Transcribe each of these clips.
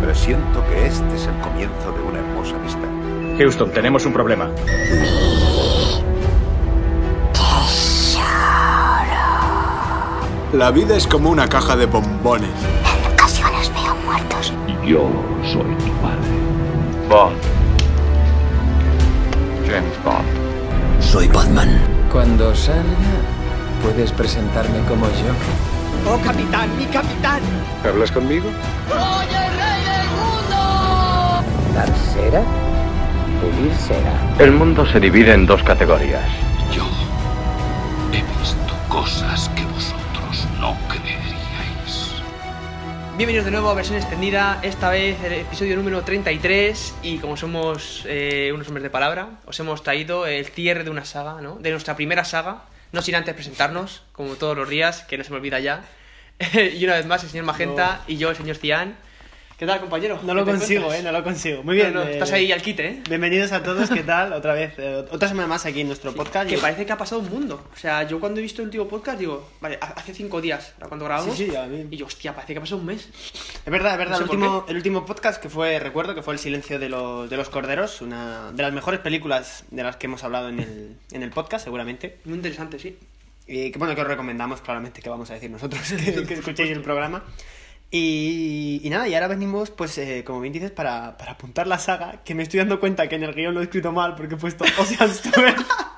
Presiento que este es el comienzo de una hermosa amistad. Houston, tenemos un problema. La vida es como una caja de bombones. En ocasiones veo muertos. Yo soy tu padre. Bond. James Bond. Soy Batman. Cuando salga, puedes presentarme como yo. ¡Oh, capitán, mi capitán! ¿Hablas conmigo? ¡Soy el rey del mundo! Dar cera, pulir cera. El mundo se divide en dos categorías. Yo he visto cosas que vosotros no creeríais. Bienvenidos de nuevo a versión extendida, esta vez el episodio número 33. Y como somos unos hombres de palabra, os hemos traído el cierre de una saga, ¿no? De nuestra primera saga. No sin antes presentarnos, como todos los días, que no se me olvida ya. Y una vez más el señor Magenta y yo, el señor Cian. ¿Qué tal, compañero? No lo consigo, no lo consigo. Muy bien. No, estás ahí al quite, ¿eh? Bienvenidos a todos, ¿qué tal? Otra vez, otra semana más aquí en nuestro podcast. Que parece que ha pasado un mundo. O sea, yo cuando he visto el último podcast digo, vale, hace 5 días, cuando grabamos. Sí, ya, bien. Y yo, hostia, parece que ha pasado un mes. Es verdad, No sé el último podcast que fue, recuerdo que fue El silencio de los corderos, una de las mejores películas de las que hemos hablado en el podcast, seguramente. Muy interesante, sí. Y que bueno, que os recomendamos claramente, que vamos a decir nosotros, que escuchéis el programa. Y nada, y ahora venimos, pues, como bien dices, para apuntar la saga, que me estoy dando cuenta que en el guión lo he escrito mal, porque he puesto Ocean's 12.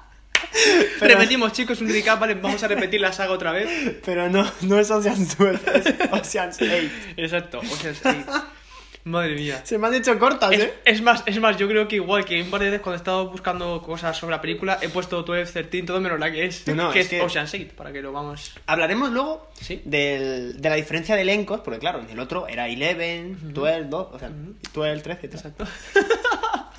Repetimos, chicos, un recap, vale, vamos a repetir la saga otra vez. Pero no es Ocean's 12, es Ocean's 8. Exacto, Ocean's 8. Madre mía. Se me han hecho cortas, Es más, yo creo que igual que un par de veces cuando he estado buscando cosas sobre la película, he puesto 12, 13, todo menos la que es, No, que es es que Ocean's 8, para que lo vamos... Hablaremos luego ¿Sí? de la diferencia de elencos, porque claro, en el otro era 11, 12, 2, o sea, 12, 13, Exacto. No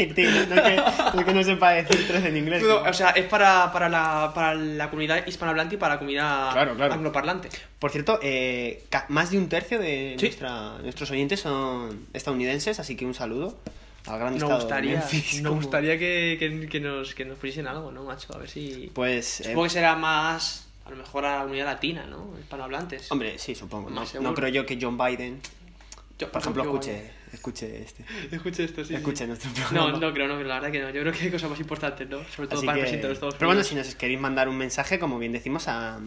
es que no sepa decir 13 en inglés. O sea, es para la comunidad hispanohablante y para la comunidad Claro. angloparlante. Por cierto, más de un tercio de Sí. nuestros oyentes son estadounidenses, así que un saludo al gran Nos estado de Memphis. gustaría que nos pusiesen algo, ¿no, macho? A ver si... Pues, Supongo que será más, a lo mejor, a la comunidad latina, ¿no? Hispanohablantes. hombre, sí, supongo. Más No seguro. creo yo que John Biden, por ejemplo, escuche Escuche esto, sí. escuche nuestro programa. No creo, la verdad que no. Yo creo que hay cosas más importantes, ¿no? Sobre todo Así para el que- presidente de los Estados Pero bueno, Unidos. si nos queréis mandar un mensaje, como bien decimos, a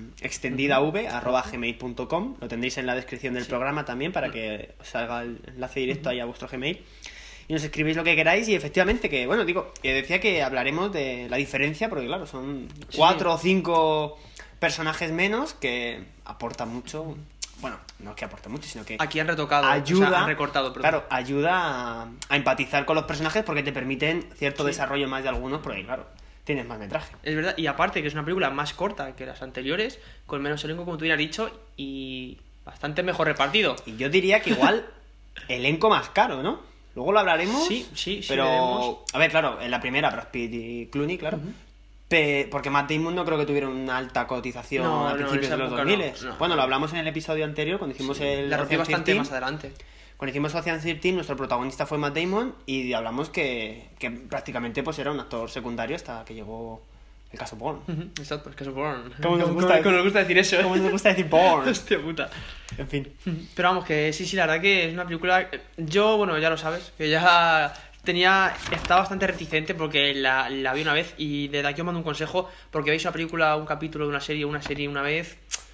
extendidav@gmail.com, lo tendréis en la descripción del programa también para que os salga el enlace directo ahí a vuestro Gmail. Y nos escribís lo que queráis y efectivamente que, bueno, decía que hablaremos de la diferencia, porque claro, son 4 o 5 personajes menos que aportan mucho. Bueno, no es que aporte mucho, sino que Aquí han retocado, ayuda, o sea, han recortado, perdón. claro, ayuda a empatizar con los personajes porque te permiten cierto Sí. desarrollo más de algunos, porque claro, tienes más metraje. Es verdad, y aparte que es una película más corta que las anteriores, con menos elenco, como tú hubieras dicho, y bastante mejor repartido. Y yo diría que igual elenco más caro, ¿no? Luego lo hablaremos. Sí, pero veremos. a ver, claro, en la primera Brad Pitt y Clooney, claro. Porque Matt Damon no creo que tuviera una alta cotización No, a en principios esa de los época 2000. no. Bueno, lo hablamos en el episodio anterior cuando hicimos el La rompí Ocean's bastante 13. más adelante. Cuando hicimos Ocean's 13, nuestro protagonista fue Matt Damon y hablamos que prácticamente pues era un actor secundario hasta que llegó el caso Bourne. Exacto, es que es Bourne. ¿Cómo nos gusta nos gusta decir eso, ¿Cómo nos gusta decir Bourne? Hostia puta. En fin. Pero vamos, que sí, la verdad que es una película... Yo, bueno, ya lo sabes, que ya estaba bastante reticente porque la vi una vez y desde aquí os mando un consejo, porque veis una película, un capítulo de una serie una vez...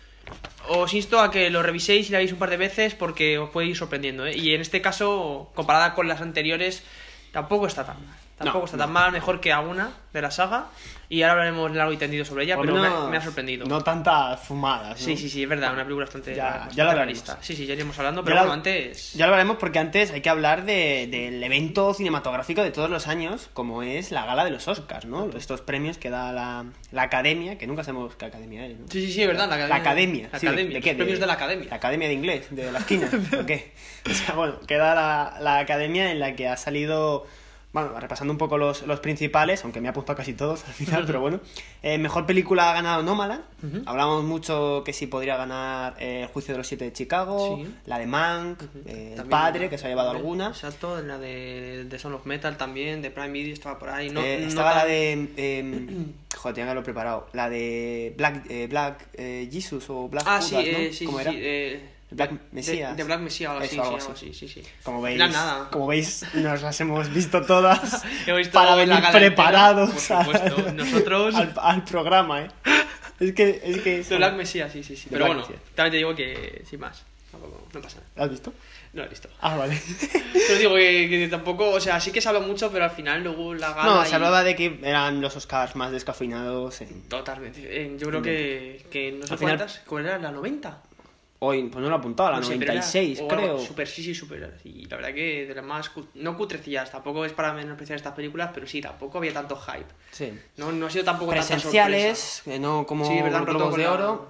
Os insto a que lo reviséis y la veis un par de veces porque os puede ir sorprendiendo, ¿eh? Y en este caso, comparada con las anteriores, tampoco está tan mal. Tampoco está tan mal, mejor que alguna de la saga. Y ahora hablaremos largo y tendido sobre ella, Por pero menos me ha sorprendido. No tantas fumadas, ¿no? Sí, es verdad, una película bastante, Ya bastante lo realista. Sí, ya iremos hablando, pero Ya bueno, lo- antes... Ya lo haremos porque antes hay que hablar del evento cinematográfico de todos los años, como es la gala de los Oscars, ¿no? Estos premios que da la academia, que nunca sabemos qué academia es, ¿no? Sí, es verdad, La academia. La sí, academia, ¿de qué? los premios de la academia. La academia de inglés, de la esquina, ¿o qué? O sea, bueno, queda la academia en la que ha salido... Bueno, repasando un poco los principales, aunque me ha apuntado casi todos al final, pero bueno. Mejor película ha ganado Nomadland. Hablamos mucho que sí podría ganar El juicio de los 7 de Chicago, Sí. la de Mank, También El padre, que se ha llevado también, alguna. Exacto, la de Son of Metal también, de Prime Video estaba por ahí. No, Estaba no la tan- de... joder, tenía que haberlo preparado. La de Black Jesus o Black Ah, Judas, sí, ¿no? sí, ¿Cómo sí, era? sí, Black Messiah. De Black Messiah, algo así, Eso, algo sí, así. sí. Como veis, Nada. como veis, nos las hemos visto todas Hemos visto para la venir gala preparados entera, por supuesto. Nosotros... al programa, ¿eh? Es que De Black Messiah, sí. De Pero Black bueno, Messiah. también te digo que sin más. Tampoco, no pasa nada. ¿Lo has visto? No lo he visto. Ah, vale. Pero digo que tampoco, o sea, sí que se habla mucho, pero al final luego la gala... No, se hablaba de que eran los Oscars más descafeinados Totalmente. Yo creo que no sé Al final- cuántas... ¿Cuál era? ¿La 90? Hoy, pues no lo he apuntado, la No sé, pero era- 96, o creo. algo súper, sí, súper. Y la verdad que de las más... No cutrecillas, tampoco es para menospreciar estas películas, pero sí, tampoco había tanto hype. Sí. No ha sido tampoco tanta Presenciales, sorpresa. no como Sí, verdad, los un rato Globos con de la- Oro,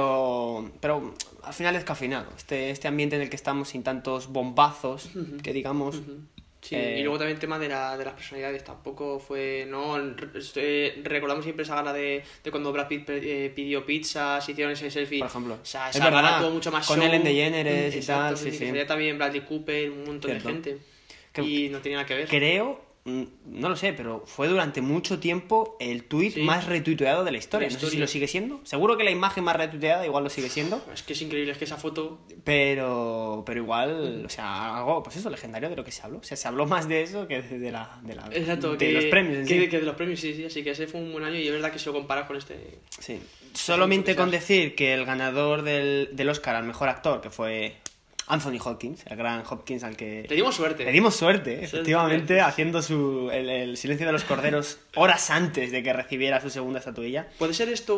pero al final descafeinado. Este ambiente en el que estamos sin tantos bombazos, que digamos... Sí, y luego también el tema de las personalidades tampoco fue... no recordamos siempre esa gala de cuando Brad Pitt pidió pizza, se hicieron ese selfie. Por ejemplo. O sea, Es esa gala verdad, tuvo mucho más con show. Ellen DeGeneres y Exacto, tal, sí. Salía también Bradley Cooper, un montón Cierto. de gente. Que- Y no tenía nada que ver. Creo, no lo sé, pero fue durante mucho tiempo el tuit Sí. más retuiteado de la historia. De la No sé si historia. lo sigue siendo. Seguro que la imagen más retuiteada igual lo sigue siendo. Es que es increíble, es que esa foto... Pero igual, o sea, algo, pues eso, legendario de lo que se habló. O sea, se habló más de eso que de Exacto, de los premios en sí. que de los premios, sí. Así que ese fue un buen año y es verdad que se lo compara con este... Sí. Solamente mucho con que decir que el ganador del Oscar al mejor actor, que fue Anthony Hopkins, el gran Hopkins al que... Le dimos suerte. Le dimos suerte, efectivamente, Sí. haciendo el silencio de los corderos horas antes de que recibiera su segunda estatuilla. ¿Puede ser esto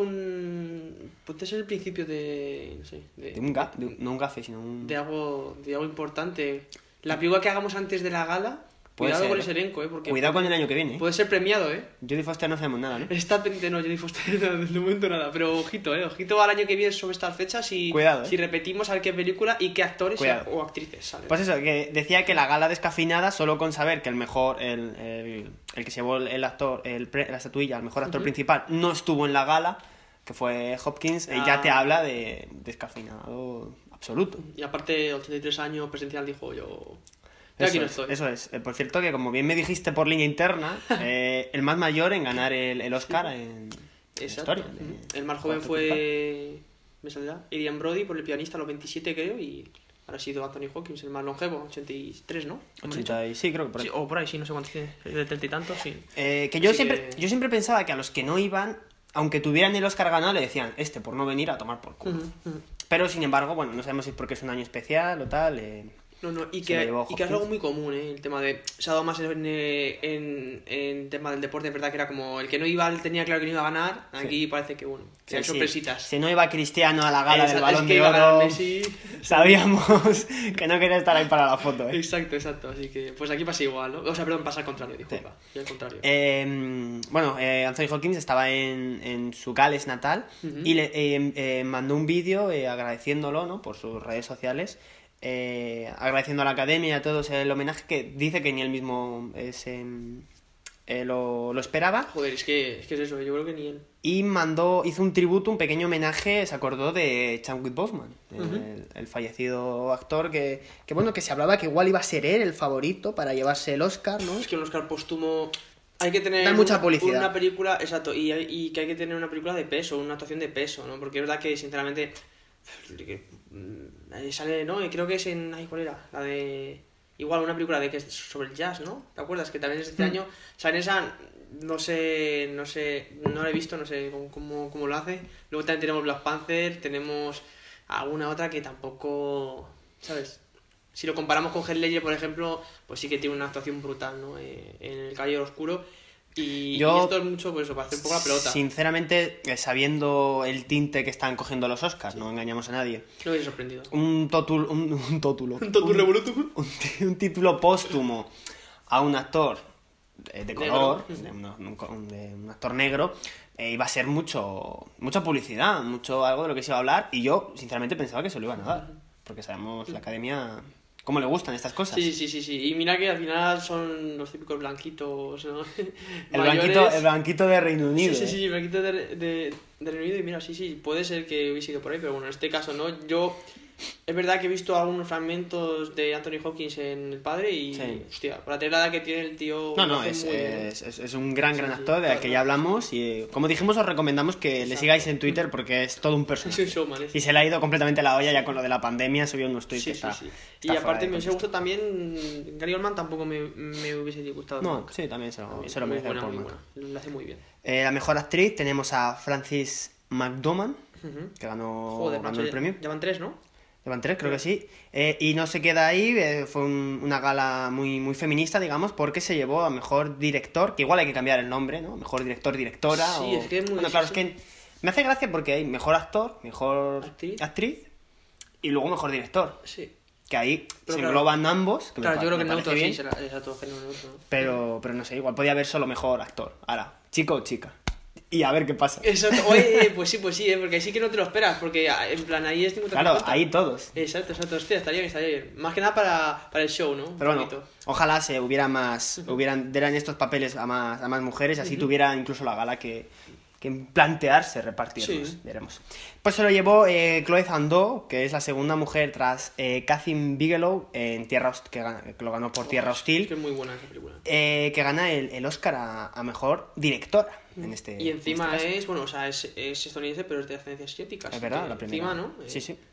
puede ser el principio de... no sé... No un gafe, sino un... de algo importante. La película que hagamos antes de la gala, Puede cuidado ser, con ¿eh? ese elenco, porque Cuidado con el año que viene, ¿eh? puede ser premiado, Jodie Foster no sabemos nada, ¿no? Está pendiente, no, Jodie Foster, no, de momento nada, pero ojito al año que viene sobre estas fechas y Cuidado, si repetimos a ver qué película y qué actores Cuidado. o actrices salen. Pues eso, que decía que la gala descafeinada, solo con saber que el mejor, el que se llevó la estatuilla, el mejor actor principal, no estuvo en la gala, que fue Hopkins, ya te habla de descafeinado absoluto. Y aparte, 83 años presencial dijo yo... Yo aquí no estoy. Eso es. Por cierto, que como bien me dijiste por línea interna, el más mayor en ganar el Oscar en la Exacto. historia. El más joven actor principal. fue... ¿Me saldrá? Adrian Brody por El pianista a los 27, creo, y ahora ha sido Anthony Hopkins, el más longevo, 83, ¿no? 80 y... Sí, creo que por ahí. Sí, o por ahí, sí, no sé cuántos tiene, de 30 y tantos, sí. Que yo Así siempre siempre pensaba que a los que no iban, aunque tuvieran el Oscar ganado, le decían, por no venir a tomar por culo. Pero, sin embargo, bueno, no sabemos si es porque es un año especial o tal... No, y Se lo que, llevó y que es Hopkins. algo muy común, el tema de... Se ha dado más en tema del deporte, es verdad que era como el que no iba, tenía claro que no iba a ganar, aquí parece que, bueno, que hay sorpresitas. Si no iba Cristiano a la gala del Es Balón que de iba a ganar Oro, Messi. sabíamos que no quería estar ahí para la foto, ¿eh? Exacto, así que pues aquí pasa igual, ¿no? O sea, perdón, pasa al contrario, disculpa, y al contrario. Anthony Hopkins estaba en su Gales natal y le mandó un vídeo agradeciéndolo, ¿no? Por sus redes sociales, agradeciendo a la academia y a todos el homenaje, que dice que ni él mismo lo esperaba. Joder, es que es eso, yo creo que ni él. Y hizo un tributo, un pequeño homenaje, se acordó de Chadwick Boseman, el fallecido actor que se hablaba que igual iba a ser él el favorito para llevarse el Oscar, ¿no? Es que un Oscar póstumo hay que tener Da mucha publicidad. una película, exacto, y que hay que tener una película de peso, una actuación de peso, ¿no? Porque es verdad que, sinceramente, sale, ¿no? Creo que es en... Ay, ¿cuál era? La de... Igual una película que es sobre el jazz, ¿no? ¿Te acuerdas? Que también es este año. O sea, en esa... No la he visto, no sé cómo lo hace. Luego también tenemos Black Panther, tenemos alguna otra que tampoco... ¿Sabes? Si lo comparamos con Heath Ledger, por ejemplo, pues sí que tiene una actuación brutal, ¿no? En El Caballero Oscuro. Y esto es mucho, pues eso, para hacer un poco la pelota. Sinceramente, sabiendo el tinte que están cogiendo los Oscars, no engañamos a nadie. Me hubiese sorprendido. Un título póstumo a un actor de color, de un actor negro, iba a ser mucha publicidad, algo de lo que se iba a hablar, y yo sinceramente pensaba que se lo iban a dar, porque sabemos la academia cómo le gustan estas cosas. Sí. Y mira que al final son los típicos blanquitos, ¿no? El blanquito de Reino Unido. Sí, el blanquito de Reino Unido. Y mira, sí, puede ser que hubiese ido por ahí, pero bueno, en este caso no. Yo Es verdad que he visto algunos fragmentos de Anthony Hopkins en El Padre y, Sí. hostia, para tener la edad que tiene el tío... No, lo no, hace muy bien. es un gran Sí, actor del que ya hablamos y como dijimos os recomendamos que le sigáis en Twitter porque es todo un Es personaje. un showman, Y se le ha ido completamente la olla ya con lo de la pandemia, subió unos tweets Sí, que sí, está, sí. está Y fuera aparte de me hubiese contexto. gustado también... Gary Oldman tampoco me hubiese gustado. No, nunca. sí, también se lo Muy merece buena, Paul muy Newman. buena. Lo hace muy bien. La mejor actriz tenemos a Frances McDormand, Ujú. que ganó Joder, el macho, premio. ya van 3, ¿no? Llevan 3, creo que sí. Y no se queda ahí, fue una gala muy feminista, digamos, porque se llevó a mejor director, que igual hay que cambiar el nombre, ¿no? Mejor director, directora. Sí, es que es muy Bueno, claro, es difícil. que me hace gracia porque hay mejor actor, mejor actriz y luego mejor director. Sí. Que ahí Pero se claro, engloban ambos. Que Claro, me yo creo que me neutro parece sí, bien, será exacto, género neutro, ¿no? pero no sé, igual podía haber solo mejor actor. Ahora, chico o chica. Y a ver qué pasa. Exacto, oye, pues sí, porque ahí sí que no te lo esperas, porque en plan ahí es 50-50. Claro, ahí todos. Exacto, hostia, estaría bien. Más que nada para el show, ¿no? Un Pero bueno, poquito. ojalá se hubiera más, dieran estos papeles a más mujeres, así tuviera incluso la gala que plantearse repartirlos, Sí. veremos. Pues se lo llevó Chloe Zhao, que es la segunda mujer tras Kathryn Bigelow en que lo ganó por Tierra Hostil, Que es muy buena esa película. que gana el Oscar a mejor directora en este Y encima en este caso. es, bueno, o sea, es estadounidense, pero es de ascendencia asiática. Es así verdad, que la primera. Encima, ¿no? Sí, sí.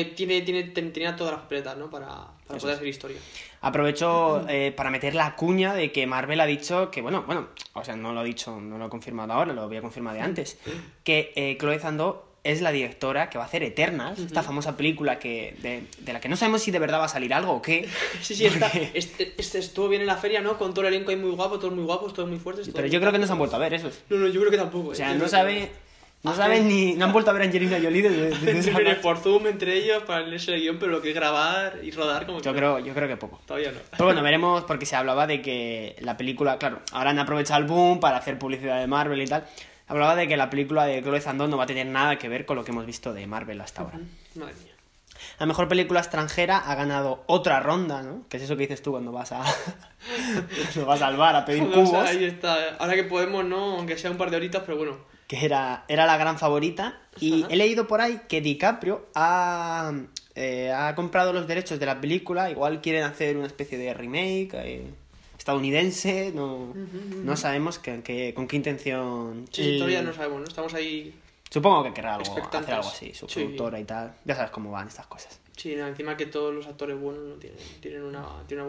Tenía todas las papeletas, ¿no? Para poder hacer historia. Aprovecho para meter la cuña de que Marvel ha dicho que, bueno, o sea, no lo ha dicho, no lo he confirmado ahora, lo había confirmado de antes, que Chloe Zhao es la directora que va a hacer Eternals, esta famosa película de la que no sabemos si de verdad va a salir algo o qué. Sí, porque- estuvo bien en la feria, ¿no? Con todo el elenco ahí muy guapo, todos muy guapos, todos muy fuertes. Pero yo creo que no se han vuelto a ver esos. No, yo creo que tampoco. O sea, Yo no creo que saben ni... No han vuelto a ver a Angelina Jolie desde esa Tienen noche. por Zoom entre ellos para leerse el guión, pero lo que es grabar y rodar como Yo creo que poco. Todavía no. Pero bueno, veremos porque se hablaba de que la película, claro, ahora han aprovechado el boom para hacer publicidad de Marvel y tal. Hablaba de que la película de Chloe Zhao no va a tener nada que ver con lo que hemos visto de Marvel hasta ahora. Madre mía. La mejor película extranjera ha ganado otra ronda, ¿no? Que es eso que dices tú cuando vas cuando vas al bar a pedir O sea, cubos. ahí está. Ahora que podemos, ¿no? Aunque sea un par de horitas, pero bueno. Que era la gran favorita. Y he leído por ahí que DiCaprio ha comprado los derechos de la película. Igual quieren hacer una especie de remake estadounidense. No sabemos con qué intención. Sí, todavía no sabemos, ¿no? Estamos ahí. Supongo que querrá Expectantes. hacer algo así, su Sí. productora y tal. Ya sabes cómo van estas cosas. Sí, no, encima que todos los actores buenos no tienen una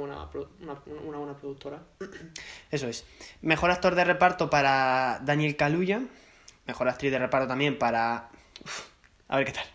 buena productora. Eso es. Mejor actor de reparto para Daniel Kaluuya. Mejor actriz de reparto también para... a ver qué tal.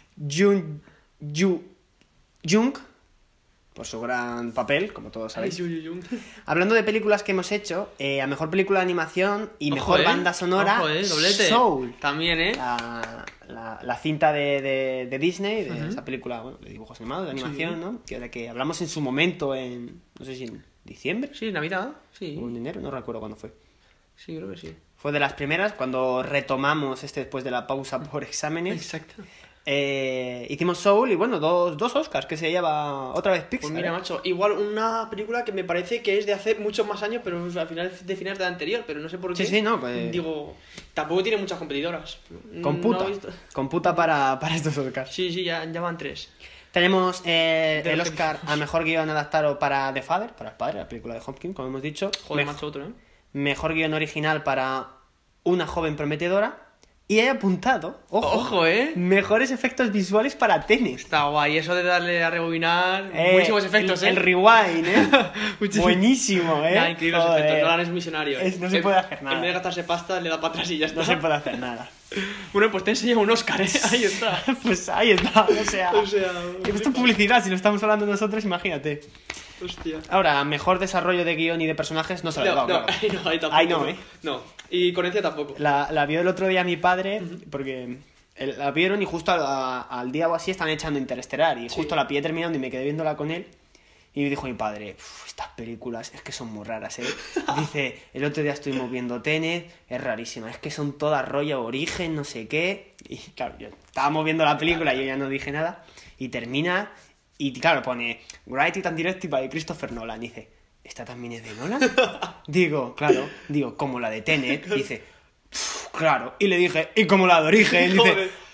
Jung, por su gran papel, como todos sabéis. Hablando de películas que hemos hecho, a mejor película de animación y mejor banda sonora, doblete. Soul. También, La cinta de Disney, de esa película, bueno, de dibujos animados, de animación, ¿no? Que de la que hablamos en su momento no sé si en diciembre Sí, Navidad, sí. o en enero, no recuerdo cuándo fue. Sí, creo que sí. Fue de las primeras, cuando retomamos después de la pausa por exámenes. Exacto. Hicimos Soul y bueno, dos Oscars que se lleva otra vez Pixar. Pues mira, macho, igual una película que me parece que es de hace muchos más años, pero al final es de finales de la anterior, pero no sé por qué. Sí, no, pues... Digo, tampoco tiene muchas competidoras. Computa. No he visto- Computa para estos Oscars. Sí, ya van 3. Tenemos el los que Oscar a Mejor Guión Adaptado para The Father, para el padre, la película de Hopkins, como hemos dicho. Joder, macho, otro, ¿eh? Mejor Guión Original para Una Joven Prometedora. Y he apuntado, Ojo, ¿eh? mejores efectos visuales para Tenet. Está guay, eso de darle a rebobinar. Buenísimos efectos, El rewind, Muchísimo. Buenísimo, Nah, increíbles Joder. efectos. Nolan es misionario. No se puede hacer nada. En vez de gastarse pasta, le da para atrás y ya está. No se puede hacer nada. Bueno, pues te enseña un Oscar, ¿eh? Ahí está. Pues ahí está, o sea... O sea, que esto es publicidad, si lo estamos hablando nosotros, imagínate. hostia. Ahora, mejor desarrollo de guión y de personajes no se lo he dado, claro. Ahí tampoco. Ahí no, ¿eh? No. Y coherencia tampoco. La vio el otro día mi padre, porque la vieron y justo al día o así están echando Interestelar. Y justo la pillé terminando y me quedé viéndola con él. Y me dijo mi padre, estas películas es que son muy raras, ¿eh? Dice, el otro día estuvimos viendo Tenet, es rarísima, es que son todas rollo origen, no sé qué. Y claro, estábamos viendo la película y yo ya no dije nada. Y termina, y claro, pone, Written and Directed by Christopher Nolan. Y dice, ¿esta también es de Nolan? Digo, como la de Tenet. Dice, claro. Y le dije, ¿y como la de origen? Dice,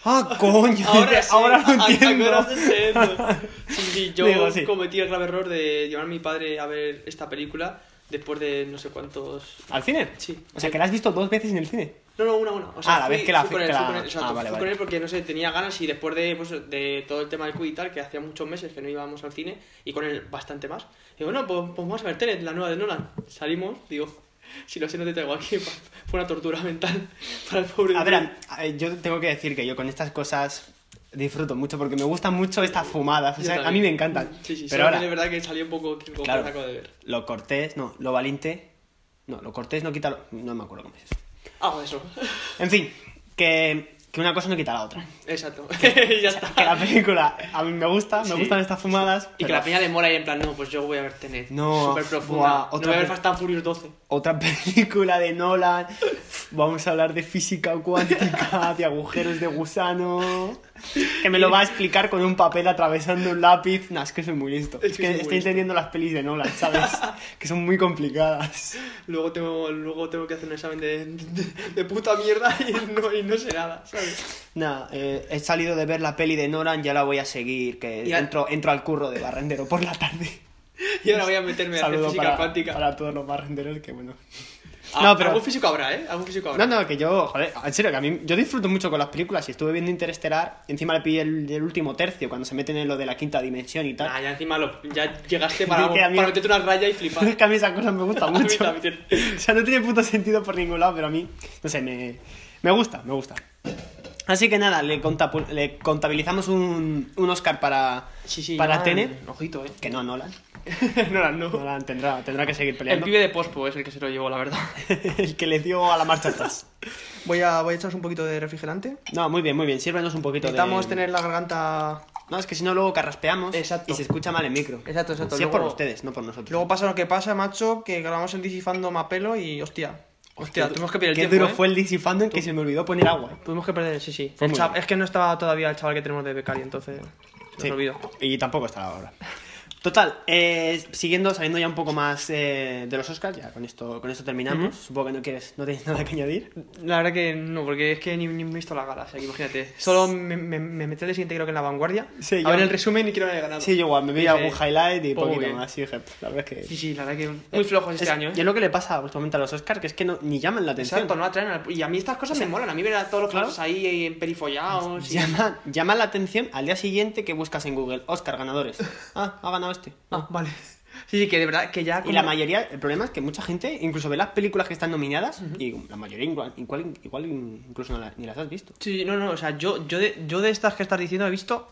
¡Ah, coño! Ahora lo entiendo. Ahora se entiende. Sí, yo Digo, sí. cometí el grave error de llevar a mi padre a ver esta película después de no sé cuántos... ¿Al cine? Sí. O sea, que la has visto 2 veces en el cine. No, una. O sea, la vez que la... fui con él, exacto, vale, fui con él porque, no sé, tenía ganas y después de, pues, de todo el tema del COVID y tal, que hacía muchos meses que no íbamos al cine y con él bastante más. Digo, bueno, pues vamos a ver Tenet, la nueva de Nolan. Salimos, digo... Si no sé, no te traigo aquí. Fue una tortura mental para el pobre. A ver, yo tengo que decir que yo con estas cosas disfruto mucho porque me gustan mucho estas fumadas. O sea, a mí me encantan. Sí, pero ahora, es verdad que salí un poco claro, acabo de ver. lo cortés, no, lo valiente. No, lo cortés no quita. No me acuerdo cómo es eso. Algo de eso. En fin, que una cosa no quita la otra. Exacto. Ya está. Que la película a mí me gusta, me gustan estas fumadas. Y que la peña le mola y en plan, no, pues yo voy a ver Tenet. No, súper profunda. buah, No voy a ver Fast and Furious 12. Otra película de Nolan. Vamos a hablar de física cuántica, de agujeros de gusano. Que me lo va a explicar con un papel atravesando un lápiz. No, es que soy muy listo. Es que estoy entendiendo las pelis de Nolan, ¿sabes? Que son muy complicadas. Luego tengo que hacer un examen de puta mierda y no sé nada, ¿sabes? Nada, he salido de ver la peli de Nolan, ya la voy a seguir. Que entro al curro de barrendero por la tarde. Y ahora voy a meterme a hacer física cuántica. Para todos los barrenderos, que bueno. No, pero algún físico habrá, ¿eh? Algún físico habrá. No, que yo, joder, en serio, que a mí, yo disfruto mucho con las películas y estuve viendo Interestelar, encima le pillé el último tercio, cuando se meten en lo de la quinta dimensión y tal. Ya encima ya llegaste para meterte una raya y flipar. Es que a mí esas cosas me gustan mucho. A mí también. O sea, no tiene puto sentido por ningún lado, pero a mí, no sé, me gusta. Así que nada, le contabilizamos un Oscar para Tenet. Ojito, Que no, Nolan. No. Nolan tendrá que seguir El peleando. pibe de Pospo es el que se lo llevó, la verdad. El que le dio a la marcha atrás. Voy a echaros un poquito de refrigerante. No, muy bien. Sírvenos un poquito Necesitamos tener la garganta... No, es que si no luego carraspeamos. Exacto. Y se escucha mal el micro. Exacto. Si es Luego, por ustedes, no por nosotros. Luego pasa lo que pasa, macho, que grabamos el DC Fandom a pelo y hostia, tuvimos que perder el Qué tiempo, duro fue el DC Fandom que se me olvidó poner agua. Tuvimos que perder, sí. Fue muy bien. Es que no estaba todavía el chaval que tenemos de becario, entonces se me olvidó. Y tampoco estará ahora. Total, saliendo ya un poco más de los Oscars, ya con esto terminamos. Supongo que no tienes nada que añadir. La verdad que no, porque es que ni me he visto la gala, o sea, que imagínate. Solo me metí el siguiente, creo que en La Vanguardia, sí, a ver el resumen y quiero haber ganado. Sí, yo igual, me vi algún highlight y pues, poquito más, y dije, la verdad es que... Sí, la verdad que muy flojos este año, ¿eh? Y es lo que le pasa últimamente a los Oscars, que es que ni llaman la atención. Exacto, no atraen. Y a mí estas cosas me molan, a mí ver a todos los famosos ahí emperifollados. Llama la atención al día siguiente que buscas en Google, Oscar ganadores. Ha ganado este. Vale. Sí, que de verdad, que ya... Y la mayoría, el problema es que mucha gente incluso ve las películas que están nominadas y la mayoría igual incluso ni las has visto. Sí, no, o sea, yo de estas que estás diciendo he visto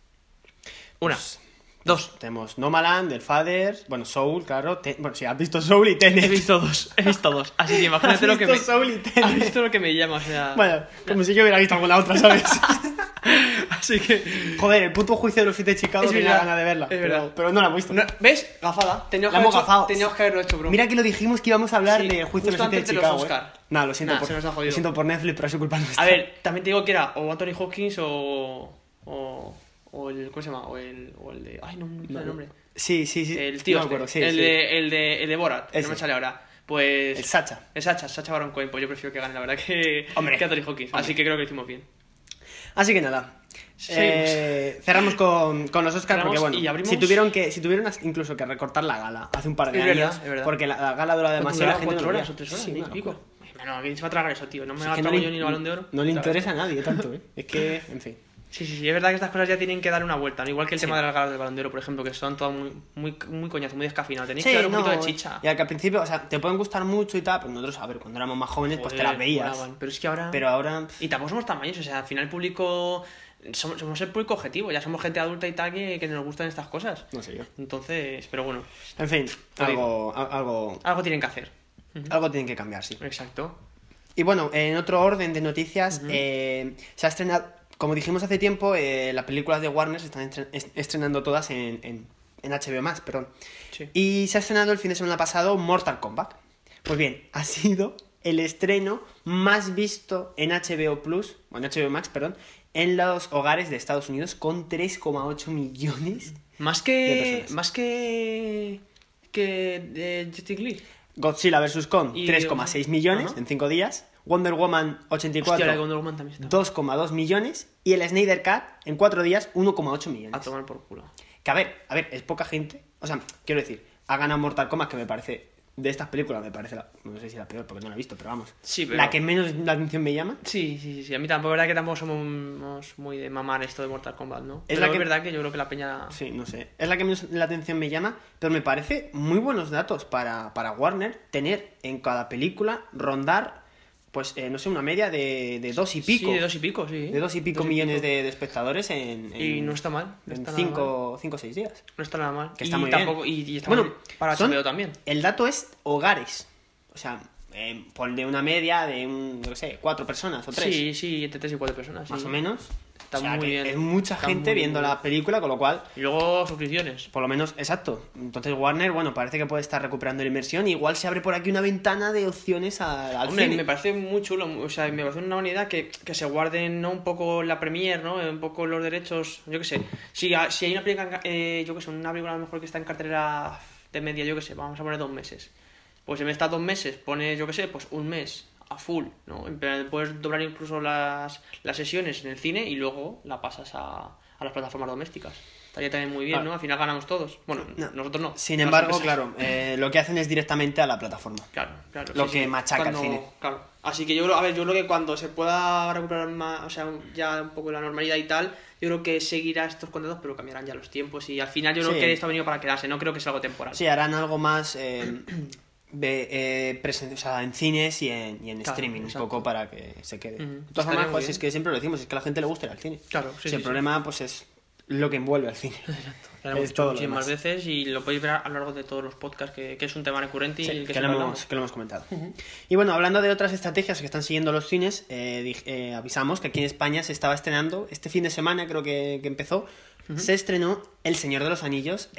una, dos. Tenemos Nomadland, El Father, bueno, Soul, claro. Bueno, sí, has visto Soul y Tenet. He visto dos. Así que imagínate lo que me... Soul y Tenet. Has visto lo que me llama, o sea... Bueno, como si yo hubiera visto alguna otra, ¿sabes? Así que... Joder, el puto juicio de los 7 de Chicago tenía ganas de verla. Es verdad. Pero no la he visto. No, ¿ves? Gafada. Teníamos que haberlo hecho, bro. Mira que lo dijimos que íbamos a hablar del juicio de los 7 de Chicago. No, lo siento, se nos ha jodido. Lo siento por Netflix, pero es su culpa nuestra. A ver, también te digo que era o Anthony Hopkins o el... ¿Cómo se llama? O el de... Ay, no me sale el nombre. Sí. El tío no me acuerdo, sí. El de Borat, no me sale ahora. Pues... El Sacha Baron Cohen, pues yo prefiero que gane, la verdad, que Anthony Hopkins. Así que creo que lo hicimos bien. Así que nada. Cerramos con los Oscars porque bueno, si tuvieron incluso que recortar la gala hace un par de años, es verdad. porque la gala dura demasiado, la gente 4 no horas o 3 horas, y pico. Bueno, ¿quién se va a tragar eso, tío? No me ha gastado yo ni el Balón de Oro. No le interesa a nadie tanto, Es que, en fin. Sí, es verdad que estas cosas ya tienen que dar una vuelta, ¿no? Igual que el tema de las galas del Balón de Oro, por ejemplo, que son todas muy coñazo, muy descafinadas. Tenéis que dar un poquito de chicha. Y al que al principio, o sea, te pueden gustar mucho y tal, pero nosotros, a ver, cuando éramos más jóvenes, pues te las veías. Pero es que ahora... Pero ahora... Y tampoco somos tan mayores, o sea, al final el público... Somos el público objetivo, ya somos gente adulta y tal que nos gustan estas cosas. No sé yo. Entonces, pero bueno. En fin, algo tienen que hacer. Algo tienen que cambiar, sí. Exacto. Y bueno, en otro orden de noticias, se ha estrenado, como dijimos hace tiempo, las películas de Warner se están estrenando todas en HBO Max, perdón. Sí. Y se ha estrenado el fin de semana pasado Mortal Kombat. Pues bien, ha sido el estreno más visto en HBO Max, en los hogares de Estados Unidos con 3,8 millones más que Justice League. Godzilla vs. Kong, 3,6 millones en 5 días. Wonder Woman 84, Hostia, la de Wonder Woman también está. 2,2 millones. Y el Snyder Cut, en 4 días, 1,8 millones. A tomar por culo. Que a ver, es poca gente. O sea, quiero decir, ha ganado Mortal Kombat, que me parece... De estas películas me parece no sé si la peor porque no la he visto, pero vamos. Sí, pero... La que menos la atención me llama. Sí. A mí tampoco, es verdad que tampoco somos muy de mamar esto de Mortal Kombat, ¿no? Es Pero la que... es verdad que yo creo que la peña... Sí, no sé. Es la que menos la atención me llama, pero me parece muy buenos datos para Warner tener en cada película rondar, pues, no sé, una media de 2 y pico. Sí, de 2 y pico, sí. De 2 y pico millones de espectadores Y no está mal. No en está 5 o 6 días. No está nada mal. Que está y muy tampoco, bien. Y está Bueno, mal para son- HBO también. El dato es hogares. O sea, ponle una media de, yo qué sé, 4 personas o 3. Sí, entre 3 y 4 personas. Más sí. o menos. Está O sea, muy que bien. es mucha Está gente muy viendo bien. la película, con lo cual, Y luego suscripciones. por lo menos, exacto. Entonces Warner, bueno, parece que puede estar recuperando la inversión. Igual se abre por aquí una ventana de opciones al Hombre, cine. me parece muy chulo, o sea, me parece una buena idea que se guarden, ¿no? Un poco la premier, ¿no? Un poco los derechos, yo qué sé. Si hay una película, yo qué sé, una película a lo mejor que está en cartelera de media, yo qué sé, vamos a poner 2 meses. Pues en vez de estar 2 meses, pones, yo qué sé, pues un mes a full, ¿no? En plan, puedes doblar incluso las sesiones en el cine y luego la pasas a las plataformas domésticas. Estaría también muy bien, Claro. ¿no? Al final ganamos todos. Bueno, No. nosotros no. Sin Las embargo, empresas. claro, lo que hacen es directamente a la plataforma. Claro. Lo sí, que sí. machaca el cine. Claro. Así que yo creo que cuando se pueda recuperar más, o sea, ya un poco la normalidad y tal, yo creo que seguirá estos contratos, pero cambiarán ya los tiempos y al final yo creo Sí. que esto ha venido para quedarse, no creo que sea algo temporal. Sí, harán algo más o sea, en cines y en Claro, streaming, exacto. un poco para que se quede. Ujú. De todas Estaría formas, muy pues bien. es que siempre lo decimos, es que a la gente le gusta ir al cine. Claro, sí, Si el problema, pues es lo que envuelve al cine. Lo hemos Es dicho todo lo muchísimas demás. veces y lo podéis ver a lo largo de todos los podcasts, que es un tema recurrente y Sí, el que que lo siempre hablamos. hemos comentado. Y bueno, hablando de otras estrategias que están siguiendo los cines, avisamos que aquí en España se estaba estrenando, este fin de semana creo que empezó, se estrenó El Señor de los Anillos,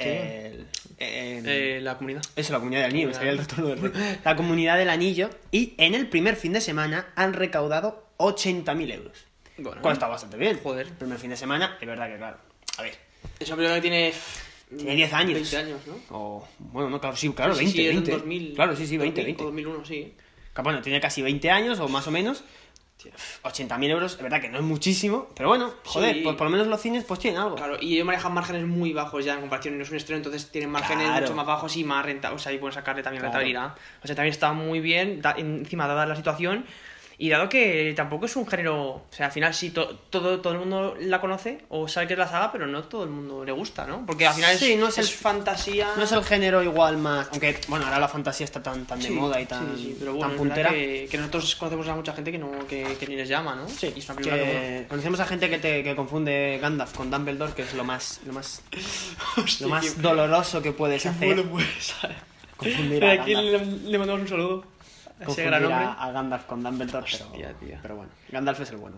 La comunidad. eso, la Comunidad del Anillo, me salía el retorno del rey. La Comunidad del Anillo, y en el primer fin de semana han recaudado 80.000 euros. Bueno, Cual está bastante bien. Joder. El primer fin de semana, es verdad que claro. A ver, Esa película que tiene 10 años. 20 años, ¿no? O, bueno, no, claro, sí, claro, Sí, 20, sí, es del 20. 2000, Claro, sí, 20, 2000 20. o 2001, sí. Que, bueno, tiene casi 20 años o más o menos. 80.000 euros, es verdad que no es muchísimo, pero bueno, joder, Sí. pues por lo menos los cines pues tienen algo. Claro, y ellos manejan márgenes muy bajos ya en comparación, no es un estreno, entonces tienen márgenes Claro. mucho más bajos y más renta, o sea, y pueden sacarle también Claro. rentabilidad. O sea, también está muy bien, encima dada la situación, y dado que tampoco es un género, o sea, al final sí, todo el mundo la conoce o sabe que es la saga, pero no todo el mundo le gusta, ¿no? Porque al final Sí, no es el- fantasía... No es el género igual más, aunque bueno, ahora la fantasía está tan de Sí, moda y tan, sí, pero tan bueno, es puntera. verdad que nosotros conocemos a mucha gente que ni les llama, ¿no? Sí, y es una película que, bueno, conocemos a gente que confunde Gandalf con Dumbledore, que es lo más hostia, lo más qué- doloroso que puedes qué hacer. bueno puedes. Confundir a Aquí Gandalf, le mandamos un saludo a ese confundir gran hombre. a Gandalf con Dumbledore, Hostia, tío. pero bueno, Gandalf es el bueno.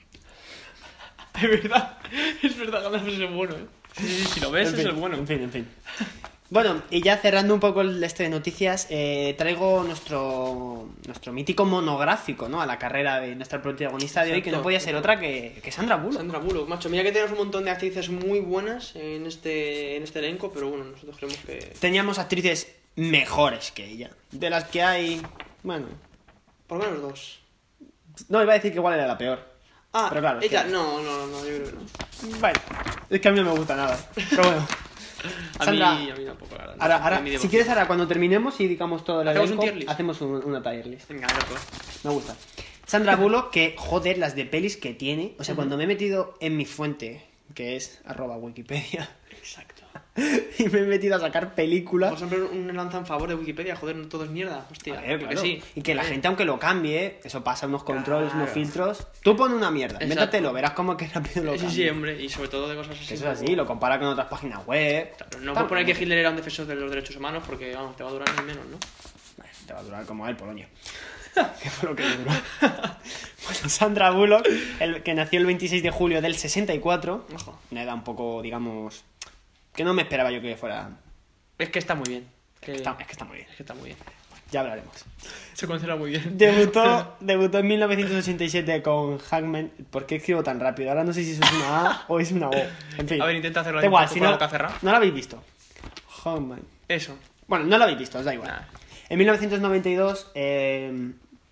Es verdad, Gandalf es el bueno, ¿eh? Sí, si lo ves, En es fin, el bueno. En fin. Bueno, y ya cerrando un poco el de noticias, traigo nuestro mítico monográfico, ¿no? A la carrera de nuestra protagonista de hoy, que no Exacto. podía ser otra que Sandra Bullock. Sandra Bullock, macho, mira que tenemos un montón de actrices muy buenas en este elenco, pero bueno, nosotros creemos que... Teníamos actrices mejores que ella, de las que hay, bueno, Por lo menos 2. no iba a decir que igual era la peor. Ah, Pero claro, es ella, que- no, yo creo que no. Bueno, es que a mí no me gusta nada, pero bueno. A Sandra, mí tampoco, la verdad. Ahora, A mí de si momento. quieres, ahora cuando terminemos y digamos todo el ¿Hacemos un elenco, tier list? hacemos una tier list. Venga, loco. Me gusta. Sandra Bullock, que joder, las de pelis que tiene. O sea, cuando me he metido en mi fuente, que es @Wikipedia, Exacto. y me he metido a sacar películas. Por ejemplo, un lanza en favor de Wikipedia, joder, no todo es mierda, hostia. A ver, porque claro. sí. Y que la gente, aunque lo cambie, eso pasa, unos controles, Claro. unos filtros. Tú pon una mierda, Exacto. métatelo, verás cómo que rápido lo Sí, cambia. sí, hombre, y sobre todo de cosas así. Que eso es así, lo compara con otras páginas web. Claro, no por poner que Hitler era un defensor de los derechos humanos, porque vamos, te va a durar ni menos, ¿no? Bueno, te va a durar como a él, Polonia. Que fue lo que le duró. Bueno, Sandra Bullock, que nació el 26 de julio del 64. Ojo. Una edad un poco, digamos, que no me esperaba yo que fuera. Es que está muy bien. Es que está muy bien. Es que está muy bien. Ya hablaremos. Se considera muy bien. Debutó en 1987 con Hackman. ¿Por qué escribo tan rápido? Ahora no sé si eso es una A o es una O. En fin. A ver, intenta hacerlo Da igual, un poco si con la no, boca cerrada. no lo habéis visto. Hackman. Eso. Bueno, no lo habéis visto, os da igual. Nah. En 1992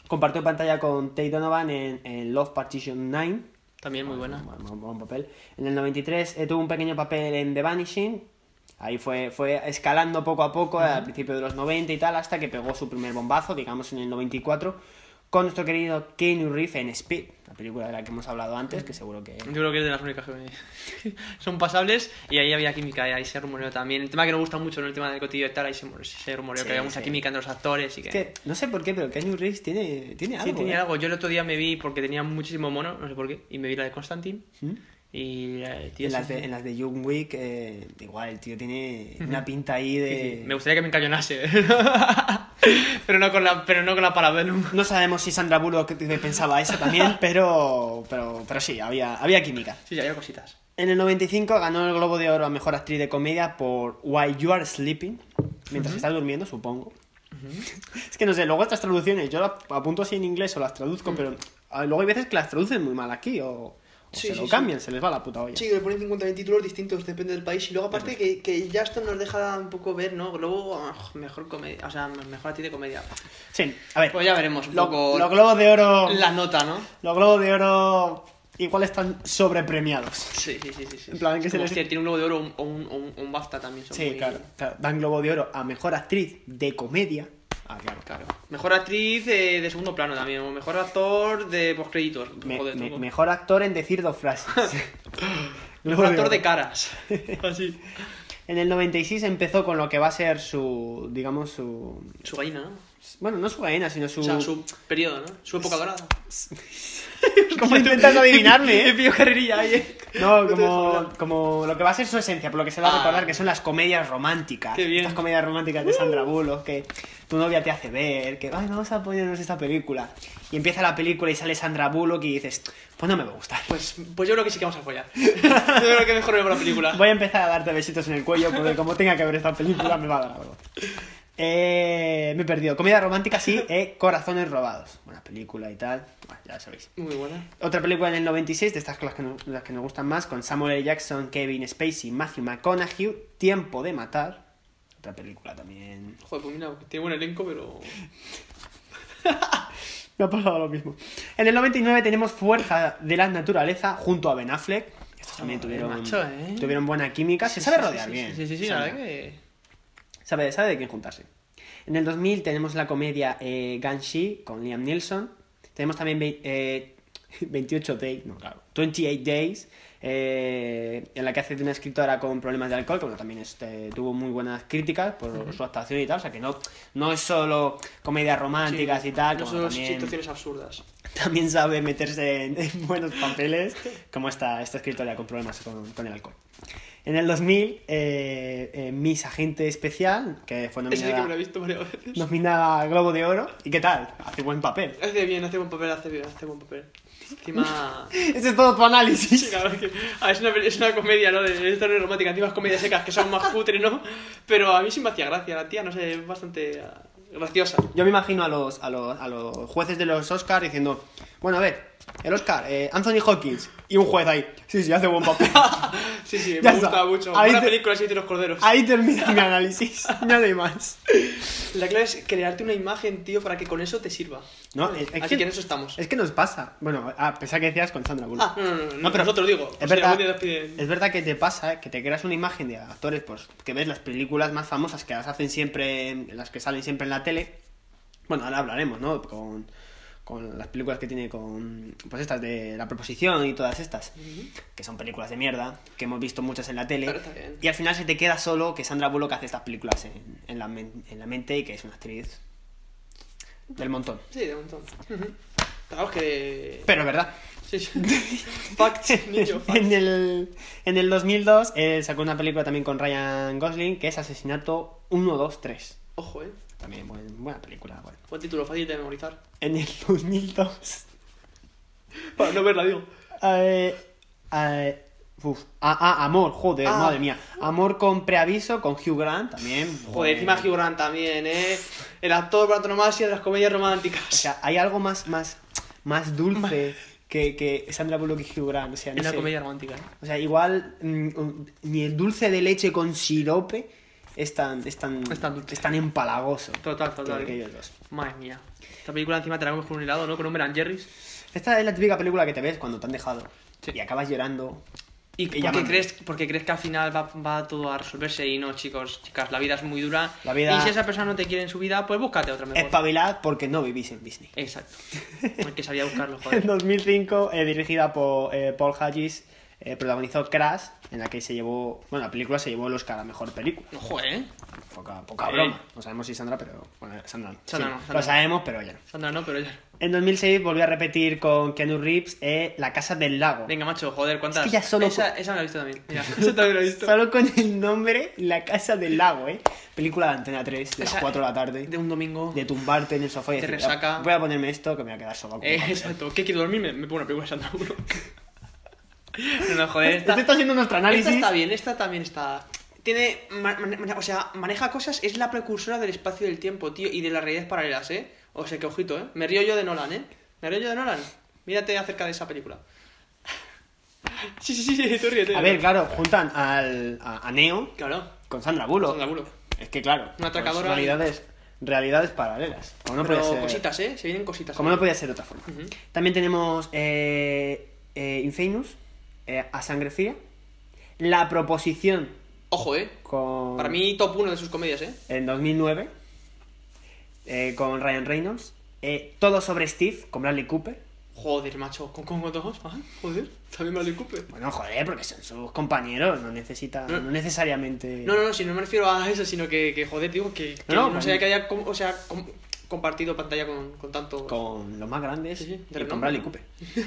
Compartió pantalla con Tate Donovan en Love Partition 9. También muy buena. Buen papel. En el 93 tuvo un pequeño papel en The Vanishing. Ahí fue escalando poco a poco al principio de los 90 y tal, hasta que pegó su primer bombazo, digamos, en el 94, con nuestro querido Keanu Reeves en Speed, la película de la que hemos hablado antes, que seguro que... Yo creo que es de las únicas que son pasables, y ahí había química, y ahí se rumoreó también. El tema que nos gusta mucho, ¿no? El tema del cotillo y tal, ahí se rumoreó que había mucha química entre los actores y que... Es que no sé por qué, pero Keanu Reeves tiene algo. Sí, tiene algo. Yo el otro día me vi, porque tenía muchísimo mono, no sé por qué, y me vi la de Constantine. Y el tío en las de Young Wick, igual el tío tiene una pinta ahí de... Sí. Me gustaría que me encañonase, pero no con la Parabellum. No sabemos si Sandra Bullock pensaba eso también, pero sí, había química. Sí, había cositas. En el 95 ganó el Globo de Oro a Mejor Actriz de Comedia por While You Are Sleeping, mientras estás durmiendo, supongo. Es que no sé, luego estas traducciones, yo las apunto así en inglés o las traduzco, pero luego hay veces que las traducen muy mal aquí o se lo cambian, se les va la puta olla. Sí, le ponen 50.000 títulos distintos, depende del país. Y luego aparte que ya esto nos deja un poco ver, ¿no? Luego, mejor comedia, o sea, mejor actriz de comedia. Sí, a ver. Pues ya veremos un poco los Globos de Oro... La nota, ¿no? Los Globos de Oro igual están sobrepremiados. Sí. En plan, que se les... tiene un Globo de Oro o un BAFTA también. Sí, muy... claro. Dan Globo de Oro a Mejor Actriz de Comedia. Ah, claro. Mejor actriz de segundo plano también, o mejor actor de postcréditos. Mejor actor en decir dos frases. Mejor actor de caras. Así. En el 96 empezó con lo que va a ser su gallina, ¿no? Bueno, no su gallina, sino su... O sea, su periodo, ¿no? Su época dorada. ¿Cómo intentas adivinarme, Pillo carrerilla ahí, No, como lo que va a ser su esencia, por lo que se va a recordar, que son las comedias románticas. Qué bien. Estas comedias románticas de Sandra Bullock, que tu novia te hace ver, que ay, vamos a ponernos esta película. Y empieza la película y sale Sandra Bullock y dices, pues no me va a gustar. Pues yo creo que sí que vamos a follar. Yo creo que mejor ver la película. Voy a empezar a darte besitos en el cuello, porque como tenga que ver esta película me va a dar algo. Me he perdido. Comedia romántica, sí, Corazones Robados. Buena película y tal. Bueno, ya sabéis. Muy buena. Otra película en el 96, de estas las que nos gustan más, con Samuel L. Jackson, Kevin Spacey, Matthew McConaughey, Tiempo de Matar. Otra película también. Joder, pues mira, tiene buen elenco, pero... Me ha pasado lo mismo. En el 99 tenemos Fuerza de la Naturaleza junto a Ben Affleck. Estos también tuvieron buena química. Se sabe rodear bien. Sí, la verdad que... Sabe de quién juntarse. En el 2000 tenemos la comedia Ganshi con Liam Neeson. Tenemos también 28 Days, en la que hace de una escritora con problemas de alcohol, que bueno, también tuvo muy buenas críticas por su actuación y tal. O sea que no es solo comedias románticas y tal. No son situaciones absurdas. También sabe meterse en buenos papeles, como esta escritora con problemas con el alcohol. En el 2000, Miss Agente Especial, que fue Ese sí que me lo he visto varias veces. Nominada al Globo de Oro. ¿Y qué tal? Hace buen papel. Hace buen papel. Encima... Ese es todo tu análisis. Sí, claro, es una comedia, ¿no? De historia romántica. Encima es comedias secas que son más cutres, ¿no? Pero a mí sí me hacía gracia. La tía, no sé, es bastante graciosa. Yo me imagino a los jueces de los Oscars diciendo, bueno, a ver, el Oscar, Anthony Hopkins, y un juez ahí. Sí, hace buen papel. Sí, me gusta mucho. Buena película, Siete los Corderos. Ahí termina mi análisis, no hay más. La clave es crearte una imagen, tío, para que con eso te sirva. No, Así que en eso estamos. Es que nos pasa. Bueno, a pesar que decías con Sandra Bullock. No, pero nosotros digo. Es verdad que te pasa, que te creas una imagen de actores, pues, que ves las películas más famosas que las hacen siempre, las que salen siempre en la tele. Bueno, ahora hablaremos, ¿no? Con las películas que tiene pues estas de La Proposición y todas estas, que son películas de mierda, que hemos visto muchas en la tele, y al final se te queda solo que Sandra Bullock hace estas películas en la mente y que es una actriz del montón. Sí, del montón. Claro que... Pero es verdad. Sí. Facts, niño, facts. En el 2002 sacó una película también con Ryan Gosling, que es Asesinato 1, 2, 3. Ojo, También buena película. Bueno. Buen título, fácil de memorizar. En el 2002... Para no verla, digo. Amor, joder, madre mía. Amor con Preaviso, con Hugh Grant también. Joder, encima Hugh Grant también, el actor por antonomasia de las comedias románticas. O sea, hay algo más dulce que Sandra Bullock y Hugh Grant. O sea, no en la sé. comedia romántica. O sea, igual ni el dulce de leche con sirope es tan dulce. es tan empalagoso. Total. que ellos dos. Madre mía. Esta película encima te la comes con un helado, ¿no? Con un Ben & Jerry's. Esta es la típica película que te ves cuando te han dejado Sí. y acabas llorando. Y llamando. porque crees que al final va todo a resolverse y no, chicos, chicas, la vida es muy dura. La vida- Y si esa persona no te quiere en su vida, pues búscate otra mejor. Espabilad porque no vivís en Disney. Exacto. Hay que salir a buscarlo, En joder. 2005, dirigida por Paul Haggis, protagonizó Crash, en la que se llevó... Bueno, la película se llevó el Oscar a Mejor Película. Ojo, ¿eh? Poca broma. No sabemos si Sandra, pero... Bueno, Sandra no. Sandra Sí, no, Sandra lo no. sabemos, pero ya no. Sandra no, pero ya. En 2006 volvió a repetir con Keanu Reeves La Casa del Lago. Venga, macho, joder, ¿cuántas? Es que ya solo- Esa me la he visto también. Mira, esa también la he visto. Solo con el nombre La Casa del Lago, Película de Antena 3, de las Esa- 4 de la tarde. De un domingo. De tumbarte en el sofá y Te decir, resaca. voy a ponerme esto que me voy a quedar solo. Exacto. ¿Qué quiero dormir? Me pongo una película de Sandra Bullock. No, joder, Este está haciendo nuestro análisis. Esta está bien, esta también está... Tiene... o sea, maneja cosas... Es la precursora del espacio y del tiempo, tío. Y de las realidades paralelas, ¿eh? O sea, que ojito, ¿eh? Me río yo de Nolan, ¿eh? Me río yo de Nolan. Mírate acerca de esa película. Sí, tú ríete. A ver, claro, juntan a Neo Claro. con Sandra Bullock. Sandra Bullock. Es que claro, Una atracadora realidades paralelas. Como no Pero puede ser, cositas, ¿eh? Se vienen cositas. como ¿eh? no podía ser de otra forma. Ujú. También tenemos Infamous, A Sangre Fría, La Proposición Ojo, ¿eh? con... Para mí, top 1 de sus comedias, ¿eh? En 2009, con Ryan Reynolds, Todo sobre Steve, con Bradley Cooper. Joder, macho. ¿Con todos? Ah, joder. También me lo Cooper. Bueno, joder, porque son sus compañeros, no necesariamente... No, si no me refiero a eso, sino que joder, digo, que No, no sabía que haya, compartido pantalla con tanto... Con los más grandes Sí, de y con renombre. Bradley Cooper.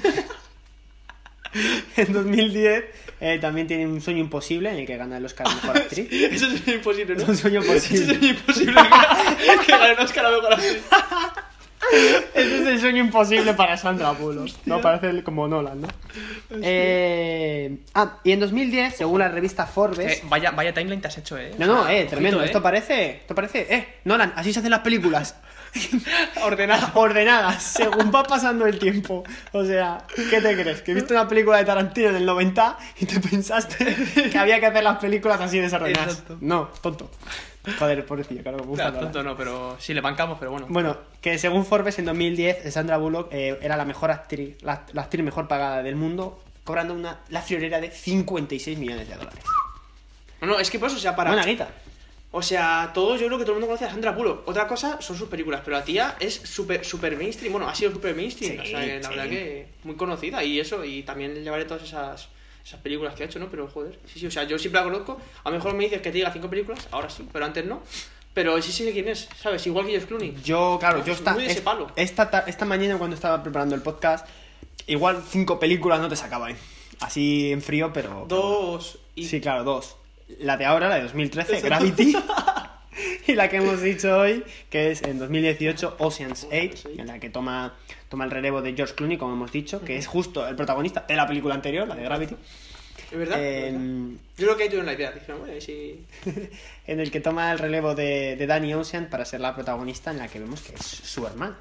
En 2010 también tiene Un Sueño Imposible, en el que gana el Oscar a Mejor Actriz. Eso es imposible, ¿no? Un sueño posible. Eso es imposible que gane un Oscar a mejor actriz. Ese es el sueño imposible para Sandra Bullock. No parece como Nolan, ¿no? Y en 2010, según la revista Forbes... Vaya timeline te has hecho, No, O sea, tremendo. ojito, Esto parece... Nolan, así se hacen las películas. Ordenadas, según va pasando el tiempo. O sea, ¿qué te crees? ¿Que viste una película de Tarantino en el 90 y te pensaste que había que hacer las películas así desordenadas? Exacto. No, tonto. Joder, pobrecillo, claro, me gusta. Claro, tonto no, pero sí le bancamos, pero bueno. Bueno, que según Forbes en 2010, Sandra Bullock era la mejor actriz, la actriz mejor pagada del mundo, cobrando la friolera de $56 millones. No, es que por eso, o sea, Buena guita. O sea, todos, yo creo que todo el mundo conoce a Sandra Bullock. Otra cosa son sus películas, pero la tía es super mainstream. Bueno, ha sido super mainstream. Sí, o sea, que la sí. verdad que muy conocida. Y eso, y también llevaré todas esas películas que ha hecho, ¿no? Pero joder, sí, o sea, yo siempre la conozco. A lo mejor me dices que te diga 5 películas, ahora sí, pero antes no. Pero sí sé quién es, ¿sabes? Igual que George Clooney. Yo Muy de ese palo. esta mañana cuando estaba preparando el podcast, igual 5 películas no te sacaba, así en frío, pero... 2 y... Sí, claro, 2. La de ahora, la de 2013, Gravity. Y la que hemos dicho hoy, que es en 2018, Ocean's 8, en la que toma el relevo de George Clooney, como hemos dicho, que es justo el protagonista de la película anterior, la de Gravity. ¿Es verdad? Yo creo que ahí tuvieron la idea. Dijeron, bueno, sí... En el que toma el relevo de Danny Ocean para ser la protagonista, en la que vemos que es su hermano.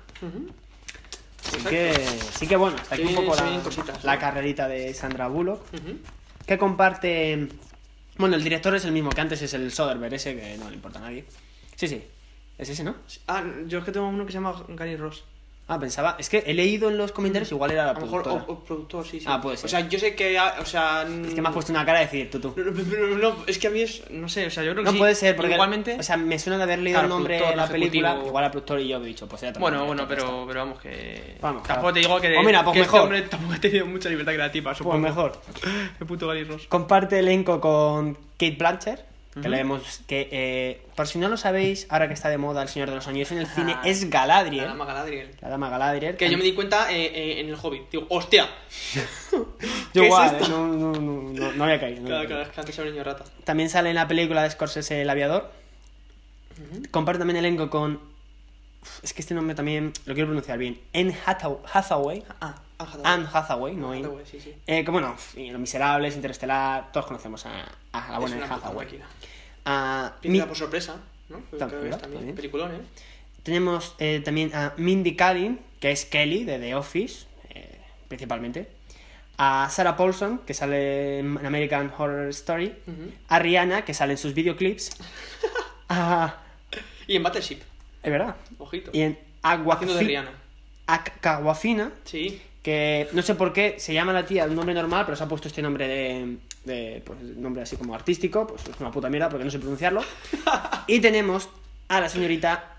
Así que bueno, hasta aquí un poco la carrerita de Sandra Bullock, que comparte... Bueno, el director es el mismo que antes, es el Soderbergh, ese que no le importa a nadie. Sí, es ese, ¿no? Ah, yo es que tengo uno que se llama Gary Ross. Ah, pensaba, es que he leído en los comentarios, igual era la A lo mejor, productora. o productor, sí. Ah, puede ser. O sea, yo sé que, o sea... Es que me has puesto una cara de decir tú. No, es que a mí es... No sé, o sea, yo creo que No sí. puede ser, porque igualmente... o sea, me suena de haber leído Claro, el nombre productor, de la película, ejecutivo. igual al productor y yo he dicho, pues ya Bueno, pero vamos que... Vamos, tampoco claro. te digo que... Pues mira, pues que mejor. Este hombre tampoco ha tenido mucha libertad creativa, supongo. Pues mejor. El puto Gary Ross. Comparte elenco con Kate Blanchett, que le vemos que, por si no lo sabéis, ahora que está de moda El Señor de los Anillos en el cine, es Galadriel. La dama Galadriel. La dama Galadriel. Que yo me di cuenta en El Hobbit. Digo, ¡hostia! Yo ¿qué igual, es esto? no había caído. no había Claro, caído. es que antes era un niño rata. También sale en la película de Scorsese El Aviador. Comparte también elenco con... Es que este nombre también lo quiero pronunciar bien. Anne Hathaway. Anne Hathaway, no Anne. Hathaway, sí. Que bueno, Los Miserables, Interestelar, todos conocemos a la buena Es Anne una puta Hathaway. máquina. A Príncipe por sorpresa, ¿no? También. También. Peliculón, ¿eh? Tenemos también a Mindy Kaling, que es Kelly de The Office, principalmente. A Sarah Paulson, que sale en American Horror Story. A Rihanna, que sale en sus videoclips. Y en Battleship, Es verdad. ojito. Y en Haciendo de Rihanna. Caguafina, Sí. que no sé por qué se llama la tía de un nombre normal, pero se ha puesto este nombre de pues nombre así como artístico, pues es una puta mierda porque no sé pronunciarlo. Y tenemos a la señorita,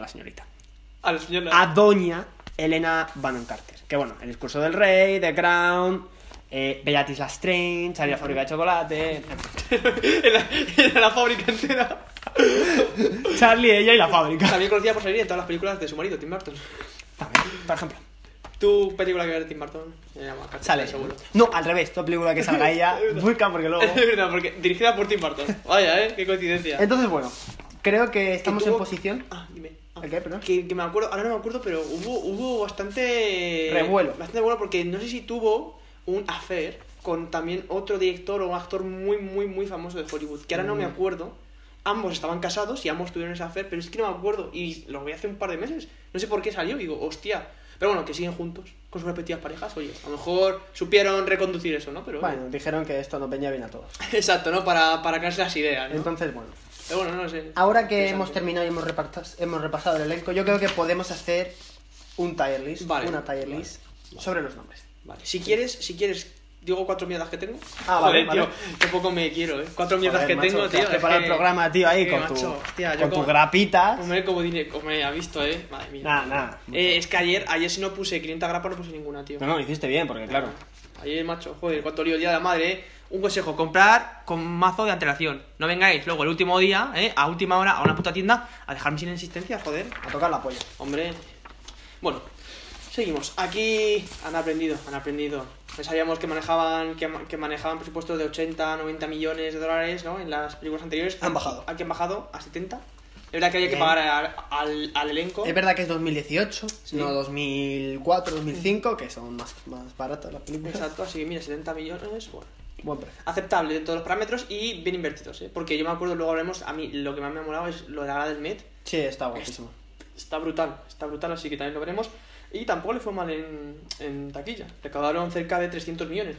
A la señora. a doña Helena Bonham Carter, que bueno, El discurso del rey, The Crown, Bellatrix Lestrange, Charlie la fábrica de chocolate, en fin. en la fábrica entera. Charlie, ella y la fábrica. También conocida por salir en todas las películas de su marido, Tim Burton. También, por ejemplo. ¿Tu película que ver de Tim Burton? Se llama Carter, Sale seguro. No, al revés, toda película que salga ella, busca porque luego... Es verdad, porque dirigida por Tim Burton. Vaya, qué coincidencia. Entonces, bueno, creo que estamos en posición... Dime. ¿El qué, perdón? Que me acuerdo, ahora no me acuerdo, pero hubo bastante... Revuelo. Bastante bueno porque no sé si tuvo un affair con también otro director o un actor muy famoso de Hollywood, que ahora no me acuerdo. Ambos estaban casados y ambos tuvieron ese affair, pero es que no me acuerdo. Y lo vi hace un par de meses. No sé por qué salió. Y digo, hostia. Pero bueno, que siguen juntos con sus respectivas parejas. Oye, a lo mejor supieron reconducir eso, ¿no? Pero Bueno, dijeron que esto nos venía bien a todos. exacto, ¿no? Para crearse las ideas, ¿no? Entonces, bueno. Pero bueno, no sé. Ahora que Interesante. hemos terminado y hemos repasado el elenco, yo creo que podemos hacer un tier list, Vale, una tier list sobre los nombres. Vale. Si quieres, digo 4 mierdas que tengo. Ah, vale, Joder, tío, vale. qué poco me quiero, 4 mierdas Joder, que macho, tengo, te tío. has preparado el programa, tío, ahí con tu, hostia, con tus grapitas. Hombre, como me ha visto, Madre mía. Nada. Es que ayer si no puse 500 grapas no puse ninguna, tío. No, hiciste bien, porque claro. Ayer, macho, joder, cuánto lío el día de la madre, Un consejo, comprar con mazo de antelación. No vengáis luego el último día, a última hora, a una puta tienda, a dejarme sin existencia, joder. A tocar la polla. Hombre. Bueno, seguimos. Aquí han aprendido. Sabíamos que manejaban presupuestos de 80, 90 millones de dólares, ¿no? En las películas anteriores. Han bajado. Aquí han bajado a 70. Es verdad que había que Bien. pagar al elenco. Es verdad que es 2018, Sí. no 2004, 2005, que son más baratas las películas. Exacto, así que mira, 70 millones, bueno. Buen precio. Aceptable dentro de los parámetros y bien invertidos, porque yo me acuerdo, luego hablaremos, a mí lo que más me ha molado es lo de la gala del Met. Sí, está guapísimo. Está brutal, así que también lo veremos. Y tampoco le fue mal en taquilla. Recaudaron cerca de 300 millones,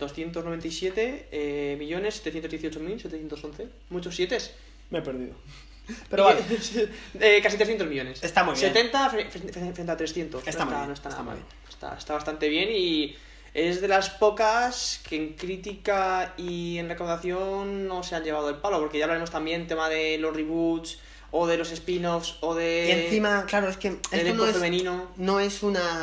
297 millones, 718.711. Muchos sietes. Me he perdido. Pero vale. Casi 300 millones. Está muy bien. 70 frente a 300. Está muy bien, No está nada está muy mal. bien. Está bastante bien y es de las pocas que en crítica y en recaudación no se han llevado el palo, porque ya hablaremos también tema de los reboots o de los spin-offs o de... Y encima, claro, es que el esto elenco femenino. no es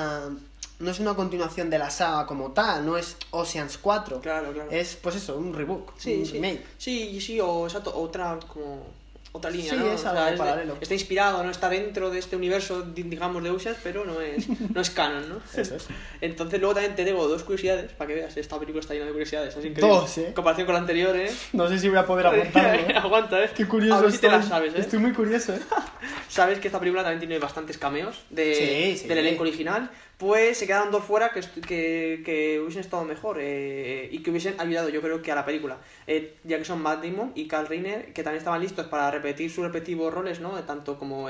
una continuación de la saga como tal, no es Ocean's 4. Claro. Es, pues eso, un reboot, un remake. Sí, o exacto, otra línea, Sí, ¿no? es algo paralelo. Está inspirado, no está dentro de este universo, digamos, de Oceans, pero no es canon, ¿no? Eso es. Entonces luego también te debo 2 curiosidades, para que veas, esta película está llena de curiosidades, es increíble. 2, En comparación con la anterior, No sé si voy a poder aguantarlo. Aguanta, Qué curioso A ver si te estoy. las sabes, Estoy muy curioso, Sabes que esta película también tiene bastantes cameos Sí. del elenco original. Pues se quedaron 2 fuera que hubiesen estado mejor y que hubiesen ayudado, yo creo, que a la película. Ya que son Matt Damon y Carl Reiner, que también estaban listos para repetir sus respectivos roles, ¿no? Tanto como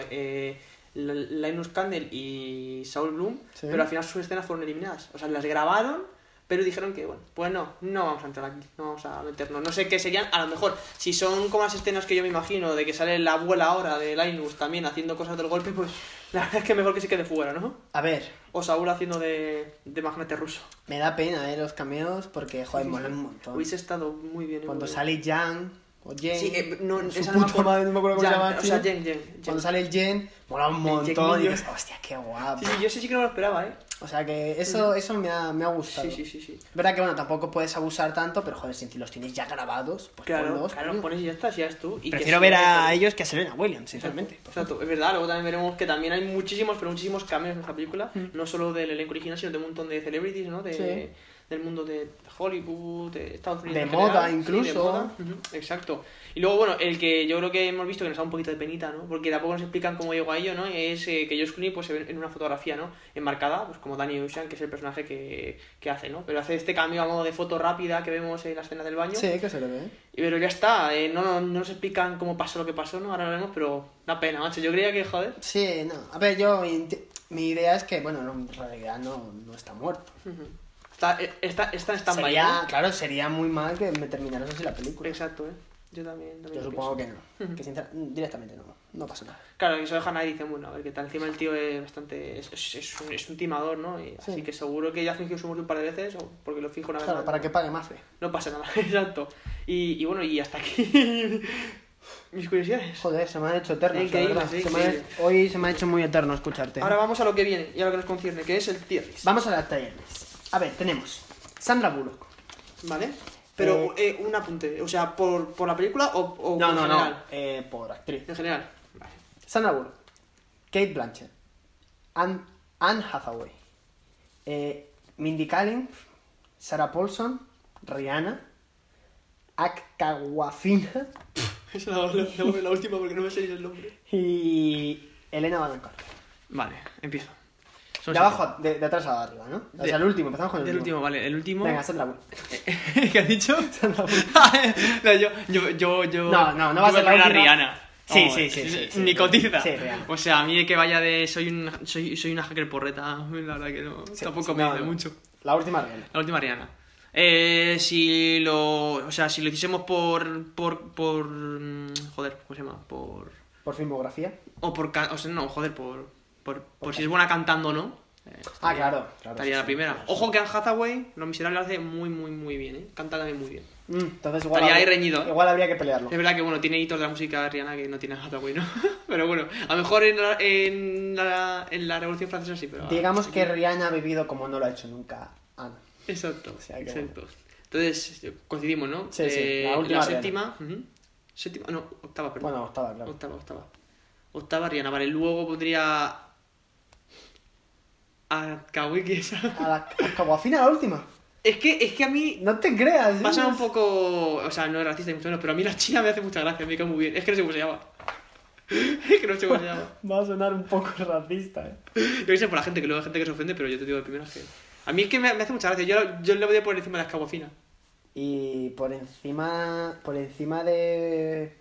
Linus Kandel y Saul Bloom, Sí. pero al final sus escenas fueron eliminadas. O sea, las grabaron, pero dijeron que, bueno, pues no vamos a entrar aquí, no vamos a meternos. No sé qué serían, a lo mejor, si son como las escenas que yo me imagino, de que sale la abuela ahora de Linus también haciendo cosas del golpe, pues la verdad es que mejor que se quede fuera, ¿no? A ver, O Saúl haciendo de magnate ruso. me da pena, los cameos, porque, joder, molan un montón. Hubiese estado muy bien. Cuando muy bien. sale Jan o Jen, Sí, no, su esa no me puta acuerdo. madre, no me acuerdo cómo Jen, se llama. o sea, tío. Jen. Cuando sale el Jen, mola un El montón. Y Jen dices, hostia, qué guapo. Sí, yo ese sí que no lo esperaba, O sea que eso me ha gustado. Sí. Es verdad que, bueno, tampoco puedes abusar tanto, pero joder, si los tienes ya grabados, pues Claro, ponlos, coño. pones y ya estás, ya es tú. Y Prefiero que ver sea- a ellos que a Serena Williams, sinceramente. Exacto, es verdad. Luego también veremos que también hay muchísimos cameos en esta película. No solo del elenco original, sino de un montón de celebrities, ¿no? Del mundo de Hollywood, de Estados Unidos. De en moda, general. incluso. Sí, de moda. Exacto. Y luego, bueno, el que yo creo que hemos visto que nos da un poquito de penita, ¿no? Porque tampoco nos explican cómo llegó a ello, ¿no? Es que George Clooney pues, se ve en una fotografía, ¿no? Enmarcada, pues como Danny Ocean, que es el personaje que hace, ¿no? Pero hace este cambio a modo de foto rápida que vemos en la escena del baño. Sí, que se le ve. Pero ya está, no nos explican cómo pasó lo que pasó, ¿no? Ahora lo vemos, pero da pena, macho. Yo creía que, joder. Sí, no. A ver, mi idea es que, bueno, en realidad no está muerto. Está en stand-by, Sería, ¿no? claro, sería muy mal que me terminaras así la película. Exacto, Yo también Yo lo supongo pienso. que no. Que directamente no pasa nada. Claro, que se dejan ahí y dicen, bueno, a ver qué tal. Encima el tío es bastante... Es un timador, ¿no? Y Sí. así que seguro que ya fingió su muerte un par de veces, o porque lo fijo una vez Claro, más. para que pague más, No pasa nada, exacto. Y bueno, y hasta aquí mis curiosidades. Joder, se me han hecho eternos, Increíble, la verdad. sí, Se me increíble. hoy se me ha hecho muy eterno escucharte. Ahora vamos a lo que viene y a lo que nos concierne, que es el tier list. Vamos a las talleres. A ver, tenemos Sandra Bullock. ¿Vale? Pero un apunte, o sea, ¿por la película o en general? Por actriz. En general. Vale. Sandra Bullock, Kate Blanchett, Anne Hathaway, Mindy Kaling, Sarah Paulson, Rihanna, Aquafina Esa es la última porque no me sé el nombre. y Helena Bonham Carter. Vale, empiezo. De abajo, de atrás a arriba, ¿no? O sea, el último, empezamos con el Del último, vale, el último. Venga, Sandra Bullock. ¿Qué has dicho? Sandra Bullock. yo. No va a yo ser voy la a última. Rihanna. Sí, Oh, sí. Ni cotiza. Sí, Rihanna. O sea, a mí de que vaya de. Soy una hacker porreta. La verdad que no. Sí, Tampoco sí, me no, dice no. mucho. La última Rihanna. La última Rihanna. Si lo hiciésemos por joder, ¿cómo se llama? Por filmografía. O sea, no, joder, por si es buena cantando o no. Claro. Estaría sí, la primera. sí. Ojo que Anne Hathaway, Los Miserables, hace muy bien, ¿eh? Canta también muy bien. Entonces igual Estaría ahí reñido, ¿eh? Igual habría que pelearlo. Es verdad que, bueno, tiene hitos de la música de Rihanna que no tiene Anne Hathaway, ¿no? Pero bueno, a lo mejor en la Revolución Francesa sí, pero... Digamos que Rihanna ha vivido como no lo ha hecho nunca Ana. Exacto, O sea que exacto. Entonces, coincidimos, ¿no? Sí, la última la Rihanna. séptima... Séptima, no, octava, perdón. Bueno, octava, claro. Octava Rihanna, vale. Luego pondría... A Kawiki esa. A Aquafina la última. Es que a mí... No te creas. ¿eh? Pasa un poco... O sea, no es racista ni mucho menos, pero a mí la china me hace mucha gracia, me cae muy bien. Es que no sé cómo se llama. Es que no sé cómo se llama. Va a sonar un poco racista, Yo qué sé por la gente, que luego hay gente que se ofende, pero yo te digo de primeras que... A mí es que me hace mucha gracia. Yo le voy a poner encima de la Escaguafina. Y por encima de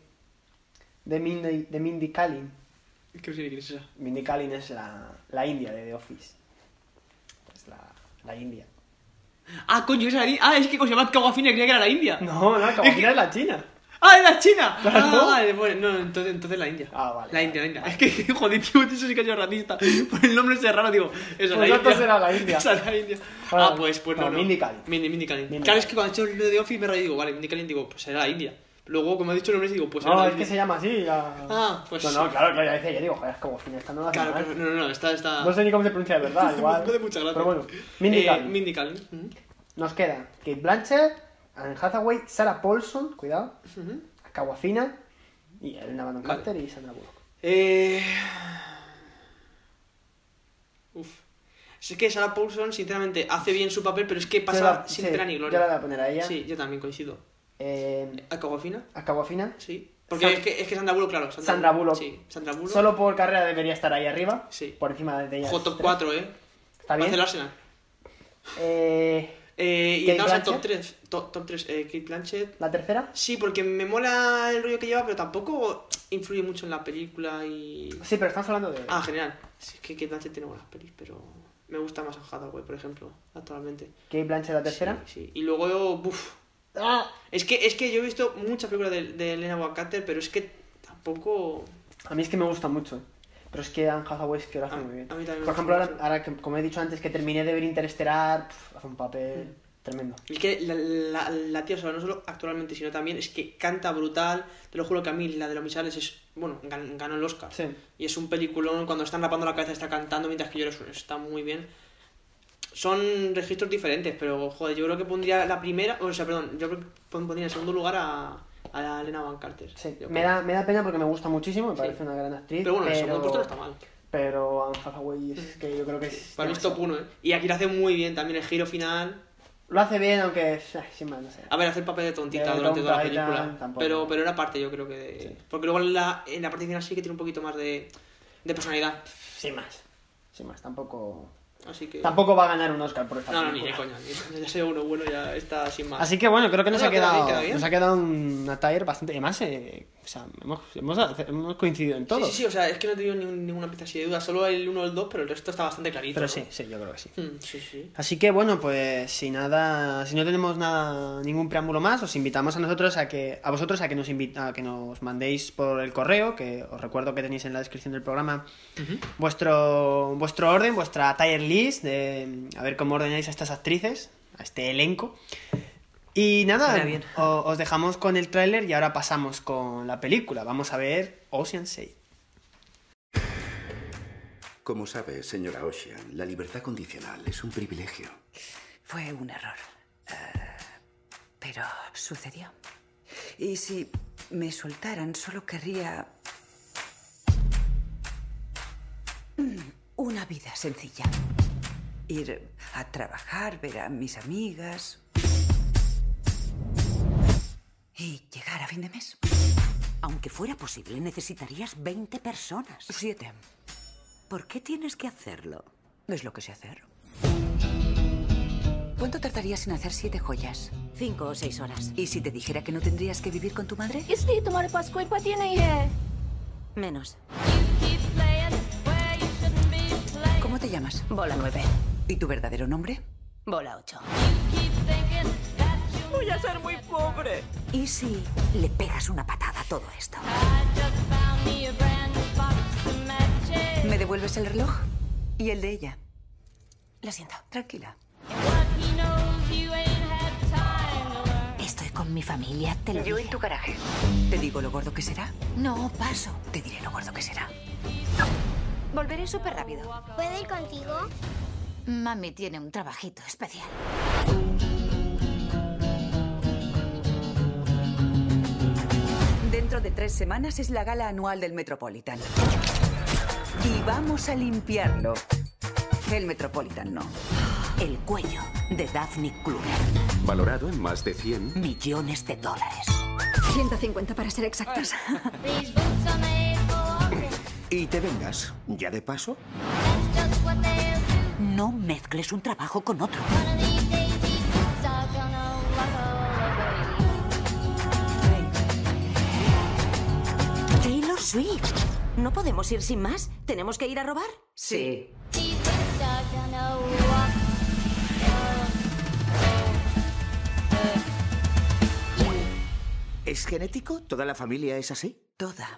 Mindy Kaling. Es que no sé ni quién es esa. Mindy Kaling es la india de The Office. Es la india. Ah, coño, esa era la India. Ah, es que se llama Escaguafina y creía que era la India. No, Aquafina es la china. ¡Ah, es la China! Claro. Ah, vale, bueno, no, entonces la India. Ah, vale. La India. Es que, joder, tío, eso sí que ha sido racista. Por el nombre ese raro, digo, esa Pues es la entonces India. era la India. Esa es la India. Bueno, Ah, pues no. Mindy Kaling. Mindy Kaling. Mindy Claro, es Kaling. que cuando he hecho lo de Office me rayé y digo, vale, Mindy Kaling, digo, pues era la India. Luego, como he dicho el nombre, digo, pues era No, la es que India. se llama así. Ya... Ah, pues No, claro, ya decía, yo digo, joder, Aquafina, esta no la hace Claro, mal. pero no, está... No sé ni cómo se pronuncia de verdad, igual. Me hace mucha gracia. Pero bueno, Mindy Kaling. Mindy Kaling. Ujú. Nos queda Kate Blanchett, Anne Hathaway, Sarah Paulson, cuidado, Ujú. Aquafina y Helena Bonham Vale. Carter y Sandra Bullock. Es que Sarah Paulson, sinceramente, hace bien su papel, pero es que pasa sin pena ni gloria. Yo la voy a poner a ella. Sí, yo también coincido. Eh, ¿Aquafina? Aquafina. Sí. Porque es que Sandra Bullock, claro. Sandra Bullock. Sí, Sandra Bullock. Solo por carrera debería estar ahí arriba. Sí. Por encima de ella. Ojo, top 4, Está Va a hacer el bien. Arsenal. Y Kate entramos al top Blanchett. 3. Top 3, Kate Blanchett. ¿La tercera? Sí, porque me mola el rollo que lleva, pero tampoco influye mucho en la película y... Sí, pero estamos hablando de... Ah, genial. Sí, es que Kate Blanchett tiene buenas pelis, pero me gusta más a Hathaway, por ejemplo, actualmente. Kate Blanchett la tercera. Sí, sí. Y luego, Ah, Es que yo he visto muchas películas de Helena Bonham Carter, pero es que tampoco... a mí es que me gusta mucho. Pero es que Anne Hathaway es que lo hace muy bien. a mí también me Por gusta ejemplo, mucho. ahora que, como he dicho antes, que terminé de ver Interestelar, hace un papel tremendo. Es que la tía, o sea, no solo actualmente, sino también es que canta brutal. Te lo juro que a mí la de Los Miserables es... Bueno, ganó el Oscar. Sí. Y es un peliculón, cuando están rapando la cabeza está cantando, mientras que llora, está muy bien. Son registros diferentes, pero joder, yo creo que pondría la primera... O sea, perdón, yo creo que pondría en segundo lugar a Helena Bonham Carter. Sí, Yo me creo. da pena porque me gusta muchísimo, me Sí. parece una gran actriz. Pero bueno, el segundo puesto no está mal. Pero Anne Hathaway es que yo creo que es... Para mí es top demasiado. 1, Y aquí lo hace muy bien también el giro final. Lo hace bien, aunque sin más, no sé. A ver, hace el papel de tontita De durante toda la tonta y película. tal, tampoco. Pero era parte, yo creo que de... Sí. Porque luego en la parte final sí que tiene un poquito más de personalidad. Sin más. Sin más, tampoco... Así que... Tampoco va a ganar un Oscar por esta No, ni de película. coña. Ya sea uno bueno, ya está sin más. Así que bueno, creo que nos No, ha queda quedado, bien, queda bien. nos ha quedado una tire bastante... Además, sea, hemos coincidido en todo. Sí, o sea, es que no he tenido ninguna pista así de duda, solo el 1 o el 2, pero el resto está bastante clarito. Pero ¿no? sí, yo creo que sí. Sí. Así que bueno, pues si no tenemos ningún preámbulo más, os invitamos a vosotros a que nos mandéis por el correo, que os recuerdo que tenéis en la descripción del programa, vuestro orden, vuestra tier list, de a ver cómo ordenáis a estas actrices, a este elenco. Y nada, os dejamos con el tráiler y ahora pasamos con la película. Vamos a ver Ocean's 8. Como sabe, señora Ocean, la libertad condicional es un privilegio. Fue un error. Pero sucedió. Y si me soltaran, solo querría una vida sencilla. Ir a trabajar, ver a mis amigas y llegar a fin de mes. Aunque fuera posible, necesitarías 20 personas. 7. ¿Por qué tienes que hacerlo? Es lo que sé hacer. ¿Cuánto tardarías en hacer 7 joyas? 5 o 6 horas. ¿Y si te dijera que no tendrías que vivir con tu madre? Menos. ¿Cómo te llamas? Bola 9. ¿Y tu verdadero nombre? Bola 8. Voy a ser muy pobre. ¿Y si le pegas una patada a todo esto? ¿Me devuelves el reloj? ¿Y el de ella? Lo siento. Tranquila. Estoy con mi familia, te lo Yo dije. en tu garaje. ¿Te digo lo gordo que será? No, paso. Te diré lo gordo que será. Volveré súper rápido. ¿Puedo ir contigo? Mami tiene un trabajito especial. Dentro de 3 semanas es la gala anual del Metropolitan. Y vamos a limpiarlo. El Metropolitan no. El cuello de Daphne Kluger. Valorado en más de 100 millones de dólares. 150 para ser exactos. ¿Y te vengas ya de paso? No mezcles un trabajo con otro. Taylor Swift. ¿No podemos ir sin más? ¿Tenemos que ir a robar? Sí. ¿Es genético? ¿Toda la familia es así? Toda.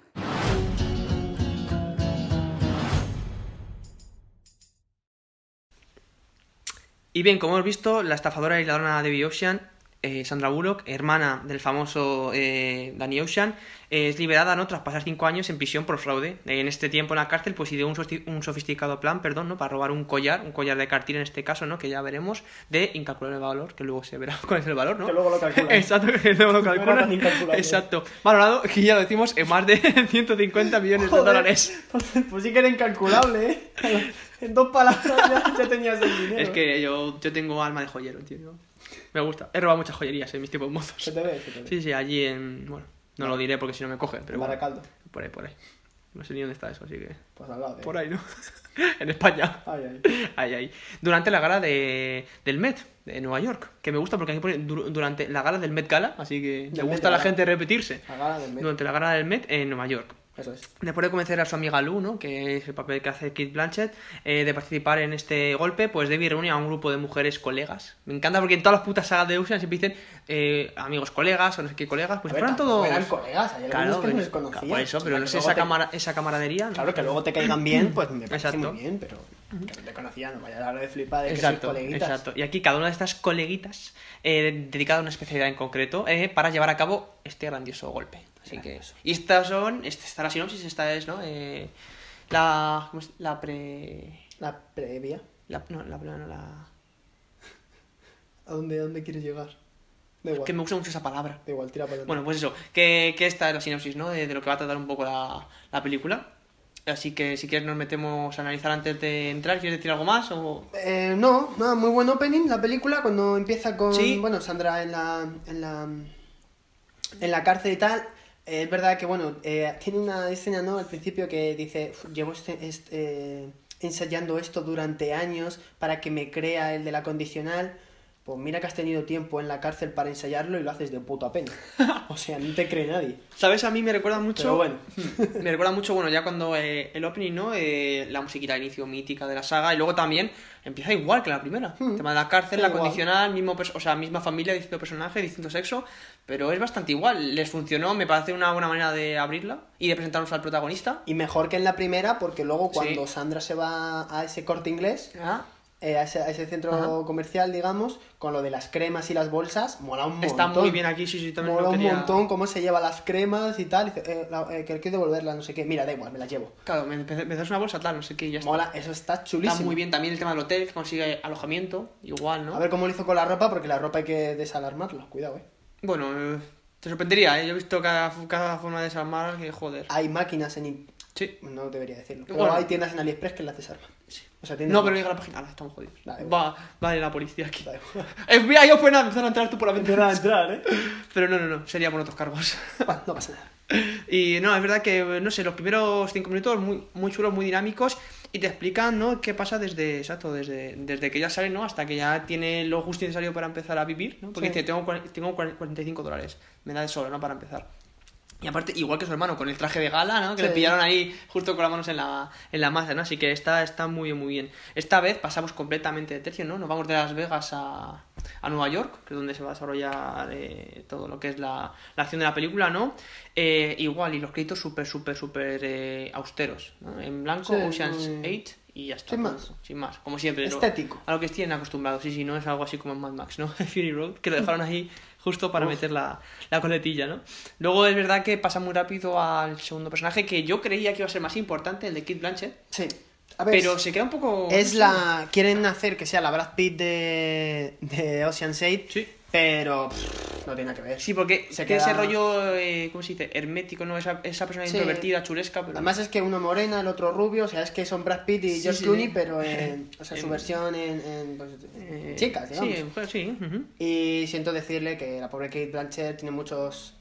Y bien, como hemos visto, la estafadora y ladrona Debbie Ocean, Sandra Bullock, hermana del famoso Danny Ocean, es liberada, ¿no?, tras pasar 5 años en prisión por fraude. En este tiempo en la cárcel, pues ideó un sofisticado plan, ¿no?, para robar un collar de cartier en este caso, ¿no?, que ya veremos, de incalculable valor, que luego se verá cuál es el valor, ¿no? Que luego lo calculan. Exacto, que luego lo No era calculan. tan incalculable. Exacto. Valorado, que ya lo decimos, en más de 150 millones de dólares. Pues sí que era incalculable, ¿eh? En 2 palabras ya tenías el dinero. Es que yo tengo alma de joyero, entiendo. Me gusta. He robado muchas joyerías en mis tiempos mozos. Se te ve. Sí, allí en... Bueno, no lo diré porque si no me cogen, pero bueno, Baracaldo. por ahí. No sé ni dónde está eso, así que... Pues al lado. Por ahí, ¿no? En España. Ahí. Durante la gala del Met, de Nueva York. Que me gusta porque aquí pone durante la gala del Met Gala, así que le gusta a la gente repetirse. La gala del Met. Durante la gala del Met en Nueva York. Eso es. Después de convencer a su amiga Lou, ¿no?, que es el papel que hace Kate Blanchett, de participar en este golpe, pues Debbie reúne a un grupo de mujeres colegas. Me encanta porque en todas las putas sagas de Ocean siempre dicen amigos colegas o no sé qué colegas, pues fueran todos... Eran colegas, hay algunos que no les conocían. Por eso, pero no sé, esa camaradería... ¿no? Claro, que luego te caigan bien, pues me parece Exacto. muy bien, pero que no te conocían, no vayas a hablar de flipa de que sois coleguitas. Exacto. Y aquí cada una de estas coleguitas dedicada a una especialidad en concreto para llevar a cabo este grandioso golpe. Así que eso. Y esta está la sinopsis, esta es, ¿no? La previa. ¿A dónde quieres llegar? Da igual. Que me gusta mucho esa palabra. Da igual, tira para adelante. Bueno, pues eso, que esta es la sinopsis, ¿no?, de lo que va a tratar un poco la película. Así que si quieres nos metemos a analizar antes de entrar. ¿Quieres decir algo más? O... No, nada, muy buen opening la película cuando empieza con, ¿Sí? Bueno, Sandra en la cárcel y tal. Es verdad que, bueno, tiene una escena, ¿no?, al principio que dice, llevo ensayando esto durante años para que me crea el de la condicional. pues mira que has tenido tiempo en la cárcel para ensayarlo y lo haces de puta pena. O sea, no te cree nadie. ¿Sabes? A mí me recuerda mucho... Pero bueno. Me recuerda mucho, bueno, ya cuando el opening, ¿no? La musiquita de inicio mítica de la saga, y luego también empieza igual que la primera. El tema de la cárcel, la igual. condicional, o sea, misma familia, distinto personaje, distinto sexo, pero es bastante igual. Les funcionó, me parece una buena manera de abrirla y de presentarnos al protagonista. Y mejor que en la primera, porque luego cuando Sí. Sandra se va a ese Corte Inglés... Ah, a ese centro comercial, digamos, con lo de las cremas y las bolsas, mola un montón. está muy bien aquí, sí, también Mola lo quería... un montón cómo se lleva las cremas y tal. Y dice, que quiero devolverlas, no sé qué. Mira, da igual, me las llevo. Claro, me das una bolsa tal, no sé qué, y ya está. Mola, eso está chulísimo. Está muy bien también el tema del hotel, que consigue alojamiento, igual, ¿no? A ver cómo lo hizo con la ropa, porque la ropa hay que desalarmarla, cuidado, Bueno, te sorprendería, ¿eh? Yo he visto cada forma de desarmar que, joder. Hay máquinas en... Sí. No debería decirlo. Pero Bueno. hay tiendas en AliExpress que las desarman. Sí. O sea, tiendas... No, pero llega la página, estamos jodidos. Vale, Vale, la policía aquí. Vale. FBI, open up, empezar a entrar tú por la ventana. entrar, ¿eh? Pero no, sería por otros cargos. Bueno, no pasa nada. Y no, es verdad que, no sé, los primeros 5 minutos muy chulos, muy dinámicos, y te explican, ¿no?, qué pasa desde que ya sale, ¿no?, hasta que ya tiene lo justo y necesario para empezar a vivir, ¿no? Porque Sí. dice, tengo $45, me da de sobra, ¿no?, para empezar. Y aparte, igual que su hermano, con el traje de gala, ¿no? Que Sí. le pillaron ahí justo con las manos en la masa, ¿no? Así que está muy bien. Esta vez pasamos completamente de tercio, ¿no? Nos vamos de Las Vegas a Nueva York, que es donde se va a desarrollar todo lo que es la acción de la película, ¿no? Igual, y los créditos súper austeros, ¿no? En blanco, Sí, Ocean's muy- 8 y ya está. Sin todo más. eso, sin más, como siempre. Estético. A lo que tienen acostumbrados, sí, no es algo así como en Mad Max, ¿no? Fury Road, que lo dejaron ahí justo para meter la coletilla, ¿no? Luego es verdad que pasa muy rápido al segundo personaje, que yo creía que iba a ser más importante, el de Kate Blanchett. Sí. A ver, Pero se queda un poco... es la... Quieren hacer que sea la Brad Pitt de Ocean's 8, Sí. pero no tiene nada que ver. Sí, porque Se tiene queda- ese rollo, ¿cómo se dice? Hermético, ¿no? Esa persona Sí. introvertida, chulesca, pero... Además es que uno morena, el otro rubio, o sea, es que son Brad Pitt y Sí, George sí, Clooney, sí. pero o sea, su versión chicas, digamos. Sí, mujer, sí. Ujú. Y siento decirle que la pobre Kate Blanchett tiene muchas...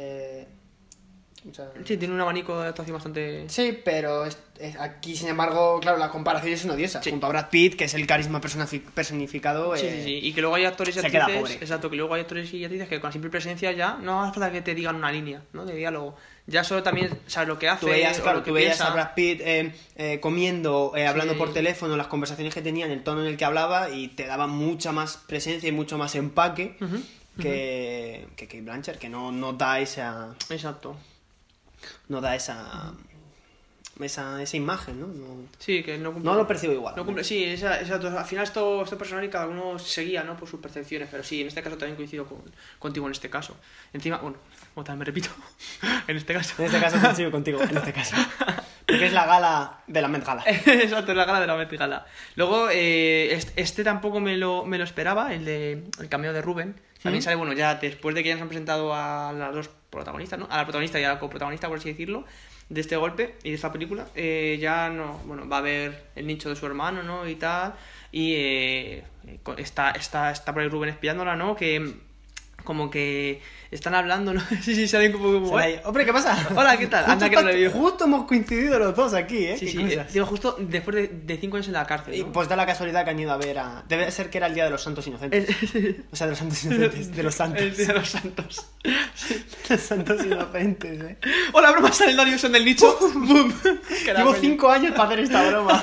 Sí, tiene un abanico de actuación bastante... Sí, pero aquí, sin embargo, claro, la comparación es odiosa. Sí. Junto a Brad Pitt, que es el carisma personificado. Sí. Y que luego hay actores y se queda actrices... pobre. Exacto, que luego hay actores y actrices que con la simple presencia ya no hace falta que te digan una línea, ¿no? De diálogo. Ya solo también sabes lo que hace, Tú veías, o claro, lo que tú veías piensa. a Brad Pitt comiendo, hablando Sí. por teléfono, las conversaciones que tenía, en el tono en el que hablaba, y te daba mucha más presencia y mucho más empaque que Kate Blanchett, que no da esa... Exacto. No da esa imagen, ¿no? Sí, que no cumple... No lo percibo igual. No cumple, sí, exacto. Al final esto personal y cada uno seguía, ¿no? Por sus percepciones, pero sí, en este caso también coincido contigo en este caso. Encima, bueno, otra vez me repito, en este caso. En este caso coincido contigo, en este caso. Porque es la gala de la Met Gala. Exacto, es la gala de la Met Gala. Luego, este tampoco me lo esperaba, el cameo de Rubén. También sale, bueno, ya después de que ya nos han presentado a las dos protagonistas, ¿no? A la protagonista y a la coprotagonista, por así decirlo, de este golpe y de esta película, ya no, bueno, va a ver el nicho de su hermano, ¿no? Y tal, y está por ahí Rubén espiándola, ¿no? Que como que están hablando, ¿no? Sí, salen como... Hombre, ¿qué pasa? Hola, ¿qué tal? Anda, que no le veo. Justo hemos coincidido los dos aquí, ¿eh? Sí, Qué sí, cosas. digo, justo después de 5 años en la cárcel, Y ¿no? pues da la casualidad que han ido a ver a... Debe ser que era el Día de los Santos Inocentes. O sea, de los Santos Inocentes. De los Santos. El Día de los Santos. Los Santos Inocentes, ¿eh? ¡Hola, broma! Sale el Danielson del nicho. ¡Bum! Llevo 5 años para hacer esta broma.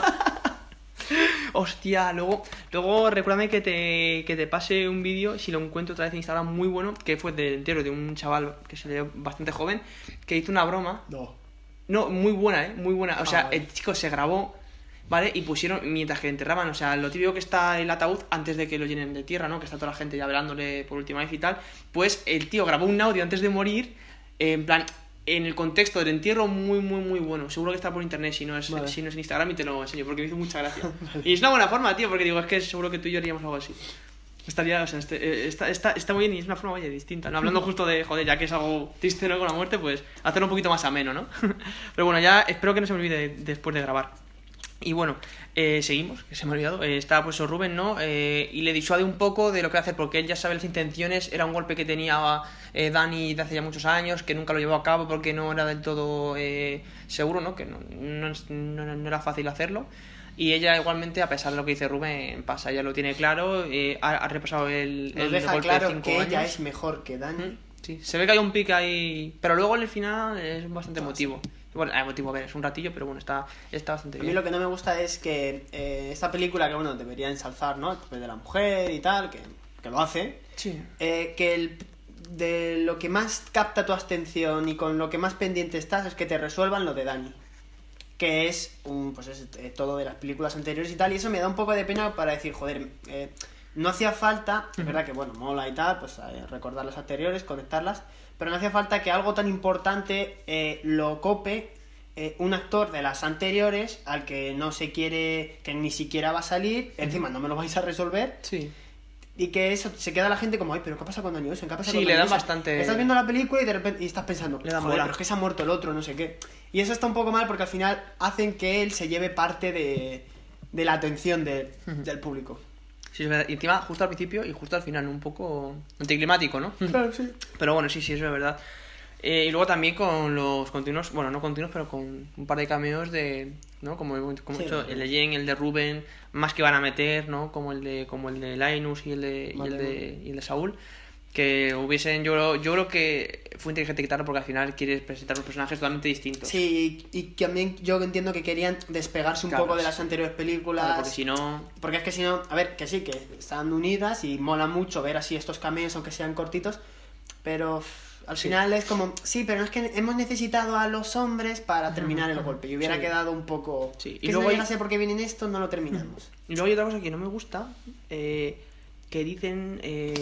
Hostia, luego recuérdame que te pase un vídeo, si lo encuentro otra vez en Instagram, muy bueno, que fue del entierro de un chaval que se ve bastante joven, que hizo una broma. No, muy buena, muy buena. O sea, vale. el chico se grabó, ¿vale? Y pusieron, mientras que enterraban, o sea, lo típico que está el ataúd antes de que lo llenen de tierra, ¿no? Que está toda la gente ya velándole por última vez y tal. Pues el tío grabó un audio antes de morir, en plan... En el contexto del entierro, muy bueno. Seguro que está por internet, si no es en Instagram, y te lo enseño, porque me hizo mucha gracia. Y es una buena forma, tío, porque digo, es que seguro que tú y yo haríamos algo así. Estaría, o sea, está muy bien y es una forma, vaya, distinta, ¿no? Hablando justo de, joder, ya que es algo triste, ¿no? Con la muerte, pues hacerlo un poquito más ameno, ¿no? Pero bueno, ya espero que no se me olvide después de grabar. Y bueno, seguimos, que se me ha olvidado. Está pues Rubén, ¿no? Y le disuade un poco de lo que va a hacer, porque él ya sabe las intenciones. Era un golpe que tenía Dani de hace ya muchos años, que nunca lo llevó a cabo porque no era del todo seguro, ¿no? Que no era fácil hacerlo. Y ella igualmente, a pesar de lo que dice Rubén, pasa, ella lo tiene claro, ha repasado el deja golpe claro de 5 que años. ella es mejor que Dani. Sí, se ve que hay un pique ahí, pero luego en el final es bastante emotivo. Bueno, emotivo, a ver, es un ratillo, pero bueno, está bastante bien. A mí lo que no me gusta es que esta película, que bueno, debería ensalzar, ¿no? El papel de la mujer y tal, que lo hace, sí. De lo que más capta tu atención y con lo que más pendiente estás es que te resuelvan lo de Dani, que es todo de las películas anteriores y tal, y eso me da un poco de pena para decir, joder, no hacía falta, es verdad que bueno, mola y tal, pues recordar las anteriores, conectarlas, pero no hacía falta que algo tan importante lo cope un actor de las anteriores al que no se quiere, que ni siquiera va a salir, encima no me lo vais a resolver. Sí. Y que eso se queda la gente como, ay, pero ¿qué pasa con Dani Olsen? ¿Qué pasa con Sí, Dani le dan Olsen? bastante... Estás viendo la película y de repente estás pensando, Le dan joder, bola. pero es que se ha muerto el otro, no sé qué. Y eso está un poco mal porque al final hacen que él se lleve parte de la atención del público. Sí, es verdad. Y encima, justo al principio y justo al final, un poco anticlimático, ¿no? Claro, sí. Pero bueno, sí, eso es verdad. Y luego también con los continuos, bueno, no continuos, pero con un par de cameos de, ¿no? Como Sí, hecho, el de Jen, el de Ruben, más que van a meter, ¿no? Como el de Linus y el de Saúl, que hubiesen, yo creo que fue inteligente quitarlo porque al final quieres presentar los personajes totalmente distintos. Sí, y también yo entiendo que querían despegarse un poco de las anteriores películas. Claro, porque si no... Porque es que si no, a ver, que sí, que están unidas y mola mucho ver así estos cameos, aunque sean cortitos, pero al final es como, sí, pero es que hemos necesitado a los hombres para terminar el golpe y hubiera quedado un poco... Sí. Y luego no sé por qué vienen estos, no lo terminamos. Y luego hay otra cosa que no me gusta, que dicen...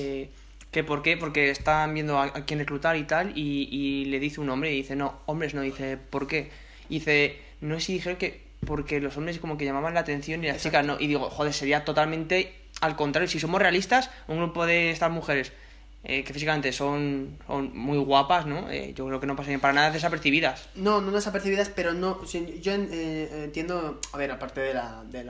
que por qué, porque están viendo a quién reclutar y tal, y le dice un hombre y dice, no, hombres no, dice, ¿por qué? Y dice, no sé si dijeron que porque los hombres como que llamaban la atención y las chicas no, y digo, joder, sería totalmente al contrario, si somos realistas, un grupo de estas mujeres que físicamente son muy guapas, ¿no? Yo creo que no pasarían para nada desapercibidas. No desapercibidas, pero no, o sea, yo entiendo, a ver, aparte de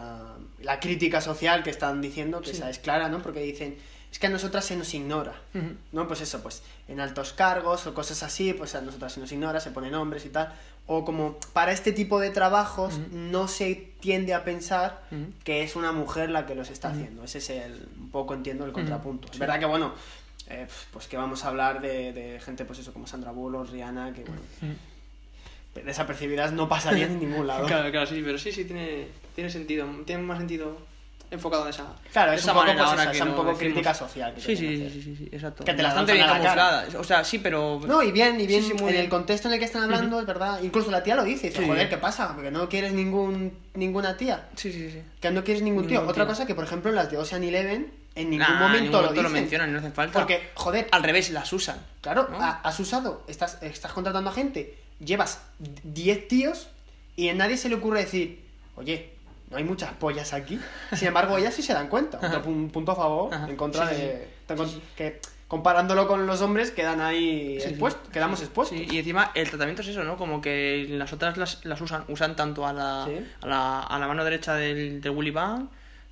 la crítica social que están diciendo, que esa es clara, ¿no? Porque dicen, es que a nosotras se nos ignora, ¿no? Pues eso, pues en altos cargos o cosas así, pues a nosotras se nos ignora, se ponen hombres y tal, o como para este tipo de trabajos no se tiende a pensar que es una mujer la que los está haciendo. Ese es un poco entiendo el contrapunto. Es verdad que bueno, pues que vamos a hablar de gente pues eso como Sandra Bullock, Rihanna, que bueno, desapercibidas no pasarían en ningún lado. Claro, sí, pero sí, tiene sentido, tiene más sentido enfocado en esa, claro, de es esa un poco, manera pues, ahora esa, que es un no poco decimos. crítica social que Sí, exacto. que te la bastante lanzan bien a la cara. camuflada, o sea, sí, pero no, y bien, sí, muy en bien. el contexto en el que están hablando, es verdad, incluso la tía lo dice, joder, ¿qué pasa? Porque no quieres ninguna tía. Sí. Que no quieres ningún tío. Otra cosa que, por ejemplo, en las de Ocean Eleven en ningún momento lo mencionan, no hace falta. Porque, joder, al revés, las usan. Claro, ¿no? Has usado, estás contratando a gente, llevas 10 tíos y a nadie se le ocurre decir, oye, no hay muchas pollas aquí. Sin embargo, ellas sí se dan cuenta. Otro punto a favor, en contra de... Que comparándolo con los hombres quedan ahí quedamos expuestos. Sí, y encima el tratamiento es eso, ¿no? Como que las otras las usan tanto a la mano derecha del Willy Bang,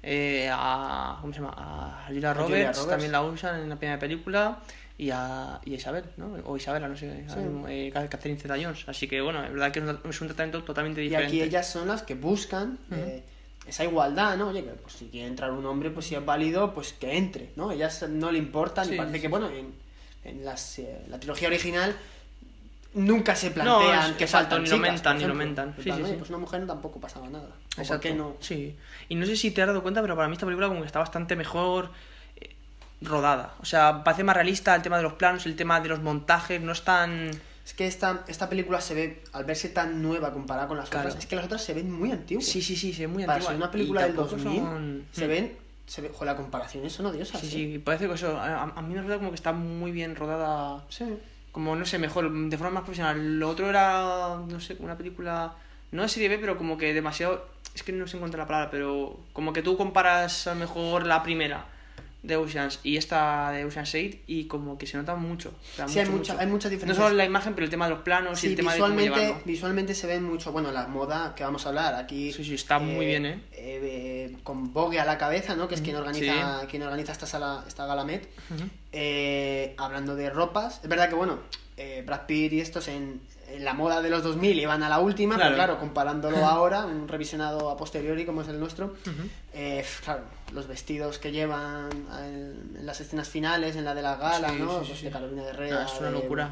¿cómo se llama? A Julia Roberts también la usan en la primera película, y a Isabel, ¿no? O Isabela, no sé, Catherine Zeta-Jones. Así que bueno, es verdad que es un tratamiento totalmente diferente. Y aquí ellas son las que buscan esa igualdad, ¿no? Oye, que pues, si quiere entrar un hombre, pues si es válido, pues que entre, ¿no? Ellas no le importan, y parece que, bueno, en la trilogía original nunca se plantean que faltan chicas, ni lo mentan. Sí. Pues una mujer tampoco pasaba nada. ¿Por qué no? Sí. Y no sé si te has dado cuenta, pero para mí esta película como que está bastante mejor rodada. O sea, parece más realista el tema de los planos, el tema de los montajes, no es tan... Es que esta película se ve, al verse tan nueva comparada con las otras, es que las otras se ven muy antiguas. Sí, se ven muy antiguas. Para ser una película del 2000, se ven, joder, las comparaciones son odiosas. Sí, parece que eso, a mí me parece como que está muy bien rodada. Sí. Como, no sé, mejor, de forma más profesional. Lo otro era, no sé, una película, no de serie B, pero como que demasiado, es que no se encuentra la palabra, pero como que tú comparas a lo mejor la primera de Oceans y esta de Ocean's 8 y como que se nota mucho. O sea, sí, hay muchas diferencias. No solo la imagen, pero el tema de los planos y el tema de cómo llevarlo. Visualmente se ve mucho, bueno, la moda que vamos a hablar aquí. Sí, está muy bien, con Vogue a la cabeza, ¿no? Que es quien organiza esta gala Met. Hablando de ropas, es verdad que bueno, Brad Pitt y estos en en la moda de los 2000 iban a la última, Claro. pero claro, comparándolo ahora, un revisionado a posteriori como es el nuestro, claro, los vestidos que llevan en las escenas finales, en la de la gala, Sí, ¿no? sí, Pues sí. de Carolina Herrera, Es una locura.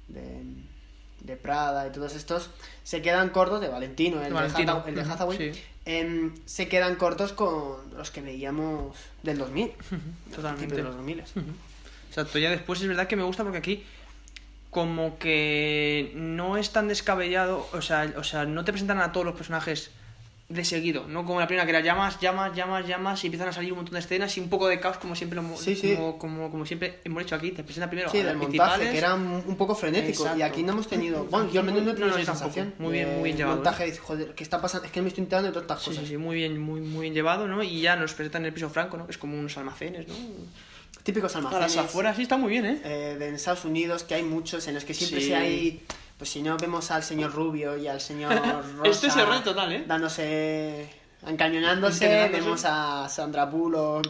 de Prada y todos estos, se quedan cortos, de Valentino, el de Hathaway, sí. se quedan cortos con los que veíamos del 2000, Totalmente. de los 2000. Exacto, ya después es verdad que me gusta porque aquí como que no es tan descabellado, o sea, no te presentan a todos los personajes de seguido, no como la primera que era llamas y empiezan a salir un montón de escenas y un poco de caos como siempre como siempre hemos hecho aquí, te presentan primero a del las montaje, principales. que era un poco frenético. Exacto. Y aquí no hemos tenido, bueno, yo al menos no he tenido esa tampoco. sensación. Muy bien llevado. Montaje, dices, joder, ¿qué está pasando? Es que no me estoy enterando de todas estas cosas. Sí, muy bien llevado, ¿no? Y ya nos presentan el piso franco, ¿no? Que es como unos almacenes, ¿no? Típicos A almacenes. las afueras sí está muy bien, de Estados Unidos, que hay muchos en los que siempre Sí. hay, pues si no vemos al señor Rubio y al señor Rosa Este es el rey total, dándose, encañonándose, vemos a Sandra Bullock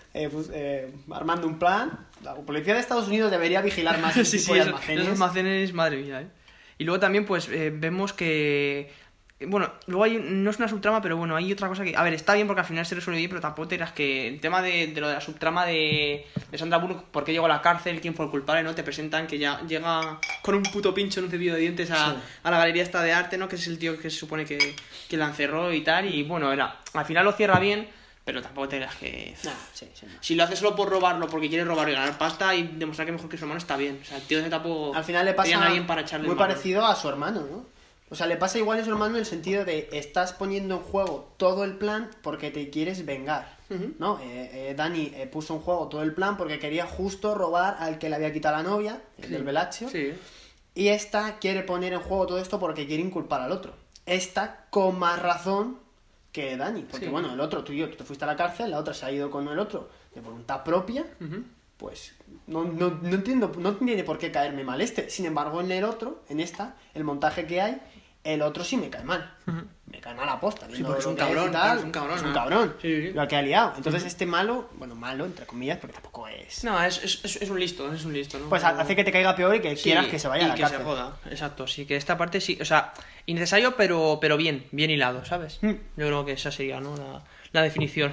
armando un plan. La policía de Estados Unidos debería vigilar más ese tipo de almacenes. Esos almacenes, madre mía, Y luego también pues vemos que bueno, luego hay, no es una subtrama, pero bueno, hay otra cosa que, a ver, está bien porque al final se resuelve bien, pero tampoco te dirás que el tema de lo de la subtrama de Sandra Bullock, por qué llegó a la cárcel, quién fue el culpable, ¿no? Te presentan que ya llega con un puto pincho en un cepillo de dientes a la galería esta de arte, ¿no? Que es el tío que se supone que la encerró y tal, y bueno, al final lo cierra bien, pero tampoco te dirás que... Si lo hace solo por robarlo, porque quiere robar y ganar pasta y demostrar que es mejor que su hermano, está bien. O sea, el tío de tampoco... Al final le pasa a alguien para echarle muy mano. parecido a su hermano, ¿no? O sea, le pasa igual a su hermano en el sentido de estás poniendo en juego todo el plan porque te quieres vengar, ¿no? Dani puso en juego todo el plan porque quería justo robar al que le había quitado la novia, el del Bellaccio. Sí. Y esta quiere poner en juego todo esto porque quiere inculpar al otro. Esta con más razón que Dani, porque bueno, el otro, tú te fuiste a la cárcel, la otra se ha ido con el otro de voluntad propia, pues no entiendo, no tiene por qué caerme mal este. Sin embargo, en el otro, en el montaje que hay, el otro sí me cae mal. Me cae mal a posta. Sí, porque es un cabrón, tal, es un cabrón. es un cabrón. Sí. Lo que ha liado. Entonces este malo, bueno, malo entre comillas, porque tampoco es... No, es un listo, ¿no? Pues hace que te caiga peor y que quieras que se vaya a la que cárcel. se joda, exacto. Sí, que esta parte sí, o sea, innecesario, pero bien hilado, ¿sabes? Yo creo que esa sería, ¿no? La definición.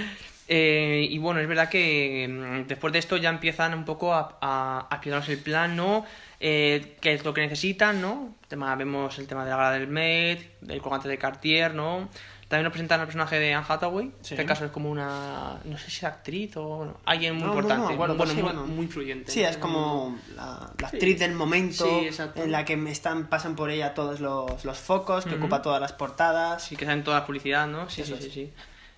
Y bueno, es verdad que después de esto ya empiezan un poco a explicarnos el plan, ¿no? Qué es lo que necesitan, ¿no? Vemos el tema de la gala del Met, del colgante de Cartier, ¿no? También nos presentan al personaje de Anne Hathaway, en este caso es como una, no sé si es actriz o bueno, alguien muy importante, muy influyente. Sí, es como la actriz del momento, exacto. En la que pasan por ella todos los focos, que ocupa todas las portadas. Sí, que salen toda la publicidad, ¿no? Sí.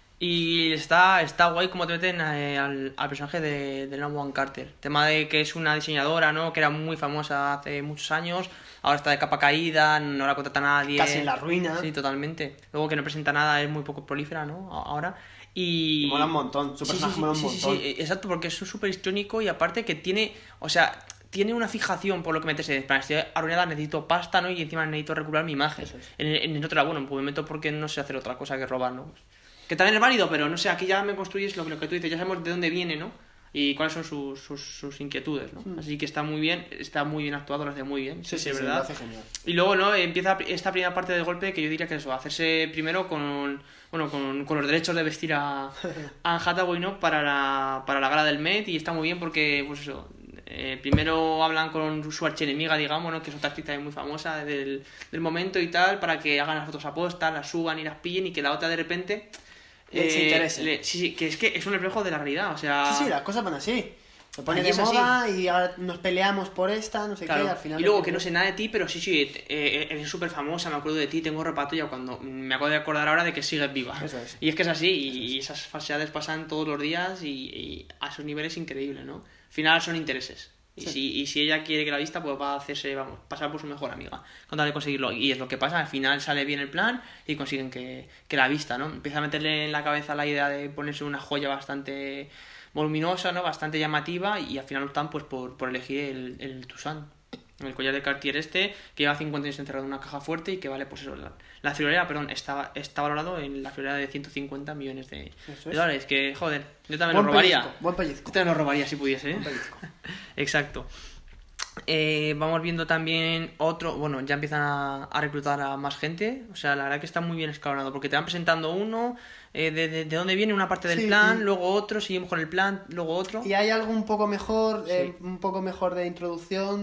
Y está guay como te meten al personaje de Helena Bonham Carter. Tema de que es una diseñadora, ¿no? Que era muy famosa hace muchos años. Ahora está de capa caída, no la contrata nadie. Casi en la ruina. Sí, totalmente. Luego que no presenta nada, es muy poco prolífera, ¿no? Ahora. Y... Mola un montón, su personaje mola un montón. Sí, exacto, porque es súper histórico y aparte que tiene... O sea... Tiene una fijación por lo que metes en plan, estoy arruinada, necesito pasta, ¿no? Y encima necesito recuperar mi imagen. En el otro, bueno, pues me meto porque no sé hacer otra cosa que robar, ¿no? Que también es válido, pero no sé, aquí ya me construyes lo que tú dices, ya sabemos de dónde viene, ¿no? Y cuáles son sus inquietudes, ¿no? Así que está muy bien actuado, lo hace muy bien, sí, ¿verdad? Lo hace genial. Y luego, ¿no? Empieza esta primera parte del golpe que yo diría que es eso, hacerse primero con los derechos de vestir a Anne Hathaway, ¿no? Para la gala del Met, y está muy bien porque, pues eso... primero hablan con su archienemiga, digamos, ¿no? Que es otra artista muy famosa del momento y tal, para que hagan las fotos apostas, las suban y las pillen, y que la otra de repente se interese. Sí, que es un reflejo de la realidad, o sea... Sí, las cosas van así. Se pone de moda y ahora nos peleamos por esta, no sé qué, al final... Y luego que no sé nada de ti, pero sí, eres súper famosa, me acuerdo de ti, tengo ropa tuya, cuando me acabo de acordar ahora de que sigues viva. Eso es. Y es que es así, y esas falsedades pasan todos los días y a esos niveles increíbles, ¿no? Al final son intereses. Y si ella quiere que la vista, pues va a hacerse, pasar por su mejor amiga, con tal de conseguirlo. Y es lo que pasa, al final sale bien el plan y consiguen que la vista, ¿no? Empieza a meterle en la cabeza la idea de ponerse una joya bastante voluminosa, ¿no? Bastante llamativa, y al final optan pues por elegir el Toussaint, el collar de Cartier que lleva 50 años encerrado en una caja fuerte y que vale, pues eso, la friolera, perdón, está valorado en la friolera de 150 millones de dólares, que joder, yo también lo robaría. Buen pellizco. Yo también lo robaría si pudiese, ¿eh? Buen pellizco. Exacto. Vamos viendo también otro, bueno, ya empiezan a reclutar a más gente, o sea, la verdad que está muy bien escalonado, porque te van presentando uno, de dónde viene una parte del plan, luego otro, seguimos con el plan, luego otro. Y hay algo un poco mejor, un poco mejor de introducción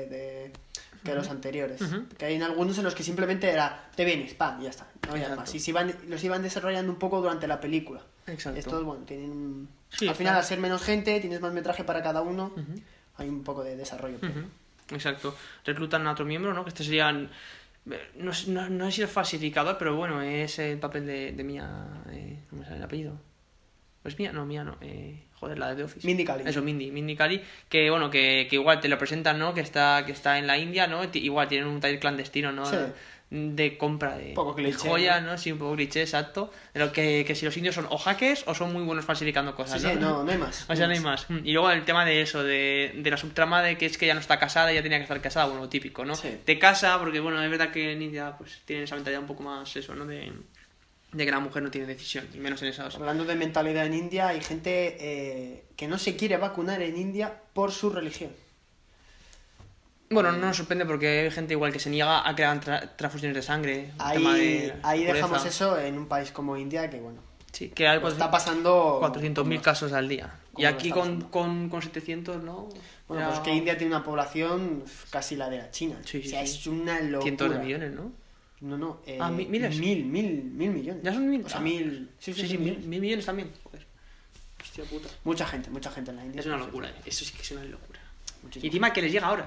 que los anteriores. Que hay en algunos en los que simplemente era, te vienes, pam, y ya está. No había más. Y los iban desarrollando un poco durante la película. Exacto. Estos, bueno, tienen... Sí, al final, al ser menos gente, tienes más metraje para cada uno, hay un poco de desarrollo. Exacto. Reclutan a otro miembro, ¿no? Que este serían... No sé si es falsificador, pero bueno, es el papel de Mia... ¿cómo me sale el apellido? ¿Es Mia? No, Mia no. Joder, la de The Office. Mindy Kaling. Eso, Mindy Kaling. Que bueno, que igual te lo presentan, ¿no? Que está en la India, ¿no? Igual tienen un taller clandestino, ¿no? Sí. De compra de cliché, joyas, ¿no? Sí, un poco cliché, exacto. Pero que si los indios son o hackers o son muy buenos falsificando cosas, sí, ¿no? No hay más. O sea, no hay más. Y luego el tema de eso, de la subtrama de que es que ya no está casada, ya tenía que estar casada, bueno, lo típico, ¿no? Sí. Te casa porque, bueno, es verdad que en India pues tienen esa mentalidad un poco más eso, ¿no? De que la mujer no tiene decisión, y menos en esas... Hablando de mentalidad en India, hay gente que no se quiere vacunar en India por su religión. Bueno, no nos sorprende porque hay gente igual que se niega a que hagan transfusiones de sangre. Ahí dejamos eso en un país como India, que bueno... Sí, que hay está pasando... 400.000 casos al día. Y aquí con 700, ¿no? Bueno, pues que India tiene una población casi la de la China. Sí, o sea, sí. es una locura. Cientos de millones, ¿no? No, ¿miles? Mil millones. ¿Ya son 1.000? O sea, 1.000... Sí, 1.000 millones también. Joder. Hostia puta. Mucha gente en la India. Es una locura, Eso sí que es una locura. Muchísimo. Y encima que les llega ahora.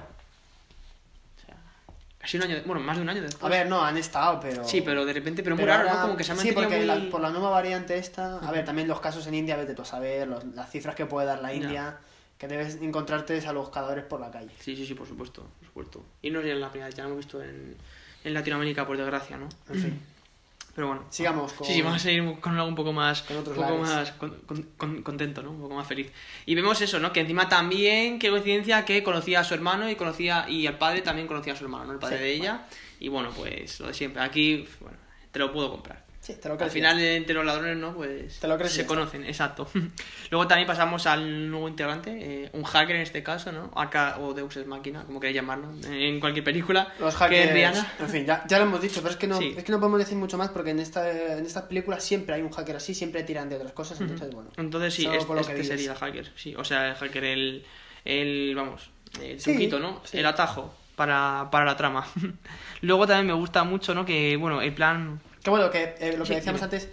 O sea, casi un año... Bueno, más de un año después. A ver, no, han estado, pero... Sí, pero de repente... Pero muy raro, ¿no? Como que se han mantenido porque por la nueva variante esta... A ver, también los casos en India, vete tú a saber, las cifras que puede dar la India... Que debes encontrarte a los cadáveres por la calle. Sí, por supuesto. Y no es la primera vez, ya lo hemos visto en Latinoamérica, por desgracia, ¿no? En fin. Pero bueno. Sigamos con... Sí, vamos a seguir con algo un poco más... Con otros un poco lares. más contento, ¿no? Un poco más feliz. Y vemos eso, ¿no? Que encima también, qué coincidencia, que conocía a su hermano y al padre también conocía a su hermano, ¿no? El padre de ella. Bueno. Y bueno, pues lo de siempre. Aquí, bueno, te lo puedo comprar. Sí, te lo crees. Al final, entre los ladrones, ¿no? Pues te lo crees, se conocen, exacto. Luego también pasamos al nuevo integrante, un hacker en este caso, ¿no? O Deus Ex Machina, como queréis llamarlo, en cualquier película. Los hackers, que es Rihanna. En fin, ya lo hemos dicho, pero es que no podemos decir mucho más porque en estas películas siempre hay un hacker así, siempre tiran de otras cosas, entonces bueno. Entonces sí, este sería el hacker, sí. O sea, el hacker, el truquito, ¿no? Sí. El atajo para la trama. Luego también me gusta mucho, ¿no? Que, bueno, el plan... Que bueno, que lo que decíamos antes,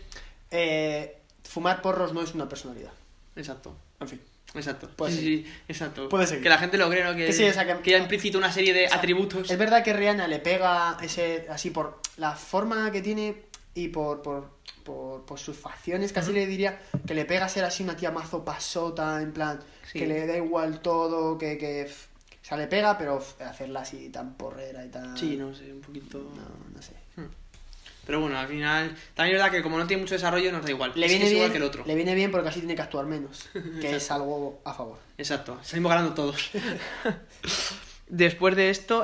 fumar porros no es una personalidad. Exacto. En fin. Exacto. Sí, exacto. Puede ser. Que la gente lo cree, ¿no? Que ya implícito una serie de atributos. Es verdad que Rihanna le pega así por la forma que tiene y por sus facciones, casi le diría que le pega ser así una tía mazo pasota, en plan, que le da igual todo, o sea, le pega, pero hacerla así tan porrera y tan... Sí, no sé, un poquito... No sé. Pero bueno, al final... También es verdad que como no tiene mucho desarrollo, nos da igual. Le viene bien, igual que el otro. Le viene bien porque así tiene que actuar menos, que es algo a favor. Exacto, salimos ganando todos. Después de esto,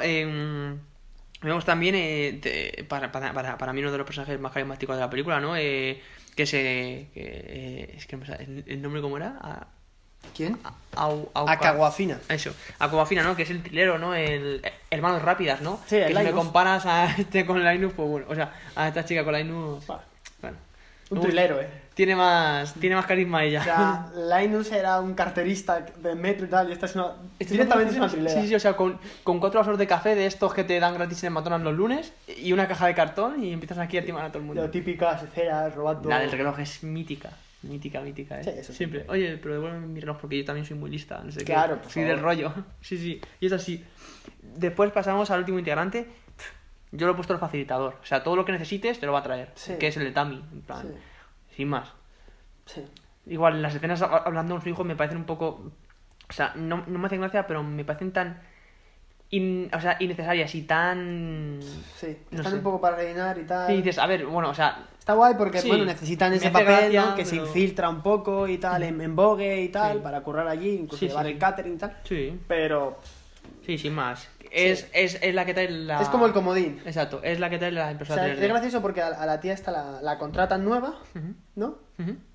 vemos también, para mí uno de los personajes más carismáticos de la película, ¿no? Es que no me sale, ¿el nombre cómo era? ¿Quién? Aquafina. Eso, Aquafina, ¿no? Que es el trilero, ¿no? El manos rápidas, ¿no? Sí, que si me comparas a con Linus, pues bueno, o sea, a esta chica con Linus, bueno. Un trilero, Tiene más carisma ella. O sea, Linus era un carterista de metro y tal, y esta es una... Directamente es una trilera. Sí, o sea, con 4 vasos de café de estos que te dan gratis en el McDonald's los lunes y una caja de cartón y empiezas aquí a timar a todo el mundo. Lo típicas ceras, robando... La del reloj es mítica. Mítica, ¿eh? Sí, eso siempre. Oye, pero devuélveme mi reloj porque yo también soy muy lista. No sé claro, qué. Soy del rollo. Sí. Y es así. Después pasamos al último integrante. Yo lo he puesto el facilitador. O sea, todo lo que necesites te lo va a traer. Sí. Que es el de Tami. En plan, sin más. Sí. Igual, las escenas hablando con su hijo me parecen un poco... O sea, no me hacen gracia, pero me parecen tan... innecesarias y tan... Sí, están un poco para rellenar y tal. Sí, dices, a ver, bueno, o sea... Está guay porque, bueno, necesitan ese papel, gracia, ¿no? Que se infiltra un poco y tal, en Vogue y tal, para currar allí, incluso llevar el catering y tal. Sí. Pero... Sí, sin más. Es la que trae la... Es como el comodín. Exacto, es la que trae la impresora 3D. Es gracioso porque a la tía esta la contratan nueva, ¿no?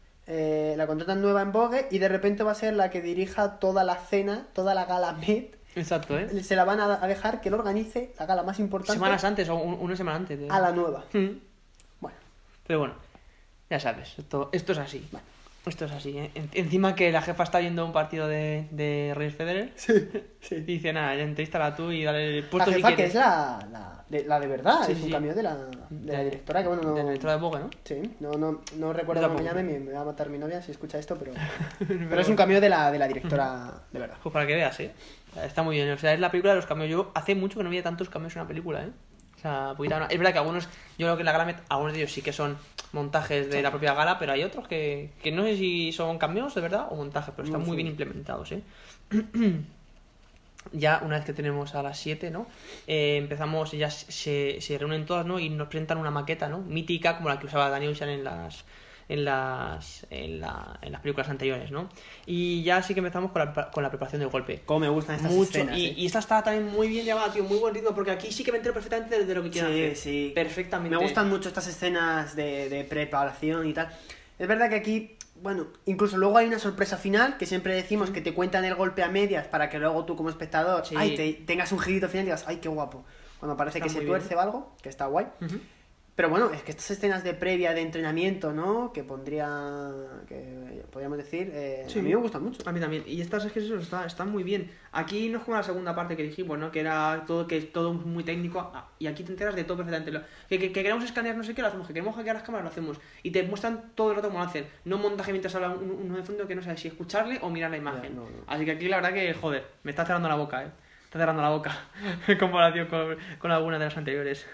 La contratan nueva en Vogue y de repente va a ser la que dirija toda la cena, toda la gala Met Exacto, ¿eh? Se la van a dejar que lo organice la gala más importante. Semanas antes o una semana antes. A la nueva. Bueno. Pero bueno, ya sabes, esto es así. Vale. Esto es así, ¿eh? Encima que la jefa está viendo un partido de Roger Federer. Sí. Y dice, nada, ya entrevístala tú y dale el puesto la jefa si quieres. que es la de verdad, Sí, es un sí. cambio de la directora que bueno no... De la directora de Vogue, ¿no? Sí, no recuerdo cómo me llame, me va a matar mi novia si escucha esto, pero es un bueno. cambio de la directora de verdad. Pues para que veas, ¿eh? Está muy bien, o sea, es la película de los cambios. Yo hace mucho que no veía tantos cambios en una película, ¿eh? O sea, es verdad que algunos, yo creo que en la gala, algunos de ellos sí que son montajes de la propia gala, pero hay otros que no sé si son cambios de verdad o montajes, pero están muy bien implementados, ¿eh? Ya una vez que tenemos a las 7, ¿no? Empezamos, ya se reúnen todas, ¿no? Y nos presentan una maqueta, ¿no? Mítica, como la que usaba Danny Ocean en las películas anteriores, ¿no? Y ya sí que empezamos con la preparación del golpe. Cómo me gustan estas mucho escenas, y esta está también muy bien llevada, tío, muy buen ritmo, porque aquí sí que me entero perfectamente de lo que quieren hacer. Sí. Perfectamente. Me gustan mucho estas escenas de preparación y tal. Es verdad que aquí, bueno, incluso luego hay una sorpresa final, que siempre decimos que te cuentan el golpe a medias para que luego tú como espectador tengas un girito final y digas, ay, qué guapo. Cuando parece que se tuerce o algo, que está guay. Pero bueno, es que estas escenas de previa de entrenamiento, ¿no? Que podríamos decir, a mí me gustan mucho. A mí también. Y estas es que eso están muy bien. Aquí no es como la segunda parte que dijimos, ¿no? Que era todo muy técnico. Y aquí te enteras de todo perfectamente. Que queremos escanear no sé qué, lo hacemos. Que queremos hackear las cámaras, lo hacemos. Y te muestran todo el rato cómo lo hacen. No un montaje mientras habla uno de fondo que no sabes si escucharle o mirar la imagen. No. Así que aquí la verdad que, joder, me está cerrando la boca, ¿eh? Está cerrando la boca. En comparación con alguna de las anteriores.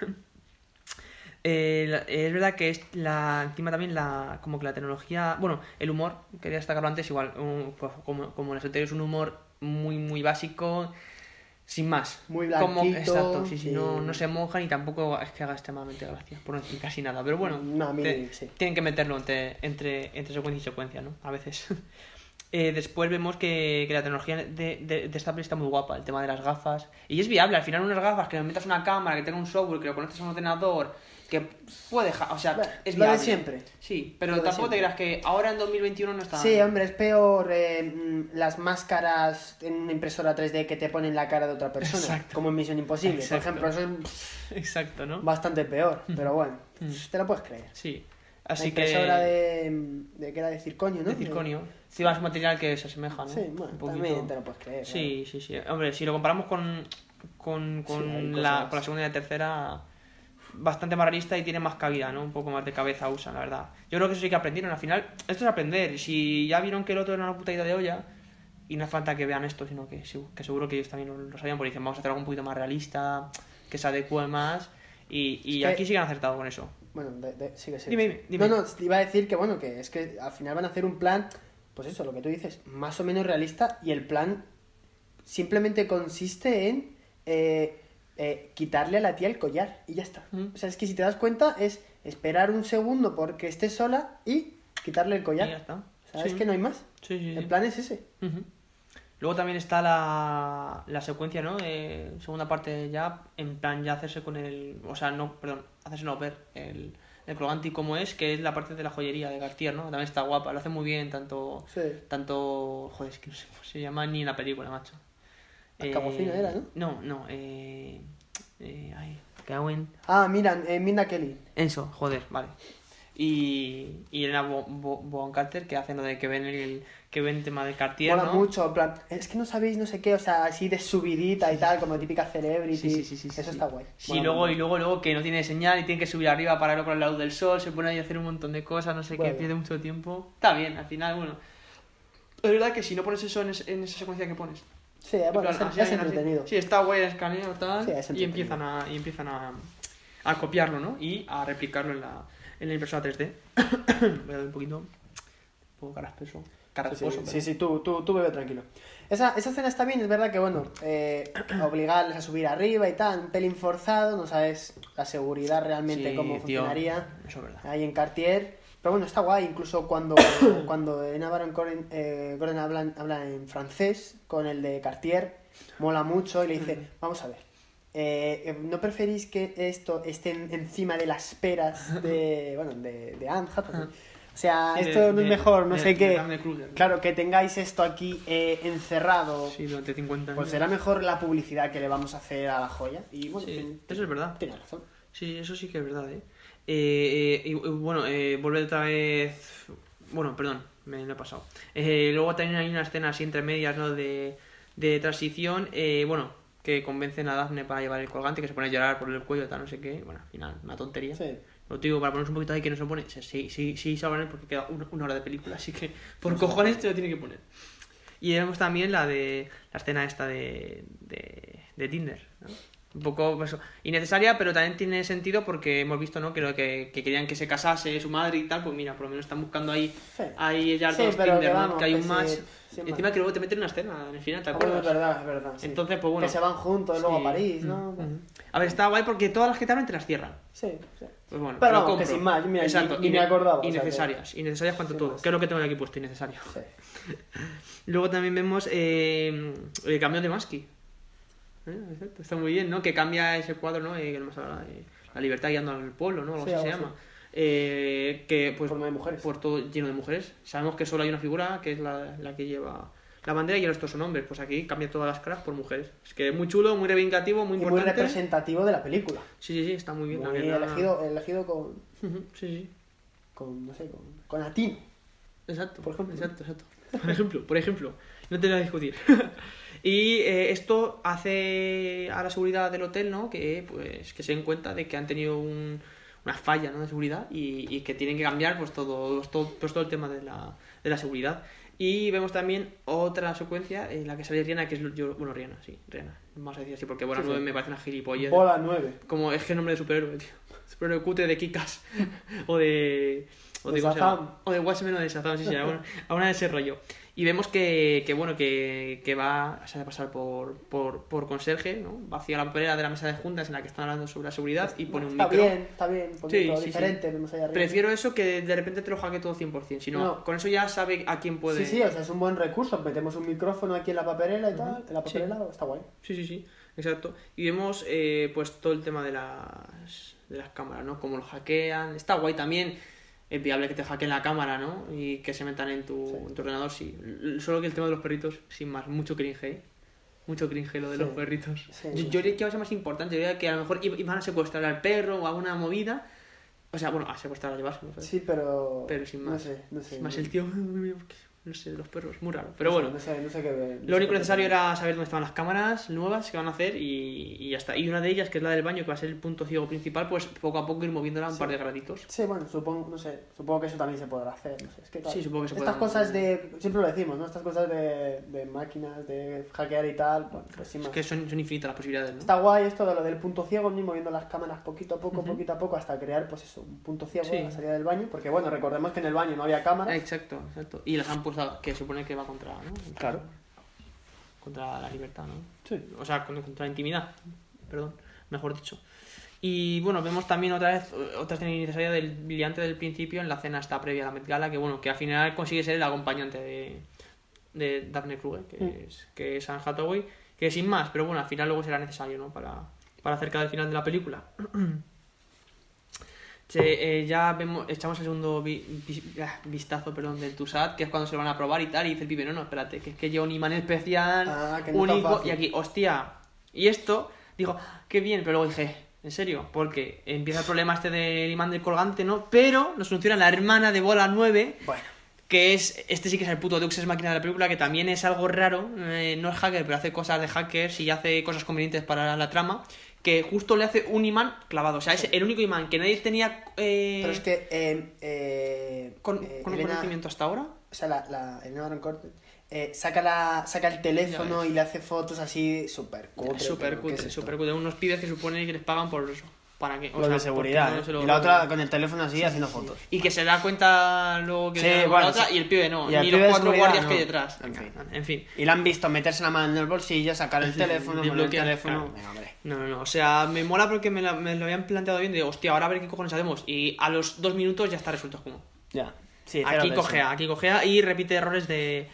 Es verdad que encima también como que la tecnología, bueno, el humor, quería destacarlo antes, igual, pues, como en las anteriores, un humor muy muy básico, sin más. Muy blanquito. Exacto, sí. No se mojan y tampoco es que haga extremadamente gracia, por no decir casi nada, pero bueno, tienen que meterlo entre secuencia y secuencia, ¿no? A veces. Después vemos que la tecnología de esta peli está muy guapa, el tema de las gafas, y es viable, al final unas gafas que le metas una cámara, que tenga un software, que lo conectes a un ordenador, que puede o sea, es viable. Lo de siempre. Sí, pero tampoco te creas que ahora en 2021 no está... Sí, hombre, es peor las máscaras en una impresora 3D que te ponen la cara de otra persona. Exacto. Como en Misión Imposible. Exacto. Por ejemplo, eso es exacto, ¿no? Bastante peor, pero bueno, te lo puedes creer. Sí. Así la impresora de que era de circonio, ¿no? De circonio. Sí, es un material que se asemeja, ¿no? Sí, bueno, un poquito... también te lo puedes creer. Sí. Hombre, si lo comparamos con la segunda y la tercera... bastante más realista y tiene más cabida, ¿no? Un poco más de cabeza usan, la verdad. Yo creo que eso sí que aprendieron. Al final, esto es aprender. Si ya vieron que el otro era una puta idea de olla, y no hace falta que vean esto, sino que seguro que ellos también lo sabían, porque dicen, vamos a hacer algo un poquito más realista, que se adecue más, y aquí sí que han acertado con eso. Bueno, sigue. Dime. No, te iba a decir que bueno, que es que al final van a hacer un plan, pues eso, lo que tú dices, más o menos realista, y el plan simplemente consiste en quitarle a la tía el collar y ya está. O sea, es que si te das cuenta es esperar un segundo porque esté sola y quitarle el collar. Y ya está. O sea, es que no hay más. Sí. El plan es ese. Luego también está la secuencia, ¿no? Segunda parte ya, en plan ya hacerse con ver el colgante y cómo es, que es la parte de la joyería de Cartier, ¿no? También está guapa, lo hace muy bien, tanto, joder, es que no sé cómo se llama ni en la película, macho. Cabocina era, ¿no? No, Cowen. Mira, Minda Kelly. Eso, joder, vale. Y Elena Bonham Carter, que hacen lo de que ven el tema de Cartier, mola ¿no? mucho, en plan, es que no sabéis no sé qué, o sea, así de subidita y tal, como típica celebrity. Sí. Eso está guay. Sí, luego que no tiene señal y tiene que subir arriba para verlo con la luz del sol, se pone ahí a hacer un montón de cosas, no sé qué, pierde mucho tiempo. Está bien, al final, bueno. Es verdad que si no pones eso en esa secuencia que pones. Sí, bueno, es entretenido. Sí, está guay el escaneo tal, sí, y empiezan a copiarlo, ¿no? Y a replicarlo en la impresora 3D. Voy a dar un poco carrasposo. Sí, tú bebe tranquilo. Esa escena está bien, es verdad que bueno, obligarles a subir arriba y tal, un pelín forzado, no sabes la seguridad realmente cómo funcionaría. Eso es verdad. Ahí en Cartier. Pero bueno, está guay, incluso cuando Elena Baron Gordon habla en francés con el de Cartier, mola mucho y le dice, vamos a ver, ¿no preferís que esto esté encima de las peras de Anne Hathaway? O sea, Sí, esto no es mejor, no sé qué. Daphne Kruger, ¿no? Claro, que tengáis esto aquí encerrado. Sí, durante 50 años. Pues será mejor la publicidad que le vamos a hacer a la joya. Y bueno, Sí, eso es verdad. Tienes razón. Sí, eso sí que es verdad, y bueno, volver otra vez... Bueno, perdón, me lo he pasado. Luego también hay una escena así entre medias, ¿no? De transición, bueno, que convencen a Daphne para llevar el colgante, que se pone a llorar por el cuello, tal, no sé qué. Bueno, al final, una tontería. Sí. Lo digo para ponernos un poquito ahí que no se lo pone. Sí, se va a poner porque queda una hora de película, así que por cojones te lo tiene que poner. Y vemos también la escena esta de Tinder, ¿no? Un poco pues, innecesaria, pero también tiene sentido porque hemos visto, ¿no? Que querían que se casase su madre y tal, pues mira, por lo menos están buscando ahí ellas dos Tinder, ¿no? Que hay un match. Encima que luego te meten una escena en el final, ¿te acuerdas? Es verdad. Sí. Entonces, pues bueno. Que se van juntos luego a París, ¿no? A ver, está guay porque todas las que te abren te las cierran. Sí. Pues bueno, pero lo compro. que sin más, mira, exacto, ni me acordaba. Innecesarias, innecesarias cuanto todo. Más. ¿Qué es lo que tengo aquí puesto? Innecesario. Sí. Luego también vemos el cambio de Masky. Exacto, está muy bien, ¿no? Que cambia ese cuadro, ¿no? Que no me habla de la libertad guiando al pueblo, ¿no? Algo así se llama. Que pues forma de mujeres. Por todo lleno de mujeres. Sabemos que solo hay una figura que es la que lleva la bandera y el resto son hombres. Pues aquí cambia todas las caras por mujeres. Es que es muy chulo, muy reivindicativo, muy importante. Muy representativo de la película. Sí, está muy bien. Muy elegido con... Sí. Con, no sé, con atino. Exacto. Por ejemplo. Exacto. Por ejemplo. No te voy a discutir. Y esto hace a la seguridad del hotel, ¿no? Que se den cuenta de que han tenido una falla, ¿no? De seguridad y que tienen que cambiar pues todo el tema de la seguridad. Y vemos también otra secuencia en la que sale Rihanna, que es Rihanna, vamos a decir así, porque Bola 9 me parece una gilipollez. Bola 9. Como es que es nombre de superhéroe, tío. Superhéroe cutre de Kick-Ass. o de Shazam. O de Watchmen o de Shazam, sí, alguna de ese rollo. Y vemos que va a pasar por conserje, ¿no? Va hacia la papelera de la mesa de juntas en la que están hablando sobre la seguridad y pone un micro. Está bien, un poquito diferente. Vemos ahí arriba. Prefiero eso que de repente te lo hackee todo 100%, sino con eso ya sabe a quién puede... Sí, o sea, es un buen recurso. Metemos un micrófono aquí en la papelera y tal, en la papelera está guay. Sí, exacto. Y vemos pues todo el tema de las cámaras, ¿no? Cómo lo hackean. Está guay también. Es viable que te hackeen la cámara, ¿no? Y que se metan en tu ordenador, sí. Solo que el tema de los perritos, sin más, mucho cringe, ¿eh? Mucho cringe lo de los perritos. Yo diría que va a ser más importante. Yo diría que a lo mejor iban a secuestrar al perro o a una movida. O sea, bueno, a secuestrar, a llevarse, no sé. Sí, pero sin más. No sé. Más el tío, no sé, los perros, muy raro. Pero bueno, no sé qué ver. Lo único necesario era saber dónde estaban las cámaras nuevas que van a hacer y ya está. Y una de ellas, que es la del baño, que va a ser el punto ciego principal, pues poco a poco ir moviéndola un par de graditos. Sí, bueno, supongo que eso también se podrá hacer. No sé, es que, claro, sí, supongo que se estas cosas siempre lo decimos, ¿no? Estas cosas de máquinas, de hackear y tal, bueno, pues sin más. Es que son infinitas las posibilidades, ¿no? Está guay esto de lo del punto ciego, ni moviendo las cámaras poquito a poco, hasta crear, pues eso, un punto ciego a la salida del baño. Porque, bueno, recordemos que en el baño no había cámaras. Exacto. Y las han puesto, que supone que va contra, ¿no? Claro. Contra la libertad, ¿no? Sí. O sea, contra la intimidad, perdón, mejor dicho. Y bueno, vemos también otra escena innecesaria del brillante del principio en la cena esta previa a la Met Gala, que al final consigue ser el acompañante de Daphne Kruger, que es Anne Hathaway, que sin más, pero bueno, al final luego será necesario, ¿no? Para acercar al final de la película. Ya echamos el segundo vistazo del TUSAD, que es cuando se lo van a probar y tal, y dice el pibe, no, espérate, que es que lleva un imán especial, único, y aquí, hostia, y esto, digo, qué bien, pero luego dije, ¿en serio? Porque empieza el problema del imán del colgante, ¿no? Pero nos soluciona la hermana de Bola 9, bueno, que sí que es el puto Deus Ex Machina de la película, que también es algo raro, no es hacker, pero hace cosas de hackers y hace cosas convenientes para la trama, que justo le hace un imán clavado. O sea, es el único imán que nadie tenía... Pero es que... con conocimiento hasta ahora. O sea, la Elena Cortez saca el teléfono y le hace fotos así súper cutre. Súper cutre. Unos pibes que supone que les pagan por eso. ¿Para qué? Lo de seguridad, y la otra con el teléfono así haciendo fotos. Y que se da cuenta luego que la otra y el pibe no. Ni los 4 guardias que hay detrás. En fin. Y la han visto meterse la mano en el bolsillo, sacar el teléfono, poner el teléfono. Venga, hombre. No. O sea, me mola porque me lo habían planteado bien. Digo, hostia, ahora a ver qué cojones hacemos. Y a los 2 minutos ya está resuelto como. Ya. Sí, aquí cojea y repite errores de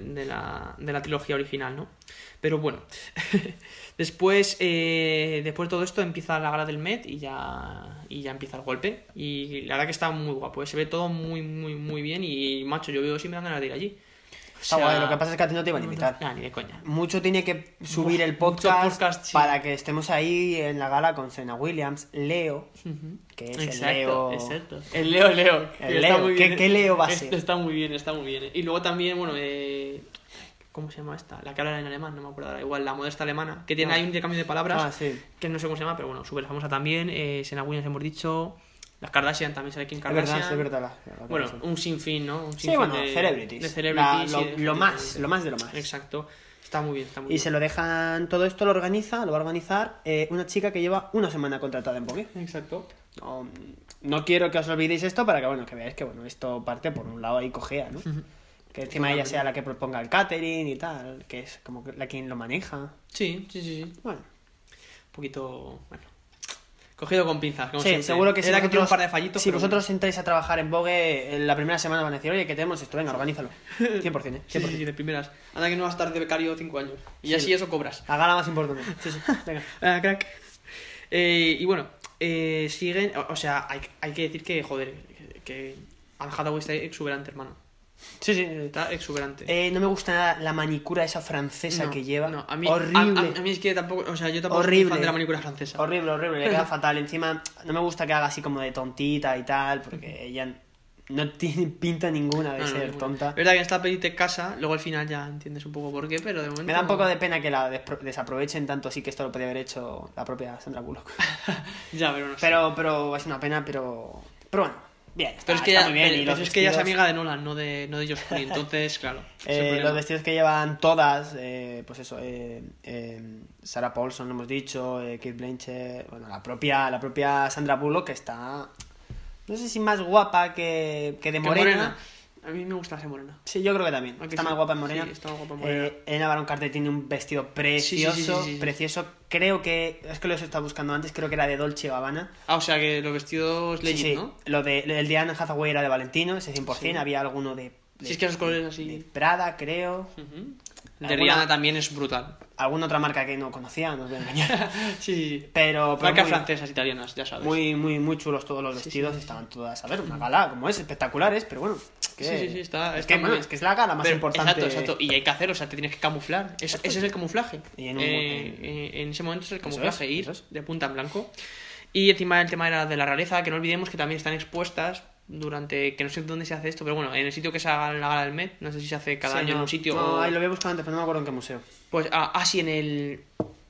la trilogía original, ¿no? Pero bueno, después de todo esto empieza la gala del Met y ya empieza el golpe. Y la verdad que está muy guapo, se ve todo muy, muy, muy bien. Y macho, yo veo si me dan ganas de ir allí. Está guay, lo que pasa es que a ti no te iban a invitar. Ni de coña. Mucho tiene que subir el podcast sí, para que estemos ahí en la gala con Serena Williams, Leo, que es el Leo. Exacto. El Leo. El Leo. ¿Qué Leo va a ser? Está muy bien. Y luego también, bueno, ¿cómo se llama esta? La que habla en alemán, no me acuerdo ahora. Igual, la modesta alemana, que tiene ahí un intercambio de palabras, sí, que no sé cómo se llama, pero bueno, súper famosa también. Serena Williams hemos dicho. Las Kardashian también, ¿sabe quién Kardashian? Es verdad. Bueno, un sinfín, ¿no? Sí, bueno, celebrities. De celebrities. Lo más de lo más. Exacto. Está muy bien. Y se lo dejan, todo esto lo va a organizar una chica que lleva una semana contratada en Vogue. Exacto. No quiero que os olvidéis esto para que veáis que esto parte por un lado ahí cojea, ¿no? Que encima ella sea la que proponga el catering y tal, que es como la quien lo maneja. Sí. Bueno. Un poquito, cogido con pinzas, como sí, siempre. Seguro que si que tiene un par de fallitos. Si vosotros entráis a trabajar en Vogue, en la primera semana van a decir, oye, que tenemos esto, venga, organízalo. 100%, 100%. Sí, de primeras. Anda que no vas a estar de becario 5 años. Y así eso cobras. La gala más importante. Sí, venga. Crack. Y bueno, siguen... O sea, hay que decir que, joder, que Anne Hathaway está exuberante, hermano. Sí. Está exuberante. No me gusta nada la manicura esa francesa que lleva. No, a mí, horrible. A mí es que tampoco, o sea, yo tampoco soy fan de la manicura francesa. Horrible, le queda fatal. Encima, no me gusta que haga así como de tontita y tal, porque ella no tiene pinta ninguna de ser tonta. Es verdad que en esta peli te casa, luego al final ya entiendes un poco por qué, pero de momento... Me da un poco de pena que la desaprovechen tanto, así que esto lo podría haber hecho la propia Sandra Bullock. Ya, pero no sé. Pero es una pena, pero bueno. Bien, pero es que ella es amiga de Nolan, no de Josh Clooney, entonces, claro. Los vestidos que llevan todas, pues eso, Sarah Paulson, lo hemos dicho, Kate Blanchett, bueno, la propia Sandra Bullock, que está, no sé si más guapa que de morena. A mí me gusta ser morena. Sí, yo creo que también. Está más guapa en morena. Sí, está más guapa en morena. Elena Baron Carter tiene un vestido precioso, sí. precioso. Creo que, es que lo he estado buscando antes, creo que era de Dolce & Gabbana. O sea que los vestidos legit, ¿no? El de Anne Hathaway era de Valentino, ese 100%. Había alguno de es que esos colores así. De Prada, creo. De Rihanna también es brutal. Alguna otra marca que no conocía, no os voy a engañar. Sí. Pero marcas francesas, italianas, ya sabes. Muy chulos todos los vestidos, estaban todas, a ver, una gala como es, espectaculares, pero bueno. Sí, está es que es la gala más importante. Exacto. Y hay que hacer, o sea, te tienes que camuflar. Ese es el camuflaje. Y en ese momento es el camuflaje, ir de punta en blanco. Y encima el tema era de la realeza, que no olvidemos que también están expuestas durante, que no sé dónde se hace esto, pero bueno, en el sitio que se haga la gala del Met, no sé si se hace cada año en un sitio o... ahí lo había buscado antes, pero no me acuerdo en qué museo. Pues, sí, en el...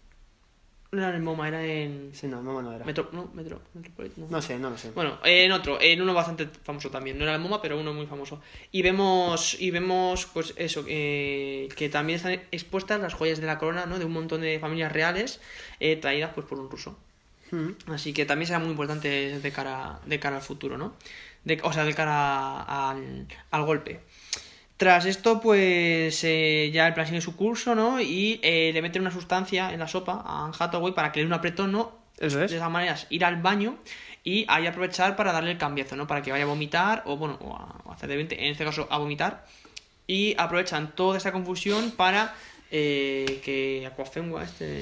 No era en el MoMA, era en... Sí, no, MoMA no era. Metropolitan. No sé, no lo sé. Bueno, en uno bastante famoso también, no era el MoMA, pero uno muy famoso. Y vemos pues eso, que también están expuestas las joyas de la corona, ¿no? De un montón de familias reales, traídas pues por un ruso. Así que también será muy importante de cara al futuro, ¿no? De cara al golpe. Tras esto, pues ya el plan sigue su curso, ¿no? Y le meten una sustancia en la sopa a Anne Hathaway para que le dé un apretón, ¿no? Eso es. De esa manera, ir al baño y ahí aprovechar para darle el cambiazo, ¿no? Para que vaya a vomitar o a hacer de 20, en este caso a vomitar. Y aprovechan toda esta confusión para que Aquafengua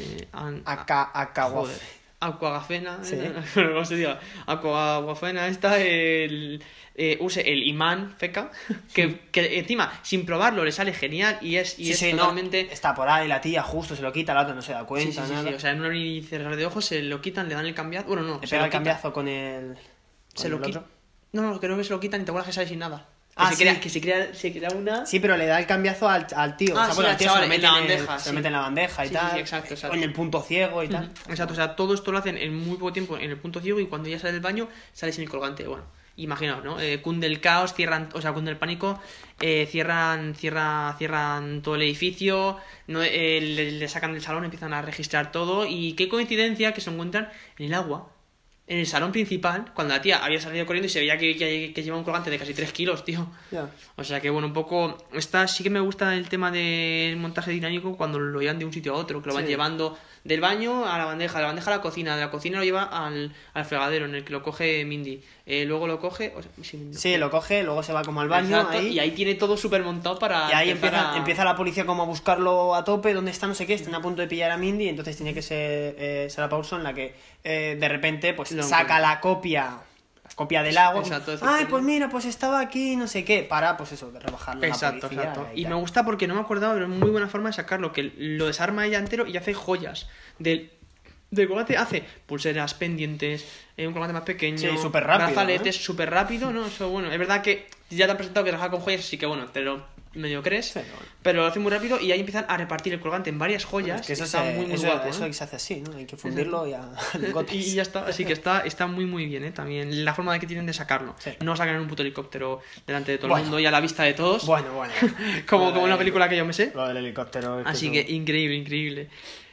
Aquagafena, sí. ¿Cómo se diga? Aquagafena use el imán feca, que encima, sin probarlo, le sale genial y es totalmente... No, está por ahí la tía, justo se lo quita, la otra no se da cuenta, sí, o sea, en un abrir y cerrar de ojos se lo quitan, le dan el cambiazo, bueno, no, se pega el cambiazo con el... Se lo quita. No, creo que se lo quitan y te acuerdas que sale sin nada. Que se crea una... Sí, pero le da el cambiazo al tío. O sea, al tío se lo mete en la bandeja. Se lo mete en la bandeja y tal. Sí, exacto. O en el punto ciego y tal. Exacto, o sea, todo esto lo hacen en muy poco tiempo en el punto ciego y cuando ya sale del baño sale sin el colgante. Bueno, imaginaos, ¿no? Cunde el caos, cunde el pánico, cierran todo el edificio, ¿no? Le sacan del salón, empiezan a registrar todo y qué coincidencia que se encuentran en el agua. En el salón principal, cuando la tía había salido corriendo y se veía que llevaba un colgante de casi 3 kilos, tío. Yeah. O sea que, bueno, un poco... Sí que me gusta el tema del montaje dinámico cuando lo llevan de un sitio a otro, que lo van llevando del baño a la bandeja, de la bandeja a la cocina, de la cocina lo lleva al fregadero, en el que lo coge Mindy. Luego lo coge... Sí, lo coge, luego se va como al baño. Exacto, ahí, y ahí tiene todo súper montado para... Y ahí empieza la policía como a buscarlo a tope, dónde está, no sé qué, están a punto de pillar a Mindy, entonces tiene que ser Sarah Paulson la que de repente pues saca la copia del agua. Exacto, ay, pues mira, pues estaba aquí, no sé qué, para pues eso, de rebajarlo a la policía. Exacto. Y me gusta porque no me acordaba, pero es muy buena forma de sacarlo, que lo desarma ella entero y hace joyas del colgante, hace pulseras, pendientes, un colgante más pequeño, sí, súper rápido, brazaletes, súper rápido, ¿no? Eso, bueno, es verdad que ya te han presentado que trabaja con joyas, así que bueno, te lo medio crees, sí, pero lo hace muy rápido y ahí empiezan a repartir el colgante en varias joyas. Es que eso está muy guapo, eso se hace así, ¿no? Hay que fundirlo y ya está, así que está muy bien, también la forma de que tienen de sacarlo. Sí. No sacan en un puto helicóptero delante de todo el mundo y a la vista de todos. Bueno. como una película que yo me sé. Lo del helicóptero. Así que increíble.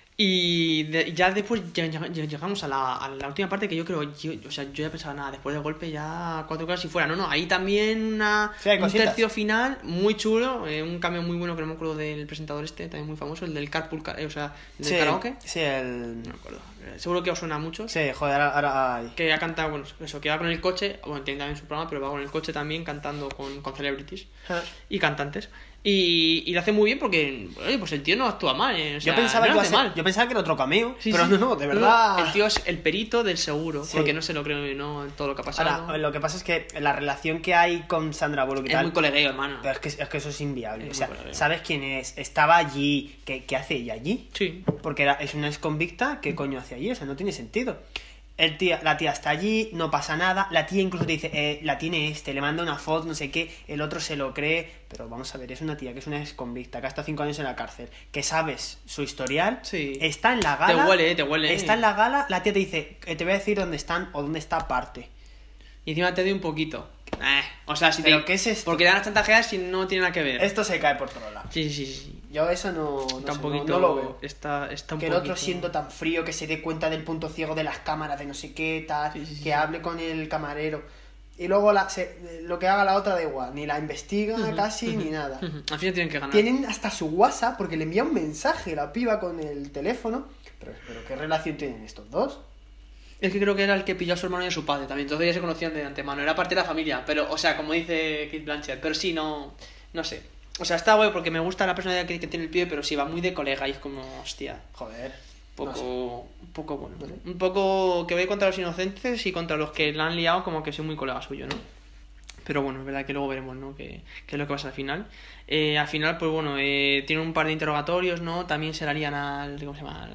Y ya después llegamos a la última parte que yo creo, yo ya pensaba, nada, después del golpe ya 4 horas y fuera. No, ahí también un tercio final muy chulo, un cambio muy bueno que no me acuerdo del presentador también muy famoso, el del carpool, del karaoke. Sí, el... No me acuerdo. Seguro que os suena mucho. Sí, joder, ahora... Que ha cantado, bueno, eso, que va con el coche, bueno, tiene también su programa, pero va con el coche también cantando con celebrities y cantantes. Y lo hace muy bien porque, oye, pues el tío no actúa mal, o sea, yo pensaba que era otro cameo, pero no, de verdad. El tío es el perito del seguro, porque no se lo creo, no, todo lo que ha pasado. Ahora, lo que pasa es que la relación que hay con Sandra Bullock y tal, es muy colegueo, hermano. Pero es que eso es inviable. O sea, ¿sabes quién es? Estaba allí. ¿Qué hace ella allí? Sí. Porque es una exconvicta. ¿Qué coño hace allí? O sea, no tiene sentido. La tía está allí, no pasa nada. La tía incluso te dice, la tiene le manda una foto, no sé qué. El otro se lo cree. Pero vamos a ver, es una tía que es una exconvicta, que ha estado 5 años en la cárcel, que sabes su historial. Sí. Está en la gala. Te huele. Está en la gala, la tía te dice, te voy a decir dónde están o dónde está parte. Y encima te doy un poquito. O sea, ¿Pero qué es esto? Porque dan las chantajeas y no tiene nada que ver. Esto se cae por todos lados. Sí. Yo eso no lo veo. Está un que el otro siendo tan frío, que se dé cuenta del punto ciego de las cámaras, de no sé qué, tal, que hable con el camarero. Y luego lo que haga la otra da igual, ni la investiga casi, ni nada. Al final tienen que ganar. Tienen hasta su WhatsApp, porque le envía un mensaje la piba con el teléfono. Pero ¿qué relación tienen estos dos? Es que creo que era el que pilló a su hermano y a su padre también. Entonces ya se conocían de antemano. Era parte de la familia. Pero, o sea, como dice Kate Blanchett. Pero sí, no sé. O sea, está guay porque me gusta la personalidad que tiene el pibe, pero sí, va muy de colega y es como, hostia. Joder. Un poco bueno. No sé. Un poco que voy contra los inocentes y contra los que la han liado, como que soy muy colega suyo, ¿no? Pero bueno, es verdad que luego veremos, ¿no? Qué es lo que pasa al final. Al final, pues bueno, tiene un par de interrogatorios, ¿no? También se le harían al... ¿Cómo se llama?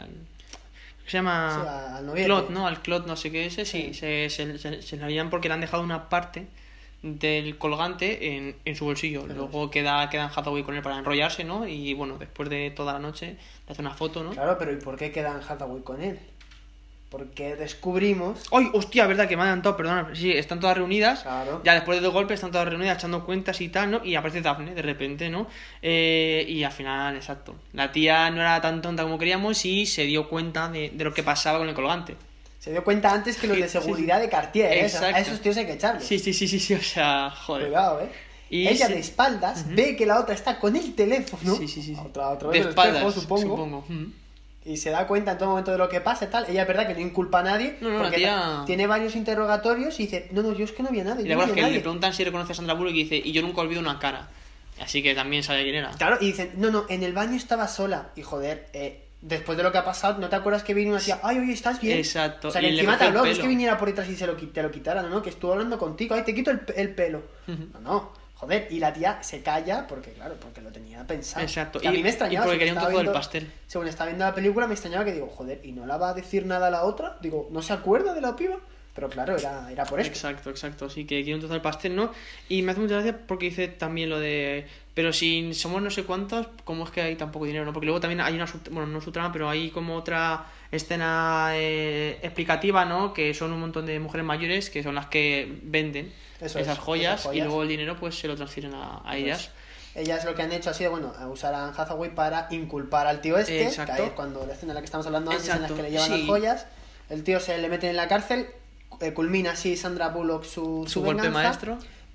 Se llama Clot, ¿no? Al Clot, no sé qué ese, sí. Se le harían porque le han dejado una parte del colgante en su bolsillo. Pero luego queda en Hathaway con él para enrollarse, ¿no? Y bueno, después de toda la noche le hace una foto, ¿no? Claro, pero ¿y por qué queda en Hathaway con él? Porque descubrimos... ¡Ay, hostia! ¿Verdad? Que me han adelantado, perdona. Sí, están todas reunidas. Claro. Ya después del golpe están todas reunidas echando cuentas y tal, ¿no? Y aparece Daphne de repente, ¿no? Y al final, exacto. La tía no era tan tonta como queríamos y se dio cuenta de lo que pasaba con el colgante. Se dio cuenta antes que los de seguridad de Cartier, ¿eh? Exacto. A esos tíos hay que echarlos. Sí, o sea, joder. Cuidado, ¿eh? Y ella de espaldas ve que la otra está con el teléfono. Sí. Otra vez de espaldas, espejo, supongo. Y se da cuenta en todo momento de lo que pasa y tal. Ella es verdad que no inculpa a nadie. Porque tía... tiene varios interrogatorios y dice, no, yo es que no vi a nadie. Y luego que le preguntan si reconoce a Sandra Bullock y dice, y yo nunca olvido una cara. Así que también sabe quién era. Claro, y dicen, no, en el baño estaba sola. Y joder, después de lo que ha pasado, ¿no te acuerdas que vino una tía? Ay, oye, ¿estás bien? Exacto. O sea, que encima te habló, no es que viniera por detrás y te lo quitara, no, que estuvo hablando contigo. Ay, te quito el pelo. No. Joder, y la tía se calla porque lo tenía pensado. Exacto. A mí me extrañaba. Y porque quería un trozo del pastel. Según estaba viendo la película, me extrañaba que digo, joder, ¿y no la va a decir nada a la otra? Digo, ¿no se acuerda de la piba? Pero claro, era por eso. Exacto. Así que quiere un trozo del pastel, ¿no? Y me hace mucha gracia porque dice también lo de... Pero si somos no sé cuántos, ¿cómo es que hay tan poco dinero, no? Porque luego también hay una... Bueno, no subtrama, pero hay como otra escena explicativa, ¿no? Que son un montón de mujeres mayores que son las que venden esas joyas y luego el dinero pues se lo transfieren a ellas. Ellas lo que han hecho ha sido, usar a Anne Hathaway para inculpar al tío este. Exacto. Que es cuando la escena en la que estamos hablando antes, en la que le llevan las joyas. El tío se le mete en la cárcel, culmina así Sandra Bullock su golpe maestro.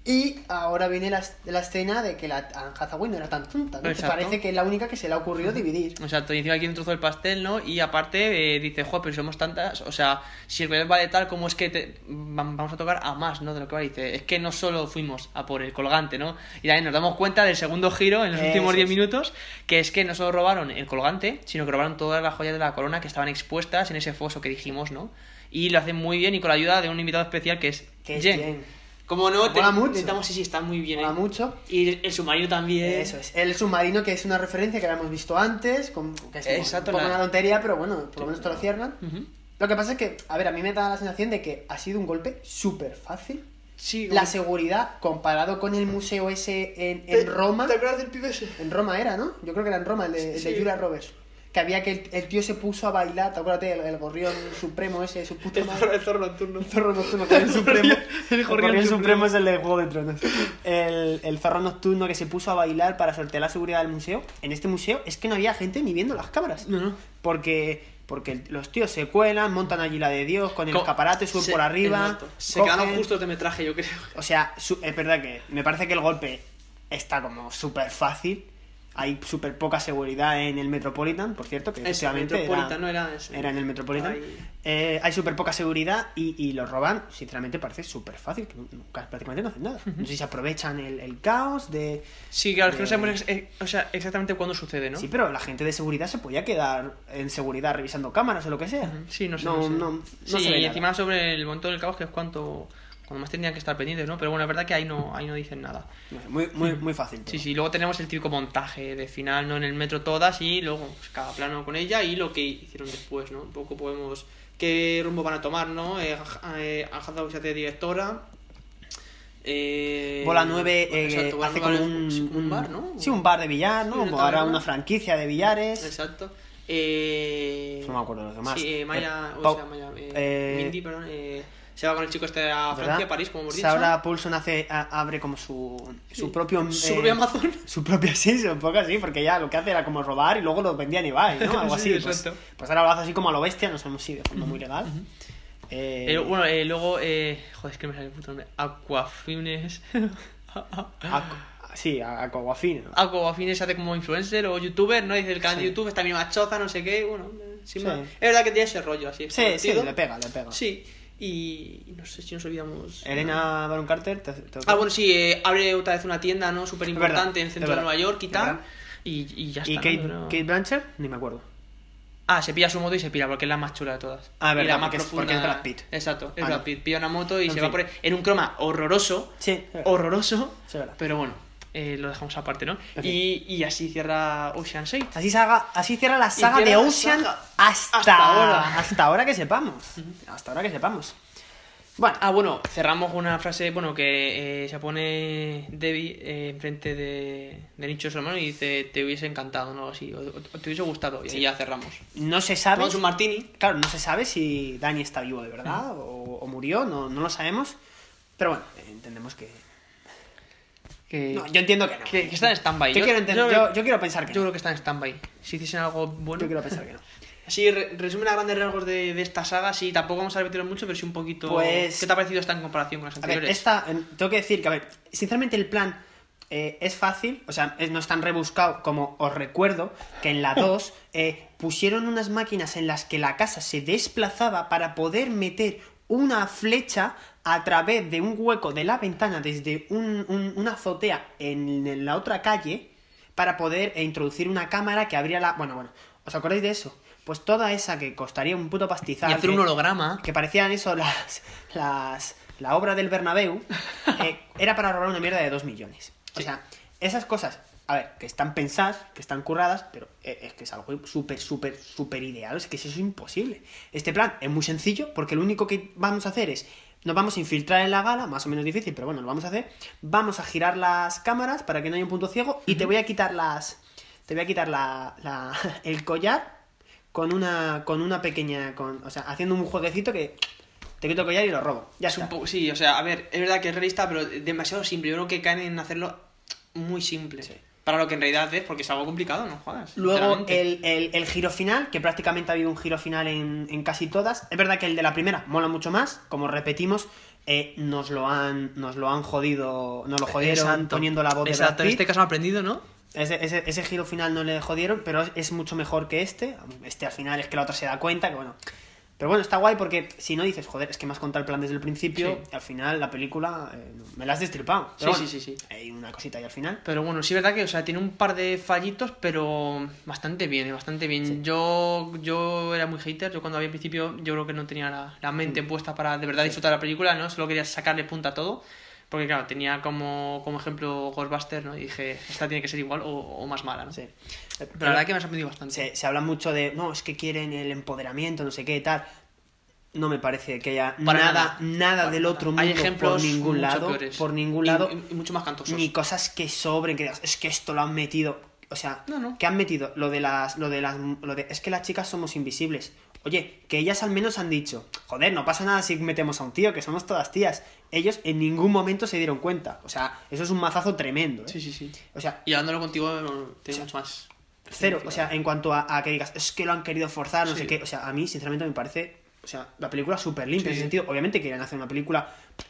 Y ahora viene la escena de que la Anne Hathaway no era tan tonta, ¿no? Que parece que es la única que se le ha ocurrido dividir. Exacto, y encima aquí un trozo del pastel, ¿no? Y aparte dice, joder, pero somos tantas, o sea, si el collar vale tal, ¿cómo es que vamos a tocar a más, ¿no? De lo que vale. Dice, es que no solo fuimos a por el colgante, ¿no? Y también nos damos cuenta del segundo giro en los últimos 10 minutos, que es que no solo robaron el colgante, sino que robaron todas las joyas de la corona que estaban expuestas en ese foso que dijimos, ¿no? Y lo hacen muy bien y con la ayuda de un invitado especial que es Jen. Como no, mucho. Sí, está muy bien. Mola mucho. Y el submarino también. Eso es. El submarino, que es una referencia que habíamos visto antes, que es un poco una tontería, pero bueno, por lo menos te lo cierran. Lo que pasa es que, a ver, a mí me da la sensación de que ha sido un golpe súper fácil. Sí, la seguridad, comparado con el museo ese en Roma. ¿Te acuerdas del pibe ese? En Roma era, ¿no? Yo creo que era en Roma, el de Julia Roberts. Que había que el tío se puso a bailar, ¿te acuerdas? El gorrión supremo ese, su puta madre. El zorro nocturno. El zorro nocturno, que es el supremo. El gorrión supremo es el de Juego de Tronos. El zorro nocturno que se puso a bailar para sortear la seguridad del museo. En este museo es que no había gente ni viendo las cámaras. No. Porque los tíos se cuelan, montan allí la de Dios con el escaparate, suben por arriba. Se quedaron justos de metraje, yo creo. O sea, es verdad que me parece que el golpe está como súper fácil. Hay súper poca seguridad en el Metropolitan, por cierto, que efectivamente era en el Metropolitan. Hay súper poca seguridad y los roban, sinceramente parece súper fácil, que nunca, prácticamente no hacen nada. No sé si se aprovechan el caos de... Sí, claro, es que no sabemos exactamente cuándo sucede, ¿no? Sí, pero la gente de seguridad se podía quedar en seguridad revisando cámaras o lo que sea. Sí, no sé. No sí, se ve y nada. encima sobre el momento del caos, que es cuando más tendrían que estar pendientes, ¿no? Pero bueno, es verdad que ahí no dicen nada. Muy fácil. Todo. Sí, luego tenemos el típico montaje de final, ¿no? En el metro todas y luego pues, cada plano con ella y lo que hicieron después, ¿no? Un poco podemos... ¿Qué rumbo van a tomar, no? Hathaway se hace directora. Bola 9 exacto, hace como un bar, ¿no? Sí, un bar de billar, ¿no? Como ahora una franquicia de billares. Exacto. No me acuerdo de los demás. Sí, Mindy, perdón. Se va con el chico este a Francia, a París, como hemos dicho. Ahora Paulson abre como su propio... ¿Su propio Amazon? Su propia, sí, un poco así, porque ya lo que hace era como robar y luego lo vendía en eBay, ¿no? Algo así. Pues ahora lo hace así como a lo bestia, no sabemos si de forma muy legal. Luego, joder, es que me sale el puto nombre. Aquafines. Sí, Aquafines. Aquafines se hace como influencer o youtuber, ¿no? Dice el canal de YouTube, está bien machoza, no sé qué, bueno, sin más. Es verdad que tiene ese rollo así. Sí, le pega. Sí. Y no sé si nos olvidamos. Elena Baron Carter. Bueno, sí, abre otra vez una tienda, ¿no? Súper importante en el centro de Nueva York y tal. Y ya está. ¿Y Kate Blanchett? Ni me acuerdo. Se pilla su moto y se pira porque es la más chula de todas. Verdad, y la más porque es Brad Pitt. Exacto, es Brad Pitt. Pilla una moto y se va por ahí en un croma horroroso. Sí. Horroroso. Sí, pero bueno. Lo dejamos aparte, ¿no? Y así cierra Ocean's 8. Así cierra la saga de Ocean hasta ahora que sepamos. Hasta ahora que sepamos. Bueno. Cerramos con una frase, que se pone Debbie enfrente de Nicho Solomon y dice, te hubiese encantado, ¿no? Así, o te hubiese gustado. Y ahí ya cerramos. No se sabe. Tomamos un martini. Claro, no se sabe si Dani está vivo de verdad o murió, no lo sabemos. Pero bueno, entendemos que... No, yo entiendo que no. Que está en stand-by. Yo quiero pensar que Yo creo que está en stand-by. Si hiciesen algo bueno... Yo quiero pensar que no. Así, resumen a grandes rasgos de esta saga. Sí, tampoco vamos a repetirlo mucho, pero sí un poquito... Pues... ¿Qué te ha parecido esta en comparación con las anteriores? Tengo que decir que, sinceramente el plan es fácil. O sea, no es tan rebuscado como os recuerdo que en la 2 pusieron unas máquinas en las que la casa se desplazaba para poder meter una flecha a través de un hueco de la ventana desde una azotea en la otra calle para poder introducir una cámara que abría la... Bueno, ¿os acordáis de eso? Pues toda esa que costaría un puto pastizal... Y hacer un holograma. Que parecían eso la obra del Bernabéu, era para robar una mierda de 2 millones. O sea, esas cosas, que están pensadas, que están curradas, pero es que es algo súper ideal, es que eso es imposible. Este plan es muy sencillo, porque lo único que vamos a hacer es... Nos vamos a infiltrar en la gala, más o menos difícil, pero bueno, lo vamos a hacer. Vamos a girar las cámaras para que no haya un punto ciego y te voy a quitar el collar con una pequeña... o sea, haciendo un jueguecito que te quito el collar y lo robo. Ya está. Sí, o sea, a ver, es verdad que es realista, pero demasiado simple. Yo creo que caen en hacerlo muy simple. Sí. Para lo que en realidad es, porque es algo complicado, no jodas. Luego el giro final, que prácticamente ha habido un giro final en casi todas. Es verdad que el de la primera mola mucho más, como repetimos, nos lo han jodido, nos lo jodieron. Exacto. Poniendo la voz de Brad Pitt. En este caso han aprendido, ¿no? Ese giro final no le jodieron, pero es mucho mejor que este. Al final es que la otra se da cuenta, que bueno. Pero bueno, está guay porque si no dices, joder, es que me has contado el plan desde el principio, al final la película me la has destripado. Pero sí. Hay una cosita ahí al final. Pero bueno, sí es verdad que, o sea, tiene un par de fallitos, pero bastante bien. Sí. Yo era muy hater, yo cuando había al principio, yo creo que no tenía la mente puesta para de verdad disfrutar la película, ¿no? Solo quería sacarle punta a todo. Porque claro, tenía como ejemplo Ghostbusters, ¿no? Y dije, esta tiene que ser igual o más mala, ¿no? Sí. Pero la verdad que me ha sorprendido bastante. Se habla mucho de, no, es que quieren el empoderamiento, no sé qué, tal. No me parece que haya nada del otro mundo. Hay ejemplos por ningún lado. Y mucho más cantosos. Ni cosas que sobren, que digas, es que esto lo han metido. O sea, ¿qué han metido? Es que las chicas somos invisibles. Oye, que ellas al menos han dicho, joder, no pasa nada si metemos a un tío, que somos todas tías. Ellos en ningún momento se dieron cuenta. O sea, eso es un mazazo tremendo, ¿eh? Sí. O sea, y hablándolo contigo, tengo mucho más. Cero. O sea, en cuanto a que digas, es que lo han querido forzar, no sé qué. O sea, a mí, sinceramente, me parece. O sea, la película es súper limpia en ese sentido. Obviamente quieren hacer una película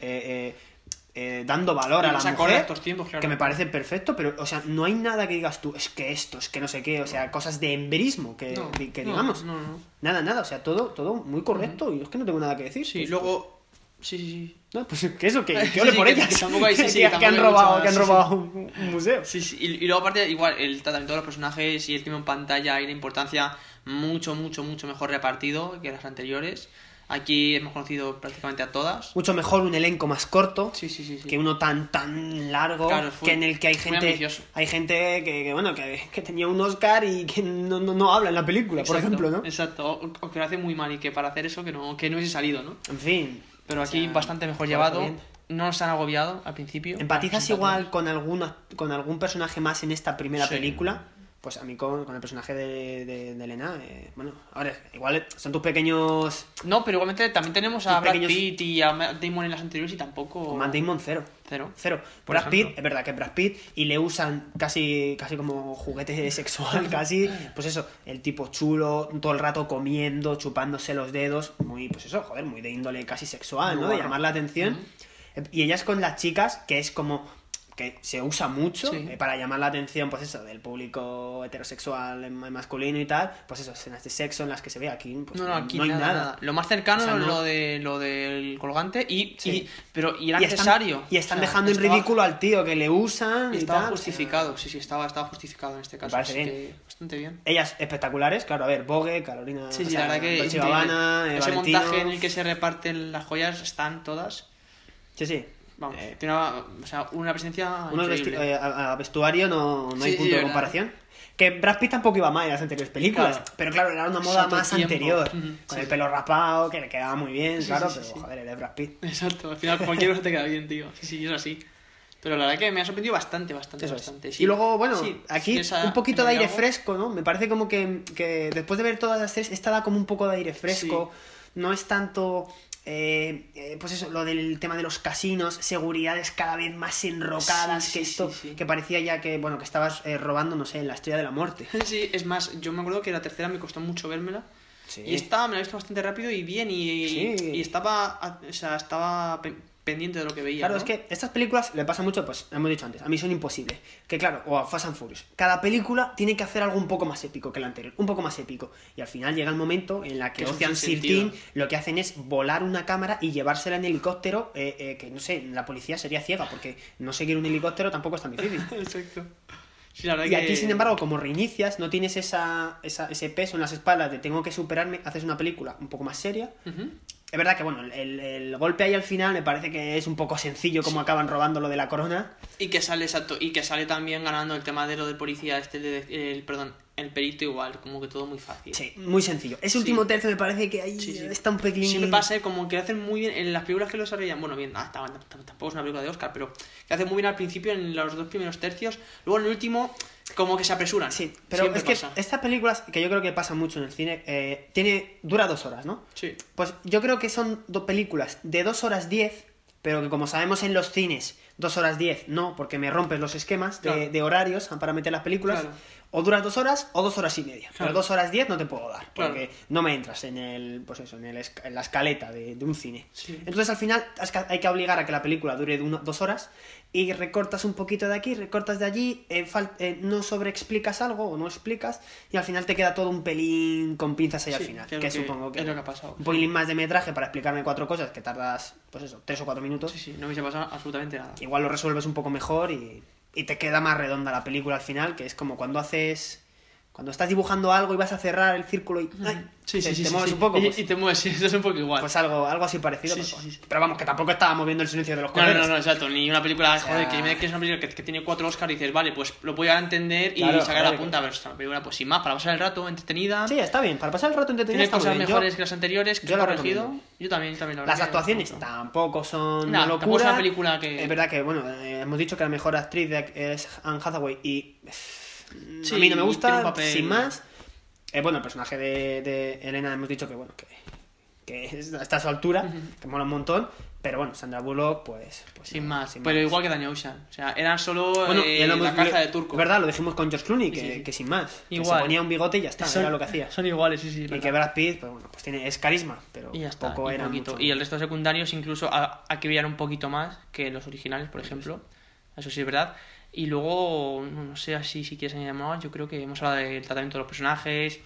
dando valor a la mujer, estos tiempos, claro. Que me parece perfecto, pero, o sea, no hay nada que digas tú, es que esto, es que no sé qué, o sea, cosas de emberismo que digamos. No. Nada, o sea, todo muy correcto y es que no tengo nada que decir. Sí, pues, luego... Sí. No, pues que eso, que ole por ellas. Que tampoco hay, que han robado un museo. Sí. Y luego aparte, igual, el tratamiento de los personajes y el tiempo en pantalla y la importancia mucho mejor repartido que las anteriores. Aquí hemos conocido prácticamente a todas. Mucho mejor un elenco más corto. Sí. Que uno tan largo. Claro, que en el que hay gente que tenía un Oscar y que no habla en la película, por ejemplo, ¿no? Exacto. O que lo hace muy mal y que para hacer eso que no hubiese salido, ¿no? En fin. Pero aquí bastante mejor llevado. Bien. No nos han agobiado al principio. ¿Empatizas igual con algún personaje más en esta primera película? Pues a mí con el personaje de Elena, bueno, ahora igual son tus pequeños... No, pero igualmente también tenemos a Brad Pitt y a Matt Damon en las anteriores y tampoco... Con Matt Damon cero. Brad Pitt, es verdad que Brad Pitt, y le usan casi como juguete sexual, casi, pues eso, el tipo chulo, todo el rato comiendo, chupándose los dedos, muy, pues eso, joder, muy de índole casi sexual, ¿no? De llamar la atención. Y ellas con las chicas, que es como... que se usa mucho para llamar la atención, pues eso, del público heterosexual masculino y tal, pues eso, escenas de sexo en las que se ve aquí, pues aquí no hay nada. Lo más cercano es lo del colgante y era necesario. Y están dejando en ridículo al tío que le usan y estaba tal. Justificado, estaba justificado en este caso. Me parece bien. Bastante bien. Ellas espectaculares, claro, a ver, Vogue, Carolina, la verdad que Dolce & Gabbana, ese Valentino. montaje en el que se reparten las joyas están todas. Sí. Vamos, tiene una presencia increíble. A vestuario no hay punto de comparación. Que Brad Pitt tampoco iba mal en las anteriores películas, pero claro, era una moda más anterior, con el pelo rapado, que le quedaba muy bien, pero joder, eres Brad Pitt. Exacto, al final cualquier cosa te queda bien, tío. Sí, es así. Pero la verdad que me ha sorprendido bastante. Sí. Y luego, bueno, aquí un poquito de aire fresco, ¿no? Me parece como que después de ver todas las series, esta da como un poco de aire fresco, no es tanto... pues eso, lo del tema de los casinos, seguridades cada vez más enrocadas, que parecía ya que estabas robando, no sé, en la Estrella de la Muerte. Sí, es más, yo me acuerdo que la tercera me costó mucho vérmela. Y esta me la he visto bastante rápido y bien, y estaba pendiente de lo que veía. Claro, ¿no? es que estas películas le pasa mucho, pues hemos dicho antes, a Misión Imposible, que claro, o a Fast and Furious. Cada película tiene que hacer algo un poco más épico que la anterior, un poco más épico. Y al final llega el momento en la que Ocean's 13 lo que hacen es volar una cámara y llevársela en helicóptero, que no sé, la policía sería ciega, porque no seguir un helicóptero tampoco es tan difícil. Exacto. Sí, la verdad y aquí, sin embargo, como reinicias, no tienes ese peso en las espaldas de tengo que superarme, haces una película un poco más seria. Es verdad que, bueno, el golpe ahí al final me parece que es un poco sencillo como acaban robando lo de la corona. Y que sale también ganando el tema de lo del policía, el perito igual, como que todo muy fácil. Sí, muy sencillo. Ese último tercio me parece que ahí está un pequeño... Siempre pasa como que hacen muy bien en las películas que lo desarrollan, bueno, bien, tampoco es una película de Oscar, pero que hacen muy bien al principio en los dos primeros tercios, luego en el último como que se apresuran. Sí, pero siempre es que estas películas, que yo creo que pasa mucho en el cine, dura 2 horas, ¿no? Sí. Pues yo creo que son 2 películas de 2 horas 10, pero que como sabemos en los cines 2 horas 10, no, porque me rompes los esquemas Claro. de horarios para meter las películas. Claro. O duras 2 horas o 2 horas y media. Claro. Pero 2 horas 10 no te puedo dar, Claro. porque no me entras en en la escaleta de un cine. Sí. Entonces al final hay que obligar a que la película dure 2 horas y recortas un poquito de aquí, recortas de allí, no sobreexplicas algo o no explicas y al final te queda todo un pelín con pinzas ahí al final. que es Que lo que- supongo que es lo que ha pasado. un pelín más de metraje para explicarme 4 cosas que tardas, 3 o 4 minutos. Sí, no me hubiese pasado absolutamente nada. Igual lo resuelves un poco mejor y te queda más redonda la película al final, que es como cuando estás dibujando algo y vas a cerrar el círculo y ¡ay! te mueves un poco. Pues, y te mueves, sí, eso es un poco igual. pues algo así parecido. Sí, pero, sí, sí. pero vamos, que tampoco estábamos viendo El silencio de los No, corderos. no, exacto. Ni una película, sea, joder, que es una película que tiene 4 Oscars y dices, vale, pues lo voy a entender Claro, y sacar joder, la punta. Pero es una película, pues sin más, para pasar el rato, entretenida. Sí, está bien. Para pasar el rato entretenido Tiene está cosas muy bien. mejores que las anteriores, que yo he la corregido. recomiendo. Yo también, la verdad. Las que actuaciones mucho. tampoco son Nah, una tampoco locura. es una película que- Es verdad que, bueno, hemos dicho que la mejor actriz es Anne Hathaway y Sí, a mí no me tiene gusta, un papel- sin más. Bueno, el personaje de Elena hemos dicho que, bueno, que está a su altura, que mola un montón, pero bueno, Sandra Bullock, pues Sin no, más. Pero igual que Danny Ocean. O sea, eran solo Bueno, ya lo la hemos- caza de turco. Es verdad, lo dijimos con George Clooney, Sí, sí. que sin más. Que Igual. se ponía un bigote y ya está, Son- era lo que hacía. Son iguales, sí, sí. Y que Brad Pitt, pues bueno, pues es carisma, pero Y ya está, poco y era poquito. mucho. Y el resto de secundarios incluso hay que brillar un poquito más que los originales, por ejemplo. Eso sí es verdad. Y luego, no sé así si quieres añadir más, yo creo que hemos hablado del tratamiento de los personajes,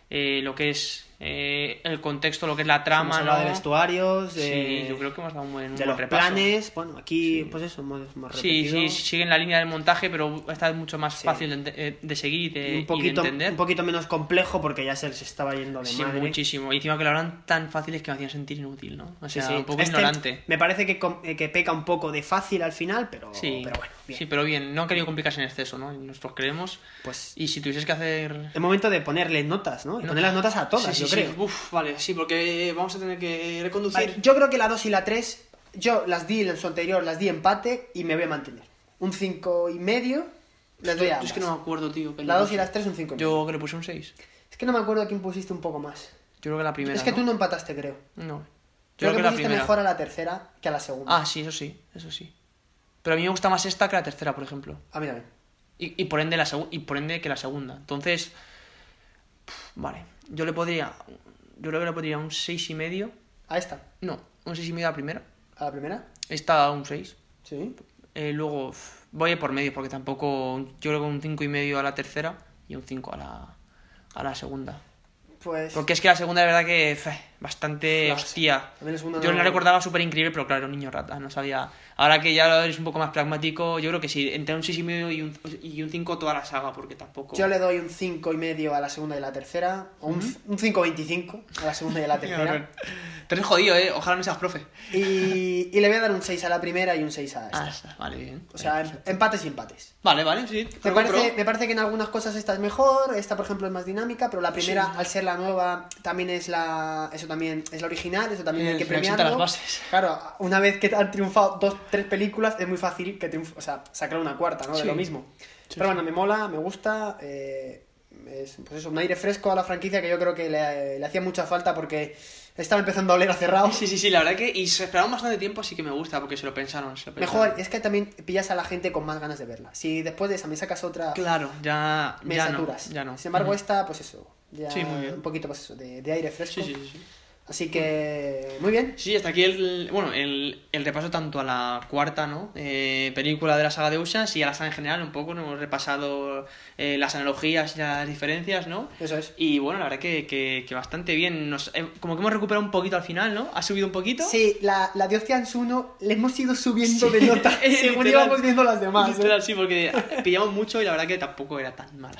lo que es el contexto, lo que es la trama, Hemos hablado ¿no? de vestuarios, Sí, yo creo que hemos dado un buen de los repaso. planes. Bueno, aquí, Sí. pues eso, hemos Sí, repetido. sí, siguen la línea del montaje, pero esta es mucho más Sí. fácil de seguir y Y de un entender. poquito menos complejo porque ya se les estaba yendo de Sí, madre. muchísimo. Y encima que lo hablan tan fáciles que me hacían sentir inútil, ¿no? O Sí, sea, sí. un poco Este ignorante. Me parece que peca un poco de fácil al final, pero bueno, bien. Sí, pero bien, no han querido complicarse en exceso, ¿no? Nosotros creemos. Pues Y si tuvieses que hacer. es momento de ponerle notas, ¿no? Y No. poner las notas a todas, Sí, yo sí, creo. sí. Uf, vale, sí, porque vamos a tener que reconducir. Vale, yo creo que la 2 y la 3, yo las di en su anterior, las di empate y me voy a mantener. Un 5,5 les doy a Yo es que no me acuerdo, tío. La 2 y las 3 un 5,5. Yo que le puse un 6. Es que no me acuerdo a quién pusiste un poco más. Yo creo que la primera. Es que ¿no? tú no empataste, creo. No. Creo que la pusiste primera. mejor a la tercera que a la segunda. Ah, sí, eso sí, eso sí. Pero a mí me gusta más esta que la tercera, por ejemplo. A mí también. Y por ende que la segunda. Entonces, vale, yo creo que le podría un 6,5. ¿A esta? No, un 6,5 a la primera. ¿A la primera? Esta un 6. Sí. Luego voy a ir por medio porque tampoco, yo creo que un 5,5 a la tercera y un 5 a la segunda. Pues... Porque es que la segunda de verdad que bastante Floja. hostia. A mí la segunda Yo no- la recordaba súper increíble, pero claro, era un niño rata, no sabía. Ahora que ya eres un poco más pragmático, yo creo que sí, entre un 6,5 y un 5 toda la saga, porque tampoco... Yo le doy un 5,5 a la segunda y la tercera. O un 5,25 a la segunda y a la tercera. Te eres jodido, ojalá no seas profe. Y le voy a dar un 6 a la primera y un 6 a esta. Ah, está, vale, bien. O sea, empates y empates. Vale, sí. Me parece que en algunas cosas esta es mejor, esta por ejemplo es más dinámica, pero la primera, al ser la nueva, también es la original, eso también hay que le sienta premiarlo. las bases. Claro, una vez que han triunfado 2-3 películas, es muy fácil que sacar una cuarta, ¿no? De Sí. lo mismo. Sí, Pero bueno, me mola, me gusta, es pues eso, un aire fresco a la franquicia que yo creo que le hacía mucha falta porque estaba empezando a oler a cerrado. Sí, la verdad que... Y se esperaron bastante tiempo, así que me gusta, porque se lo pensaron. Mejor, es que también pillas a la gente con más ganas de verla. Si después de esa me sacas otra... Claro, ya saturas. no, ya no. Sin embargo, esta, pues eso, ya Sí, muy bien. un poquito pues eso, de aire fresco. Sí. Así que, muy bien. Sí, hasta aquí el repaso tanto a la cuarta, ¿no? Película de la saga de Oceans y a la saga en general un poco, ¿no? Hemos repasado las analogías y las diferencias, ¿no? Eso es. Y bueno, la verdad que bastante bien. Como que hemos recuperado un poquito al final, ¿no? Ha subido un poquito. Sí, la de Oceans 1 le hemos ido subiendo de nota según Literal. íbamos viendo las demás. Literal, sí, porque pillamos mucho y la verdad que tampoco era tan mala.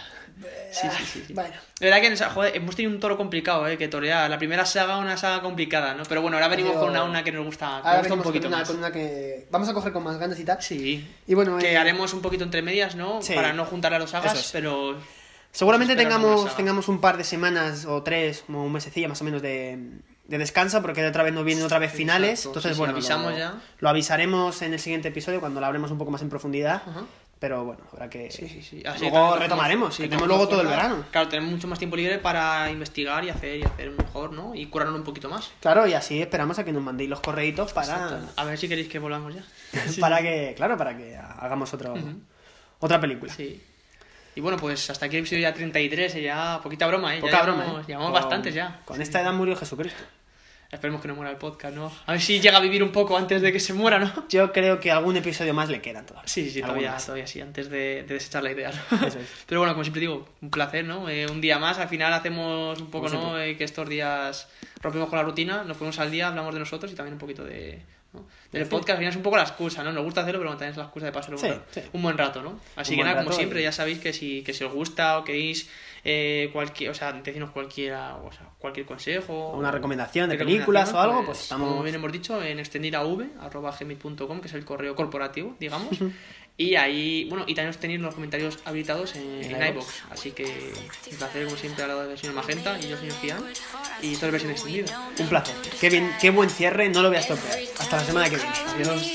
Sí. Bueno. La verdad que joder, hemos tenido un toro complicado, que torear. La primera saga, una saga complicada, ¿no? Pero bueno, ahora venimos con una que nos gusta, Ahora un venimos poquito más. con una que vamos a coger con más ganas y tal. Sí. Y bueno, Que haremos un poquito entre medias, ¿no? Sí. Para no juntar las dos sagas, Eso es. pero... seguramente esperamos una saga. tengamos un par de semanas o 3, como un mesecilla más o menos de descanso, porque otra vez nos vienen otra vez finales. Exacto. Entonces, Sí, bueno, avisamos ya. lo avisaremos en el siguiente episodio cuando lo hablemos un poco más en profundidad. Ajá. pero bueno, habrá que... Sí. Luego retomaremos, tenemos luego todo el verano. Claro, tenemos mucho más tiempo libre para investigar y hacer mejor, ¿no? Y curarnos un poquito más. Claro, y así esperamos a que nos mandéis los correitos para... Exacto. A ver si queréis que volvamos ya. para que hagamos otra película. Sí. Y bueno, pues hasta aquí el episodio ya 33, ya poquita broma, Poca broma, llevamos bastantes ya. Con esta edad murió Jesucristo. Esperemos que no muera el podcast, ¿no? A ver si llega a vivir un poco antes de que se muera, ¿no? Yo creo que algún episodio más le queda todavía. Sí, todavía sí, antes de desechar la idea, ¿no? Eso es. Pero bueno, como siempre digo, un placer, ¿no? Un día más, al final hacemos un poco, ¿no? Que estos días rompemos con la rutina, nos ponemos al día, hablamos de nosotros y también un poquito del podcast. Al final es un poco la excusa, ¿no? Nos gusta hacerlo, pero también es la excusa de pasar un buen rato, ¿no? Así que nada, como siempre, ya sabéis que si os gusta o queréis decirnos cualquier consejo, una recomendación de películas o algo, pues estamos... Como bien hemos dicho, en extendirav@gmail.com, que es el correo corporativo, digamos. Y ahí, bueno, y también tenéis los comentarios habilitados en iVoox. Así que un placer, como siempre, al lado del señor Magenta y yo, señor Gian. Y esto es versión extendida. Un placer. Qué bien, qué buen cierre, no lo voy a estropear. Hasta la semana que viene. Adiós.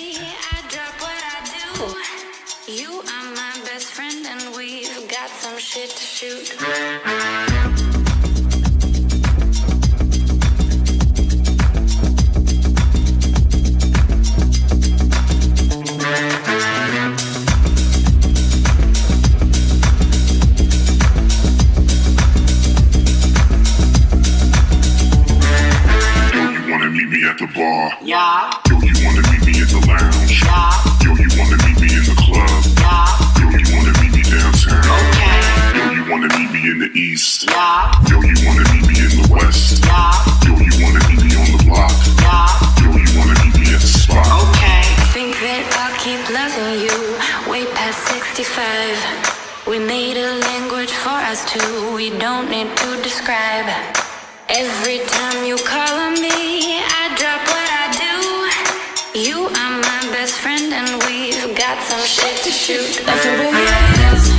Shit to shoot. Yeah. Yo, you wanna meet me at the lounge? Yeah. Yo, you wanna meet me in the club? Yeah. Yo, you wanna meet me downtown? Okay. Yo, you wanna meet me in the east? Yeah. Yo, you wanna meet me in the west? Yeah. Yo, you wanna meet me on the block? Yeah. Yo, you wanna meet me at the spot? Okay. Think that I'll keep loving you way past 65. We made a language for us two, we don't need to describe. Every time you call on me, I drop what I do. You are my best friend and we've got some shit to shoot. That's the way it is.